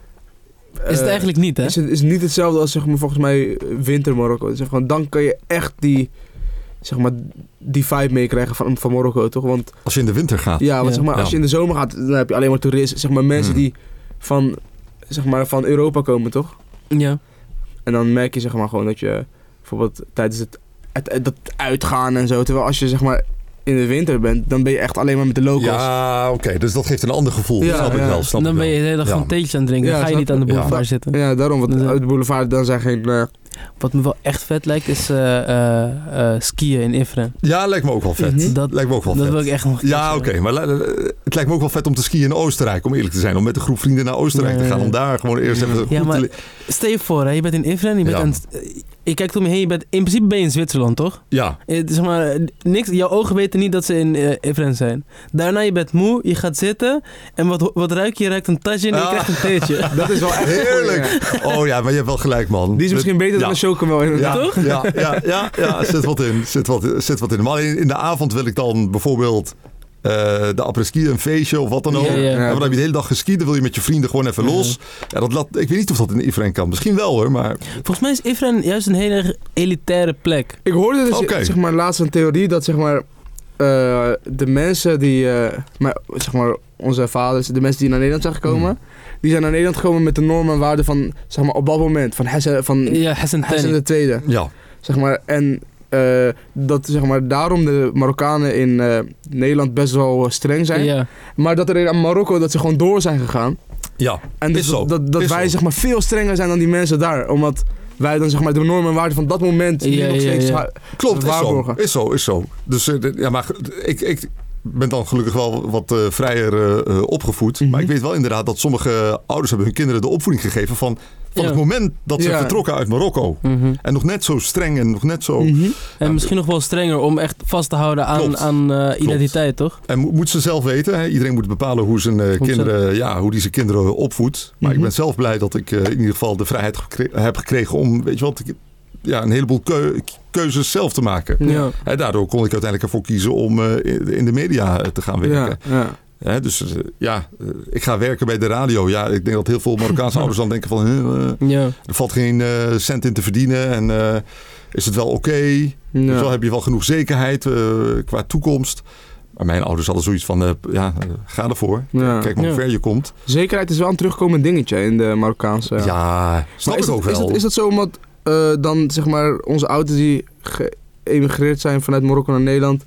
[SPEAKER 1] Is het
[SPEAKER 3] eh,
[SPEAKER 1] eigenlijk niet, hè?
[SPEAKER 3] Is het is niet hetzelfde als zeg maar, volgens mij winter Marokko. Dus, zeg maar, dan kan je echt die, zeg maar, die vibe meekrijgen van, van Marokko, toch? Want
[SPEAKER 4] Als je in de winter gaat.
[SPEAKER 3] ja, want,
[SPEAKER 1] Ja.
[SPEAKER 3] zeg maar, als
[SPEAKER 4] Ja.
[SPEAKER 3] je in de zomer gaat, dan heb je alleen maar toeristen. Zeg maar mensen
[SPEAKER 4] Hmm.
[SPEAKER 3] die van, zeg maar, van Europa komen, toch?
[SPEAKER 1] Ja.
[SPEAKER 3] En dan merk je zeg maar gewoon dat je bijvoorbeeld tijdens het, het, het- dat uitgaan en zo. Terwijl als je zeg maar in de winter bent, dan ben je echt alleen maar met de locals.
[SPEAKER 4] Ja, oké. Okay. Dus dat geeft een ander gevoel.
[SPEAKER 3] Ja,
[SPEAKER 4] dat snap ik
[SPEAKER 3] ja.
[SPEAKER 4] wel. Snap
[SPEAKER 1] Dan
[SPEAKER 4] ik
[SPEAKER 1] ben je
[SPEAKER 4] wel.
[SPEAKER 1] de hele dag
[SPEAKER 4] Ja.
[SPEAKER 1] gewoon theetjes aan het drinken.
[SPEAKER 3] Ja,
[SPEAKER 1] Dan ga je niet
[SPEAKER 3] snap
[SPEAKER 1] aan de
[SPEAKER 3] je?
[SPEAKER 1] boulevard
[SPEAKER 4] Ja.
[SPEAKER 1] zitten.
[SPEAKER 3] Ja, daarom. Want
[SPEAKER 1] Dus,
[SPEAKER 3] uit de boulevard dan zijn geen... eh,
[SPEAKER 1] Wat me wel echt vet lijkt is uh, uh, uh, skiën in Ifren.
[SPEAKER 4] Ja, lijkt me ook wel vet.
[SPEAKER 3] Mhm.
[SPEAKER 1] Dat,
[SPEAKER 4] Lijkt me ook wel
[SPEAKER 1] dat
[SPEAKER 4] vet.
[SPEAKER 1] wil ik echt nog een
[SPEAKER 4] Ja,
[SPEAKER 1] keer
[SPEAKER 4] oké.
[SPEAKER 1] zien.
[SPEAKER 4] Maar la- het lijkt me ook wel vet om te skiën in Oostenrijk, om eerlijk te zijn. Om met een groep vrienden naar Oostenrijk
[SPEAKER 1] Ja,
[SPEAKER 4] te gaan.
[SPEAKER 1] ja.
[SPEAKER 4] Om daar gewoon eerst even goed
[SPEAKER 1] Ja,
[SPEAKER 4] te...
[SPEAKER 1] maar-
[SPEAKER 4] le-
[SPEAKER 1] Stel je voor, hè, je bent in Ifren, je bent
[SPEAKER 4] Ja.
[SPEAKER 1] aan het- uh, je kijkt om je heen, je bent, in principe ben je in Zwitserland, toch?
[SPEAKER 4] Ja,
[SPEAKER 1] Eh, zeg maar, niks, jouw ogen weten niet dat ze in uh, Ifren zijn. Daarna je bent moe, je gaat zitten en wat, wat ruik je? Je ruikt een tasje en je
[SPEAKER 4] Ah.
[SPEAKER 1] krijgt een theetje.
[SPEAKER 3] dat is wel echt...
[SPEAKER 4] heerlijk. Oh ja, maar je hebt wel gelijk, man.
[SPEAKER 3] Die is misschien beter
[SPEAKER 4] Ja.
[SPEAKER 3] dan een chocomel inderdaad.
[SPEAKER 4] Ja,
[SPEAKER 1] Toch?
[SPEAKER 4] ja, ja, ja, ja, zit wat in. Zit wat, zit wat in. Maar in, in de avond wil ik dan bijvoorbeeld uh, de après-ski, een feestje of wat dan ook.
[SPEAKER 1] Ja, ja.
[SPEAKER 4] En dan heb je de hele dag geskiet, dan wil je met je vrienden gewoon even los. Ja, dat laat, ik weet niet of dat in Ifren kan. Misschien wel hoor, maar...
[SPEAKER 1] Volgens mij is Ifren juist een hele elitaire plek.
[SPEAKER 3] Ik hoorde dus
[SPEAKER 4] Oké.
[SPEAKER 3] zeg maar, laatst een theorie dat zeg maar, eh, de mensen die, eh, maar, zeg maar, onze vaders, de mensen die naar Nederland zijn gekomen,
[SPEAKER 4] Hmm.
[SPEAKER 3] die zijn naar Nederland gekomen met de normen en waarden van, zeg maar, op dat moment, van Hassan, van
[SPEAKER 1] Ja, Hassan
[SPEAKER 3] Hassan
[SPEAKER 1] Tani.
[SPEAKER 3] de Tweede,
[SPEAKER 4] Ja,
[SPEAKER 3] zeg maar, en eh, dat zeg maar, daarom de Marokkanen in eh, Nederland best wel streng zijn,
[SPEAKER 1] Ja.
[SPEAKER 3] maar dat er in Marokko dat ze gewoon door zijn gegaan.
[SPEAKER 4] ja.
[SPEAKER 3] En dus
[SPEAKER 4] Is zo.
[SPEAKER 3] dat, dat
[SPEAKER 4] Is
[SPEAKER 3] wij
[SPEAKER 4] zo.
[SPEAKER 3] zeg maar veel strenger zijn dan die mensen daar. Omdat wij dan zeg maar de normen en waarden van dat moment nu
[SPEAKER 1] Ja,
[SPEAKER 3] nog
[SPEAKER 1] ja,
[SPEAKER 3] steeds...
[SPEAKER 1] ja.
[SPEAKER 3] ha-
[SPEAKER 4] Klopt, is zo.
[SPEAKER 3] waarborgen.
[SPEAKER 4] Is zo, is zo. Dus uh, ja, maar ik, ik ben dan gelukkig wel wat uh, vrijer uh, opgevoed.
[SPEAKER 3] Mhm.
[SPEAKER 4] Maar ik weet wel inderdaad dat sommige ouders hebben hun kinderen de opvoeding gegeven van, van
[SPEAKER 1] Ja.
[SPEAKER 4] het moment dat ze
[SPEAKER 3] Ja.
[SPEAKER 4] vertrokken uit Marokko.
[SPEAKER 1] Mhm.
[SPEAKER 4] En nog net zo streng en nog net zo...
[SPEAKER 3] Mhm.
[SPEAKER 1] En misschien nog wel strenger om echt vast te houden aan,
[SPEAKER 4] Klopt.
[SPEAKER 1] aan uh, identiteit, toch?
[SPEAKER 4] En mo- moet ze zelf weten. Hè? Iedereen moet bepalen hoe zijn uh,
[SPEAKER 1] Goed zo.
[SPEAKER 4] kinderen, ja, hoe die zijn kinderen opvoedt. Maar
[SPEAKER 3] Mhm.
[SPEAKER 4] ik ben zelf blij dat ik uh, in ieder geval de vrijheid gekre- heb gekregen om, weet je wat, ik, ja, een heleboel keu- keuzes zelf te maken.
[SPEAKER 1] Ja.
[SPEAKER 4] Hè, daardoor kon ik uiteindelijk ervoor kiezen om uh, in in de media uh, te gaan werken.
[SPEAKER 3] Ja, ja.
[SPEAKER 4] Hè, dus uh, ja, uh, ik ga werken bij de radio. Ja, ik denk dat heel veel Marokkaanse ouders dan denken van, uh,
[SPEAKER 1] Ja.
[SPEAKER 4] er valt geen uh, cent in te verdienen en uh, is het wel oké? Okay?
[SPEAKER 3] Ja.
[SPEAKER 4] Dus wel heb je wel genoeg zekerheid uh, qua toekomst. Maar mijn ouders hadden zoiets van, uh, ja, uh, ga ervoor.
[SPEAKER 3] Ja.
[SPEAKER 4] Kijk maar hoe
[SPEAKER 1] Ja.
[SPEAKER 4] ver je komt.
[SPEAKER 3] Zekerheid is wel een terugkomend dingetje in de Marokkaanse...
[SPEAKER 4] Ja, snap
[SPEAKER 3] Maar is
[SPEAKER 4] ik
[SPEAKER 3] dat,
[SPEAKER 4] ook wel.
[SPEAKER 3] Is dat, is dat zo omdat eh, dan zeg maar onze ouders die geëmigreerd zijn vanuit Marokko naar Nederland...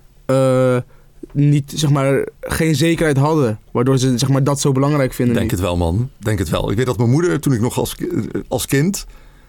[SPEAKER 3] eh, niet, zeg maar, geen zekerheid hadden. Waardoor ze zeg maar, dat zo belangrijk vinden.
[SPEAKER 4] Denk
[SPEAKER 3] nu.
[SPEAKER 4] het wel, man. Denk het wel. Ik weet dat mijn moeder, toen ik nog als, ki- als kind...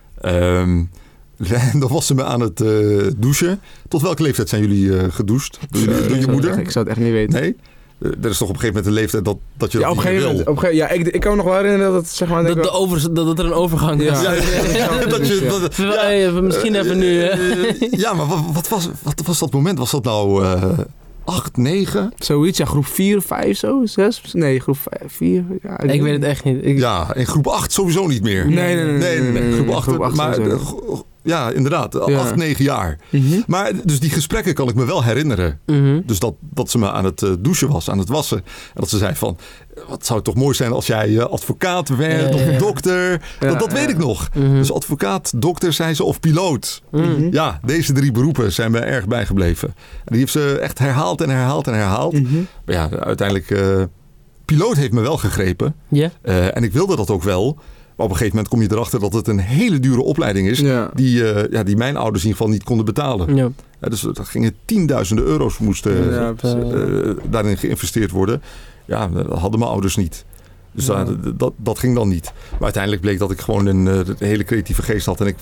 [SPEAKER 4] Um, dan was ze me aan het uh, douchen. Tot welke leeftijd zijn jullie uh, gedoucht? Door, je- door je
[SPEAKER 3] Ik
[SPEAKER 4] moeder?
[SPEAKER 3] zou- Ik zou het echt niet weten.
[SPEAKER 4] Nee? Uh, er is toch op een gegeven moment een leeftijd dat, dat je
[SPEAKER 3] Ja,
[SPEAKER 4] dat
[SPEAKER 3] op een
[SPEAKER 4] niet
[SPEAKER 3] gegeven
[SPEAKER 4] meer
[SPEAKER 3] moment. Op een gegeven, ja, ik, ik kan me nog wel herinneren dat het zeg maar...
[SPEAKER 1] Dat,
[SPEAKER 3] denk
[SPEAKER 1] de
[SPEAKER 3] ik-
[SPEAKER 1] over, dat, dat er een overgang is.
[SPEAKER 3] Ja.
[SPEAKER 4] Ja, ja, ja, dat je, dat-
[SPEAKER 1] Ja.
[SPEAKER 4] ja.
[SPEAKER 1] Hey, misschien even nu. hè.
[SPEAKER 4] Uh, ja, maar wat, wat, was, wat was dat moment? Was dat nou uh, acht, negen?
[SPEAKER 3] Zoiets, ja, groep vier, vijf, zo, zes? Nee, groep vier. Ja,
[SPEAKER 1] Ik weet het echt niet. Ik,
[SPEAKER 4] Ja, in groep acht sowieso niet meer.
[SPEAKER 3] Nee, nee, nee.
[SPEAKER 4] Nee, nee, nee. Groep acht.
[SPEAKER 3] Groep acht
[SPEAKER 4] maar,
[SPEAKER 3] sowieso.
[SPEAKER 4] uh, go- ja, inderdaad.
[SPEAKER 3] Ja.
[SPEAKER 4] acht, negen jaar.
[SPEAKER 3] Mhm.
[SPEAKER 4] Maar dus die gesprekken kan ik me wel herinneren.
[SPEAKER 1] Mhm.
[SPEAKER 4] Dus dat, dat ze me aan het uh, douchen was, aan het wassen. En dat ze zei van, wat zou het toch mooi zijn als jij uh, advocaat werd
[SPEAKER 1] Ja,
[SPEAKER 4] of
[SPEAKER 1] ja, ja.
[SPEAKER 4] dokter.
[SPEAKER 3] Ja,
[SPEAKER 4] dat dat
[SPEAKER 3] ja.
[SPEAKER 4] weet ik nog.
[SPEAKER 1] Mhm.
[SPEAKER 4] Dus advocaat, dokter, zei ze, of piloot.
[SPEAKER 1] Mhm.
[SPEAKER 4] Ja, deze drie beroepen zijn me erg bijgebleven. En die heeft ze echt herhaald en herhaald en herhaald.
[SPEAKER 3] Mhm.
[SPEAKER 4] Maar ja, uiteindelijk, uh, piloot heeft me wel gegrepen.
[SPEAKER 1] Ja?
[SPEAKER 4] Uh, en ik wilde dat ook wel. Maar op een gegeven moment kom je erachter dat het een hele dure opleiding is.
[SPEAKER 3] Ja.
[SPEAKER 4] Die, uh, ja, die mijn ouders in ieder geval niet konden betalen.
[SPEAKER 1] Ja.
[SPEAKER 4] Ja, dus er gingen tienduizenden euro's moesten
[SPEAKER 3] Ja,
[SPEAKER 1] Dat,
[SPEAKER 3] precies.
[SPEAKER 1] eh,
[SPEAKER 4] uh, daarin geïnvesteerd worden. Ja, dat hadden mijn ouders niet. Dus
[SPEAKER 1] Ja.
[SPEAKER 4] daar- dat, dat ging dan niet. Maar uiteindelijk bleek dat ik gewoon een, uh, een hele creatieve geest had. En ik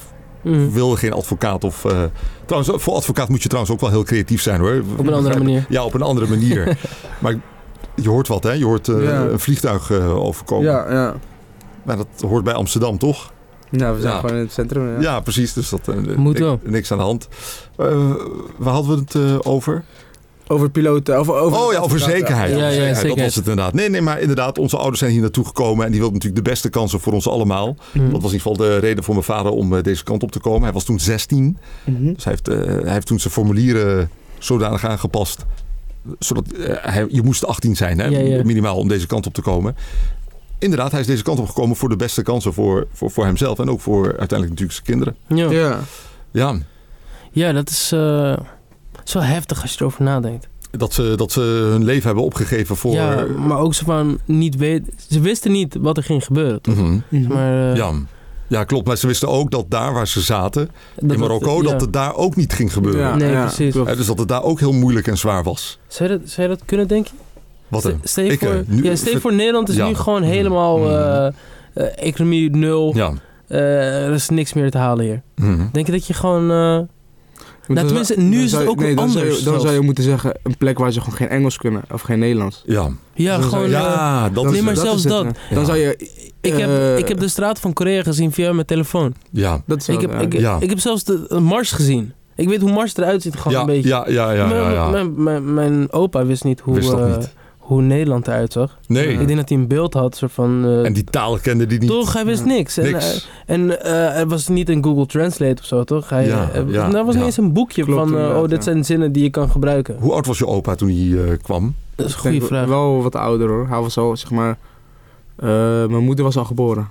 [SPEAKER 1] Mhm.
[SPEAKER 4] wilde geen advocaat of... Uh, trouwens, voor advocaat moet je trouwens ook wel heel creatief zijn hoor.
[SPEAKER 1] Op een andere manier.
[SPEAKER 4] Ja, op een andere manier. Maar je hoort wat, hè? Je hoort uh,
[SPEAKER 3] Ja.
[SPEAKER 4] een vliegtuig uh, overkomen.
[SPEAKER 3] Ja, ja.
[SPEAKER 4] Maar dat hoort bij Amsterdam, toch?
[SPEAKER 3] Ja, we zijn
[SPEAKER 4] Ja.
[SPEAKER 3] gewoon in het centrum. Ja,
[SPEAKER 4] Ja, precies. Dus dat uh,
[SPEAKER 1] Moet
[SPEAKER 4] niks,
[SPEAKER 1] wel.
[SPEAKER 4] niks aan de hand. Uh, waar hadden we het uh, over?
[SPEAKER 3] Over piloten. Over, over
[SPEAKER 4] Oh ja, over zekerheid.
[SPEAKER 1] Ja,
[SPEAKER 4] Over
[SPEAKER 1] ja,
[SPEAKER 4] zekerheid. Dat
[SPEAKER 1] zekerheid.
[SPEAKER 4] was het inderdaad. Nee, nee, maar inderdaad, onze ouders zijn hier naartoe gekomen en die wilden natuurlijk de beste kansen voor ons allemaal.
[SPEAKER 1] Mhm.
[SPEAKER 4] Dat was in ieder geval de reden voor mijn vader om uh, deze kant op te komen. Hij was toen zestien.
[SPEAKER 3] Mhm.
[SPEAKER 4] Dus hij heeft, uh, hij heeft toen zijn formulieren zodanig aangepast. Zodat uh, hij, je moest achttien zijn, hè,
[SPEAKER 1] Ja, ja.
[SPEAKER 4] minimaal, om deze kant op te komen. Inderdaad, hij is deze kant op gekomen voor de beste kansen voor, voor, voor hemzelf. En ook voor uiteindelijk natuurlijk zijn kinderen.
[SPEAKER 1] Ja. Ja.
[SPEAKER 3] Ja.
[SPEAKER 4] Ja,
[SPEAKER 1] ja, dat is, uh, is wel heftig als je erover nadenkt.
[SPEAKER 4] dat ze, dat ze hun leven hebben opgegeven voor...
[SPEAKER 1] Ja, maar ook zo van niet weten. Ze wisten niet wat er ging gebeuren. Toch?
[SPEAKER 4] Mhm.
[SPEAKER 1] Maar, uh,
[SPEAKER 4] Ja. Ja, klopt. Maar ze wisten ook dat daar waar ze zaten,
[SPEAKER 1] dat
[SPEAKER 4] in Marokko,
[SPEAKER 1] het, ja.
[SPEAKER 4] dat het daar ook niet ging gebeuren.
[SPEAKER 3] Ja,
[SPEAKER 1] Nee,
[SPEAKER 3] ja,
[SPEAKER 1] precies.
[SPEAKER 3] klopt.
[SPEAKER 4] Hè, dus dat het daar ook heel moeilijk en zwaar was.
[SPEAKER 1] Zou je dat, zou je dat kunnen, denk je?
[SPEAKER 4] Wat
[SPEAKER 1] Stel-
[SPEAKER 4] een...
[SPEAKER 1] Stel je
[SPEAKER 4] Ik,
[SPEAKER 1] voor,
[SPEAKER 4] eh, nu-
[SPEAKER 1] ja, stel je voor Nederland is
[SPEAKER 4] Ja.
[SPEAKER 1] nu gewoon
[SPEAKER 4] Mhm.
[SPEAKER 1] helemaal
[SPEAKER 4] Mhm.
[SPEAKER 1] uh, uh, economie nul.
[SPEAKER 4] Ja.
[SPEAKER 1] Uh, er is niks meer te halen hier.
[SPEAKER 4] Mhm.
[SPEAKER 1] Denk je dat je gewoon... Uh,
[SPEAKER 3] Dan
[SPEAKER 1] tenminste,
[SPEAKER 3] zou-
[SPEAKER 1] nu
[SPEAKER 3] dan
[SPEAKER 1] is het
[SPEAKER 3] zou je-
[SPEAKER 1] ook
[SPEAKER 3] nee,
[SPEAKER 1] wel
[SPEAKER 3] dan zou je-
[SPEAKER 1] anders
[SPEAKER 3] Dan
[SPEAKER 1] zelfs.
[SPEAKER 3] zou je moeten zeggen, een plek waar ze gewoon geen Engels kunnen. Of geen Nederlands.
[SPEAKER 4] Ja.
[SPEAKER 1] ja,
[SPEAKER 3] Dan
[SPEAKER 1] gewoon...
[SPEAKER 3] zou
[SPEAKER 1] uh,
[SPEAKER 4] Ja, dat
[SPEAKER 1] nee,
[SPEAKER 4] is
[SPEAKER 1] maar
[SPEAKER 4] het.
[SPEAKER 1] zelfs
[SPEAKER 3] is het,
[SPEAKER 1] dat.
[SPEAKER 3] hè. Dan
[SPEAKER 4] Ja.
[SPEAKER 3] zou je...
[SPEAKER 1] ik, heb,
[SPEAKER 3] eh,
[SPEAKER 1] ik heb de straat van Korea gezien via mijn telefoon.
[SPEAKER 4] Ja.
[SPEAKER 3] Dat is
[SPEAKER 1] Ik
[SPEAKER 3] wel,
[SPEAKER 1] heb,
[SPEAKER 3] ja.
[SPEAKER 1] ik,
[SPEAKER 4] Ja.
[SPEAKER 1] ik heb zelfs de, de Mars gezien. Ik weet hoe Mars eruit ziet, gewoon
[SPEAKER 4] Ja,
[SPEAKER 1] een beetje.
[SPEAKER 4] ja, ja, ja, ja, ja.
[SPEAKER 1] Mijn, mijn, mijn, mijn opa wist niet hoe,
[SPEAKER 4] Wist dat
[SPEAKER 1] uh,
[SPEAKER 4] niet.
[SPEAKER 1] hoe Nederland eruit zag.
[SPEAKER 4] Nee.
[SPEAKER 1] Ik denk dat hij een beeld had, soort van... uh,
[SPEAKER 4] En die taal kende die niet.
[SPEAKER 1] toch, hij wist
[SPEAKER 3] Ja.
[SPEAKER 1] niks. En,
[SPEAKER 4] Niks.
[SPEAKER 1] uh, en uh, er was niet een Google Translate of zo, toch? Hij,
[SPEAKER 4] Ja,
[SPEAKER 1] uh,
[SPEAKER 4] ja,
[SPEAKER 1] er was
[SPEAKER 4] ja.
[SPEAKER 1] niet eens een boekje
[SPEAKER 3] Klopt,
[SPEAKER 1] van... Uh,
[SPEAKER 3] inderdaad,
[SPEAKER 1] oh, dit
[SPEAKER 3] ja.
[SPEAKER 1] zijn zinnen die je kan gebruiken.
[SPEAKER 4] Hoe oud was je opa toen hij uh, kwam?
[SPEAKER 1] Dat is een
[SPEAKER 3] Ik denk
[SPEAKER 1] goede vraag.
[SPEAKER 3] Wel wat ouder hoor. Hij was al, zeg maar... eh, mijn moeder was al geboren.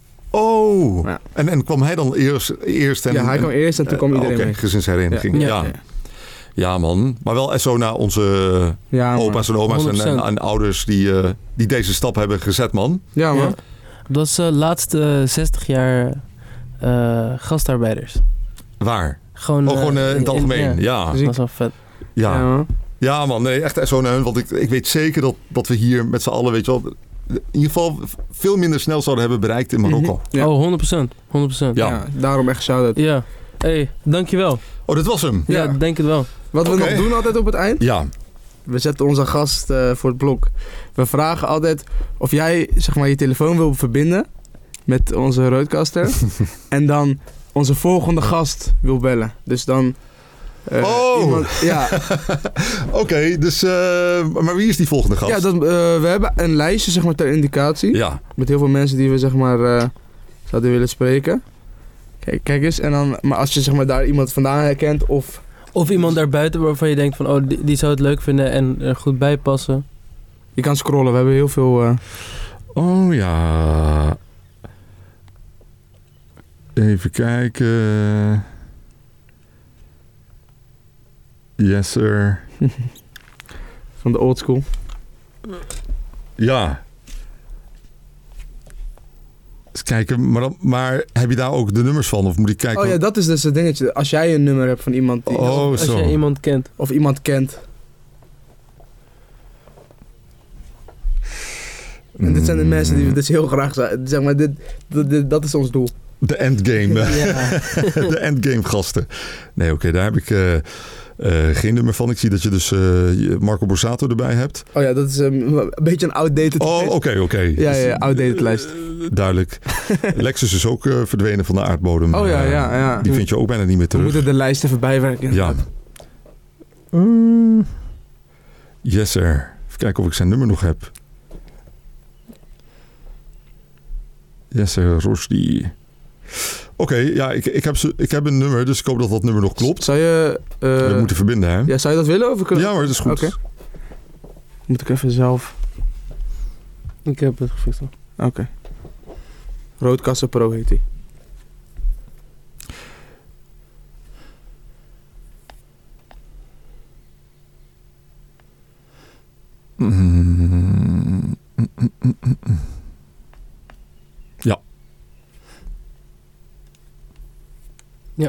[SPEAKER 4] Oh.
[SPEAKER 3] Ja.
[SPEAKER 4] En, en kwam hij dan eerst? eerst en,
[SPEAKER 3] ja, hij kwam
[SPEAKER 4] en-
[SPEAKER 3] eerst en toen kwam
[SPEAKER 4] eh,
[SPEAKER 3] iedereen
[SPEAKER 4] Oké,
[SPEAKER 3] mee.
[SPEAKER 4] gezinshereniging.
[SPEAKER 1] Ja.
[SPEAKER 4] Ja.
[SPEAKER 1] Ja.
[SPEAKER 4] Ja. Ja, man. Maar wel zo naar onze
[SPEAKER 3] Ja, man.
[SPEAKER 4] opa's en oma's en, en,
[SPEAKER 1] honderd procent.
[SPEAKER 4] en ouders die, uh, die deze stap hebben gezet, man.
[SPEAKER 3] Ja, man.
[SPEAKER 1] Ja. Dat is de laatste zestig jaar uh, gastarbeiders.
[SPEAKER 4] Waar?
[SPEAKER 1] Gewoon,
[SPEAKER 4] Oh,
[SPEAKER 1] uh,
[SPEAKER 4] gewoon uh, in het algemeen.
[SPEAKER 1] Ja.
[SPEAKER 4] Ja.
[SPEAKER 3] Dus
[SPEAKER 1] Dat is wel vet.
[SPEAKER 4] Ja.
[SPEAKER 3] Ja, man.
[SPEAKER 4] Ja, man. Nee, echt zo naar hun. Want ik, ik weet zeker dat, dat we hier met z'n allen, weet je wel, in ieder geval veel minder snel zouden hebben bereikt in Marokko.
[SPEAKER 3] Mhm. Ja.
[SPEAKER 1] Oh, honderd procent. honderd procent.
[SPEAKER 4] Ja.
[SPEAKER 3] Ja, daarom echt shout-out.
[SPEAKER 1] Ja. Hey, dankjewel.
[SPEAKER 4] Oh, dat was hem.
[SPEAKER 1] Ja,
[SPEAKER 3] Ja.
[SPEAKER 1] denk het wel.
[SPEAKER 3] Wat we
[SPEAKER 4] Oké.
[SPEAKER 3] nog doen altijd op het eind,
[SPEAKER 4] Ja.
[SPEAKER 3] we zetten onze gast eh, voor het blok. We vragen altijd of jij zeg maar, je telefoon wil verbinden met onze roadcaster. En dan onze volgende gast wil bellen. Dus dan... eh,
[SPEAKER 4] Oh.
[SPEAKER 3] iemand- ja,
[SPEAKER 4] Oké, okay, dus... Uh, maar wie is die volgende gast?
[SPEAKER 3] ja dat, eh, we hebben een lijstje zeg maar, ter indicatie.
[SPEAKER 4] Ja.
[SPEAKER 3] Met heel veel mensen die we zeg maar, eh, zouden willen spreken. Kijk, kijk eens. En dan, maar als je zeg maar, daar iemand vandaan herkent of...
[SPEAKER 1] Of iemand daarbuiten waarvan je denkt van... Oh, die, die zou het leuk vinden en er goed bij passen.
[SPEAKER 3] Je kan scrollen. We hebben heel veel... eh,
[SPEAKER 4] Oh ja. Even kijken. Yes, sir.
[SPEAKER 3] van de old school.
[SPEAKER 4] Ja. Eens kijken, maar, dan, maar heb je daar ook de nummers van? Of moet ik kijken?
[SPEAKER 3] Oh ja, dat is dus het dingetje. Als jij een nummer hebt van iemand die...
[SPEAKER 4] Oh,
[SPEAKER 1] Als
[SPEAKER 4] zo.
[SPEAKER 1] je iemand kent.
[SPEAKER 3] Of iemand kent. En dit zijn de mensen die we dus heel graag zijn. Zeg maar, dit, dit, dit- dat is ons doel.
[SPEAKER 4] De endgame.
[SPEAKER 1] Ja.
[SPEAKER 4] De endgame gasten. Nee, oké, daar heb ik uh, uh, geen nummer van. Ik zie dat je dus uh, Marco Borsato erbij hebt.
[SPEAKER 3] Oh ja, dat is um, een beetje een outdated
[SPEAKER 4] Oh,
[SPEAKER 3] lijst.
[SPEAKER 4] oké, oké.
[SPEAKER 3] Ja, ja, ja, outdated
[SPEAKER 4] Uh,
[SPEAKER 3] lijst.
[SPEAKER 4] Duidelijk. Lexus is ook uh, verdwenen van de aardbodem.
[SPEAKER 3] Oh ja,
[SPEAKER 4] Uh,
[SPEAKER 3] ja, ja.
[SPEAKER 4] Die vind je ook bijna niet meer
[SPEAKER 3] We
[SPEAKER 4] terug.
[SPEAKER 3] moeten de lijst even bijwerken.
[SPEAKER 4] Ja. Uh, yes, sir. Even kijken of ik zijn nummer nog heb. Yes, sir. Rushdie. Oké, okay, ja, ik, ik, heb ze, ik heb een nummer, dus ik hoop dat dat nummer nog klopt.
[SPEAKER 3] Zou je... Uh,
[SPEAKER 4] We moeten verbinden, hè?
[SPEAKER 3] Ja, zou je dat willen? Of kunnen...
[SPEAKER 4] Ja, maar dat is goed.
[SPEAKER 3] Oké. Okay. Moet ik even zelf...
[SPEAKER 1] Ik heb het gefixt.
[SPEAKER 3] Oké. Okay. Roodkassen Pro heet die.
[SPEAKER 4] Mm, mm, mm, mm, mm. Ja.
[SPEAKER 1] Ja.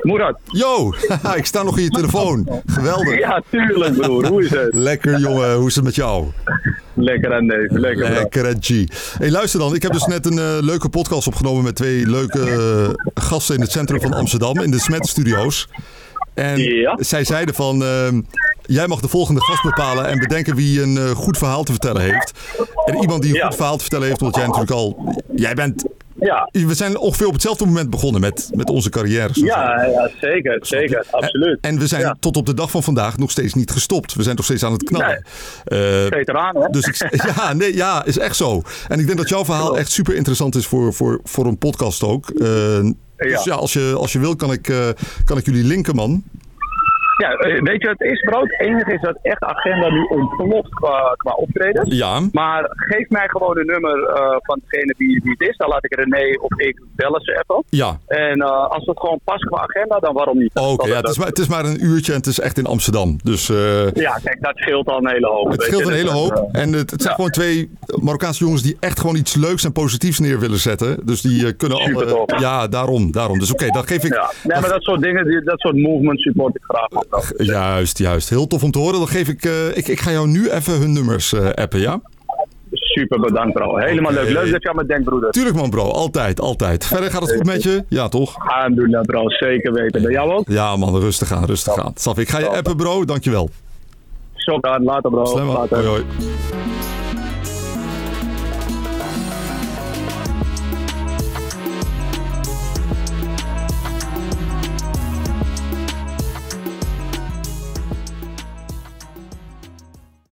[SPEAKER 6] Moerad.
[SPEAKER 4] Yo, ik sta nog in je telefoon. Geweldig.
[SPEAKER 6] Ja, tuurlijk broer. Hoe is het?
[SPEAKER 4] Lekker jongen, hoe is het met jou?
[SPEAKER 6] Lekker en neef. Lekker bro.
[SPEAKER 4] Lekker en G. Hey, luister dan, ik heb dus net een uh, leuke podcast opgenomen met twee leuke uh, gasten in het centrum van Amsterdam, in de Smet Studio's. En
[SPEAKER 6] Ja.
[SPEAKER 4] zij zeiden van, uh, jij mag de volgende gast bepalen en bedenken wie een uh, goed verhaal te vertellen heeft. En iemand die een
[SPEAKER 6] Ja.
[SPEAKER 4] goed verhaal te vertellen heeft, omdat jij natuurlijk al, jij bent,
[SPEAKER 6] Ja.
[SPEAKER 4] we zijn ongeveer op hetzelfde moment begonnen met, met onze carrières.
[SPEAKER 6] Ja, ja, zeker. Zeker. Absoluut.
[SPEAKER 4] En, en we zijn
[SPEAKER 6] Ja.
[SPEAKER 4] tot op de dag van vandaag nog steeds niet gestopt. We zijn nog steeds aan het knallen. Uh,
[SPEAKER 6] Veteraan, hè?
[SPEAKER 4] Dus ik, ja, nee, ja, is echt zo. En ik denk dat jouw verhaal echt super interessant is voor, voor, voor een podcast ook. Uh, dus ja, als je, als je wil, kan ik, uh, kan ik jullie linken, man.
[SPEAKER 6] Ja, eh, weet je wat het is, bro? Het enige is dat echt de agenda nu ontploft qua, qua optredens.
[SPEAKER 4] Ja.
[SPEAKER 6] Maar geef mij gewoon een nummer uh, van degene die, die het is. Dan laat ik René of ik bellen ze even.
[SPEAKER 4] Ja.
[SPEAKER 6] En uh, als het gewoon past qua agenda, dan waarom niet?
[SPEAKER 4] Oké, okay, ja, het, is maar, het is maar een uurtje en het is echt in Amsterdam. Dus, uh,
[SPEAKER 6] ja, kijk, dat scheelt al een hele hoop.
[SPEAKER 4] Het scheelt
[SPEAKER 6] je,
[SPEAKER 4] een hele
[SPEAKER 6] dus,
[SPEAKER 4] hoop.
[SPEAKER 6] Uh,
[SPEAKER 4] en het, het zijn ja. gewoon twee Marokkaanse jongens die echt gewoon iets leuks en positiefs neer willen zetten. Dus die uh, kunnen
[SPEAKER 6] Super
[SPEAKER 4] alle...
[SPEAKER 6] tof.
[SPEAKER 4] Ja, daarom. daarom. Dus oké, okay, dan geef ik...
[SPEAKER 6] Ja, nee, maar dat soort dingen, die, dat soort movement support ik graag.
[SPEAKER 4] Juist, juist. Heel tof om te horen. Dan geef ik... Uh, ik, ik ga jou nu even hun nummers uh, appen, ja?
[SPEAKER 6] Super bedankt, bro. Helemaal okay. leuk. Leuk dat je aan me denkt, broeder.
[SPEAKER 4] Tuurlijk, man, bro. Altijd, altijd. Verder gaat het goed met je? Ja, toch?
[SPEAKER 6] Alhamdulillah, bro. Zeker weten. Bij jou ook?
[SPEAKER 4] Ja, man. Rustig aan, rustig aan. Saf, ik ga je appen, bro. Dankjewel.
[SPEAKER 6] Zo dan. Later, bro.
[SPEAKER 4] Slim,
[SPEAKER 6] later.
[SPEAKER 4] Hoi, hoi.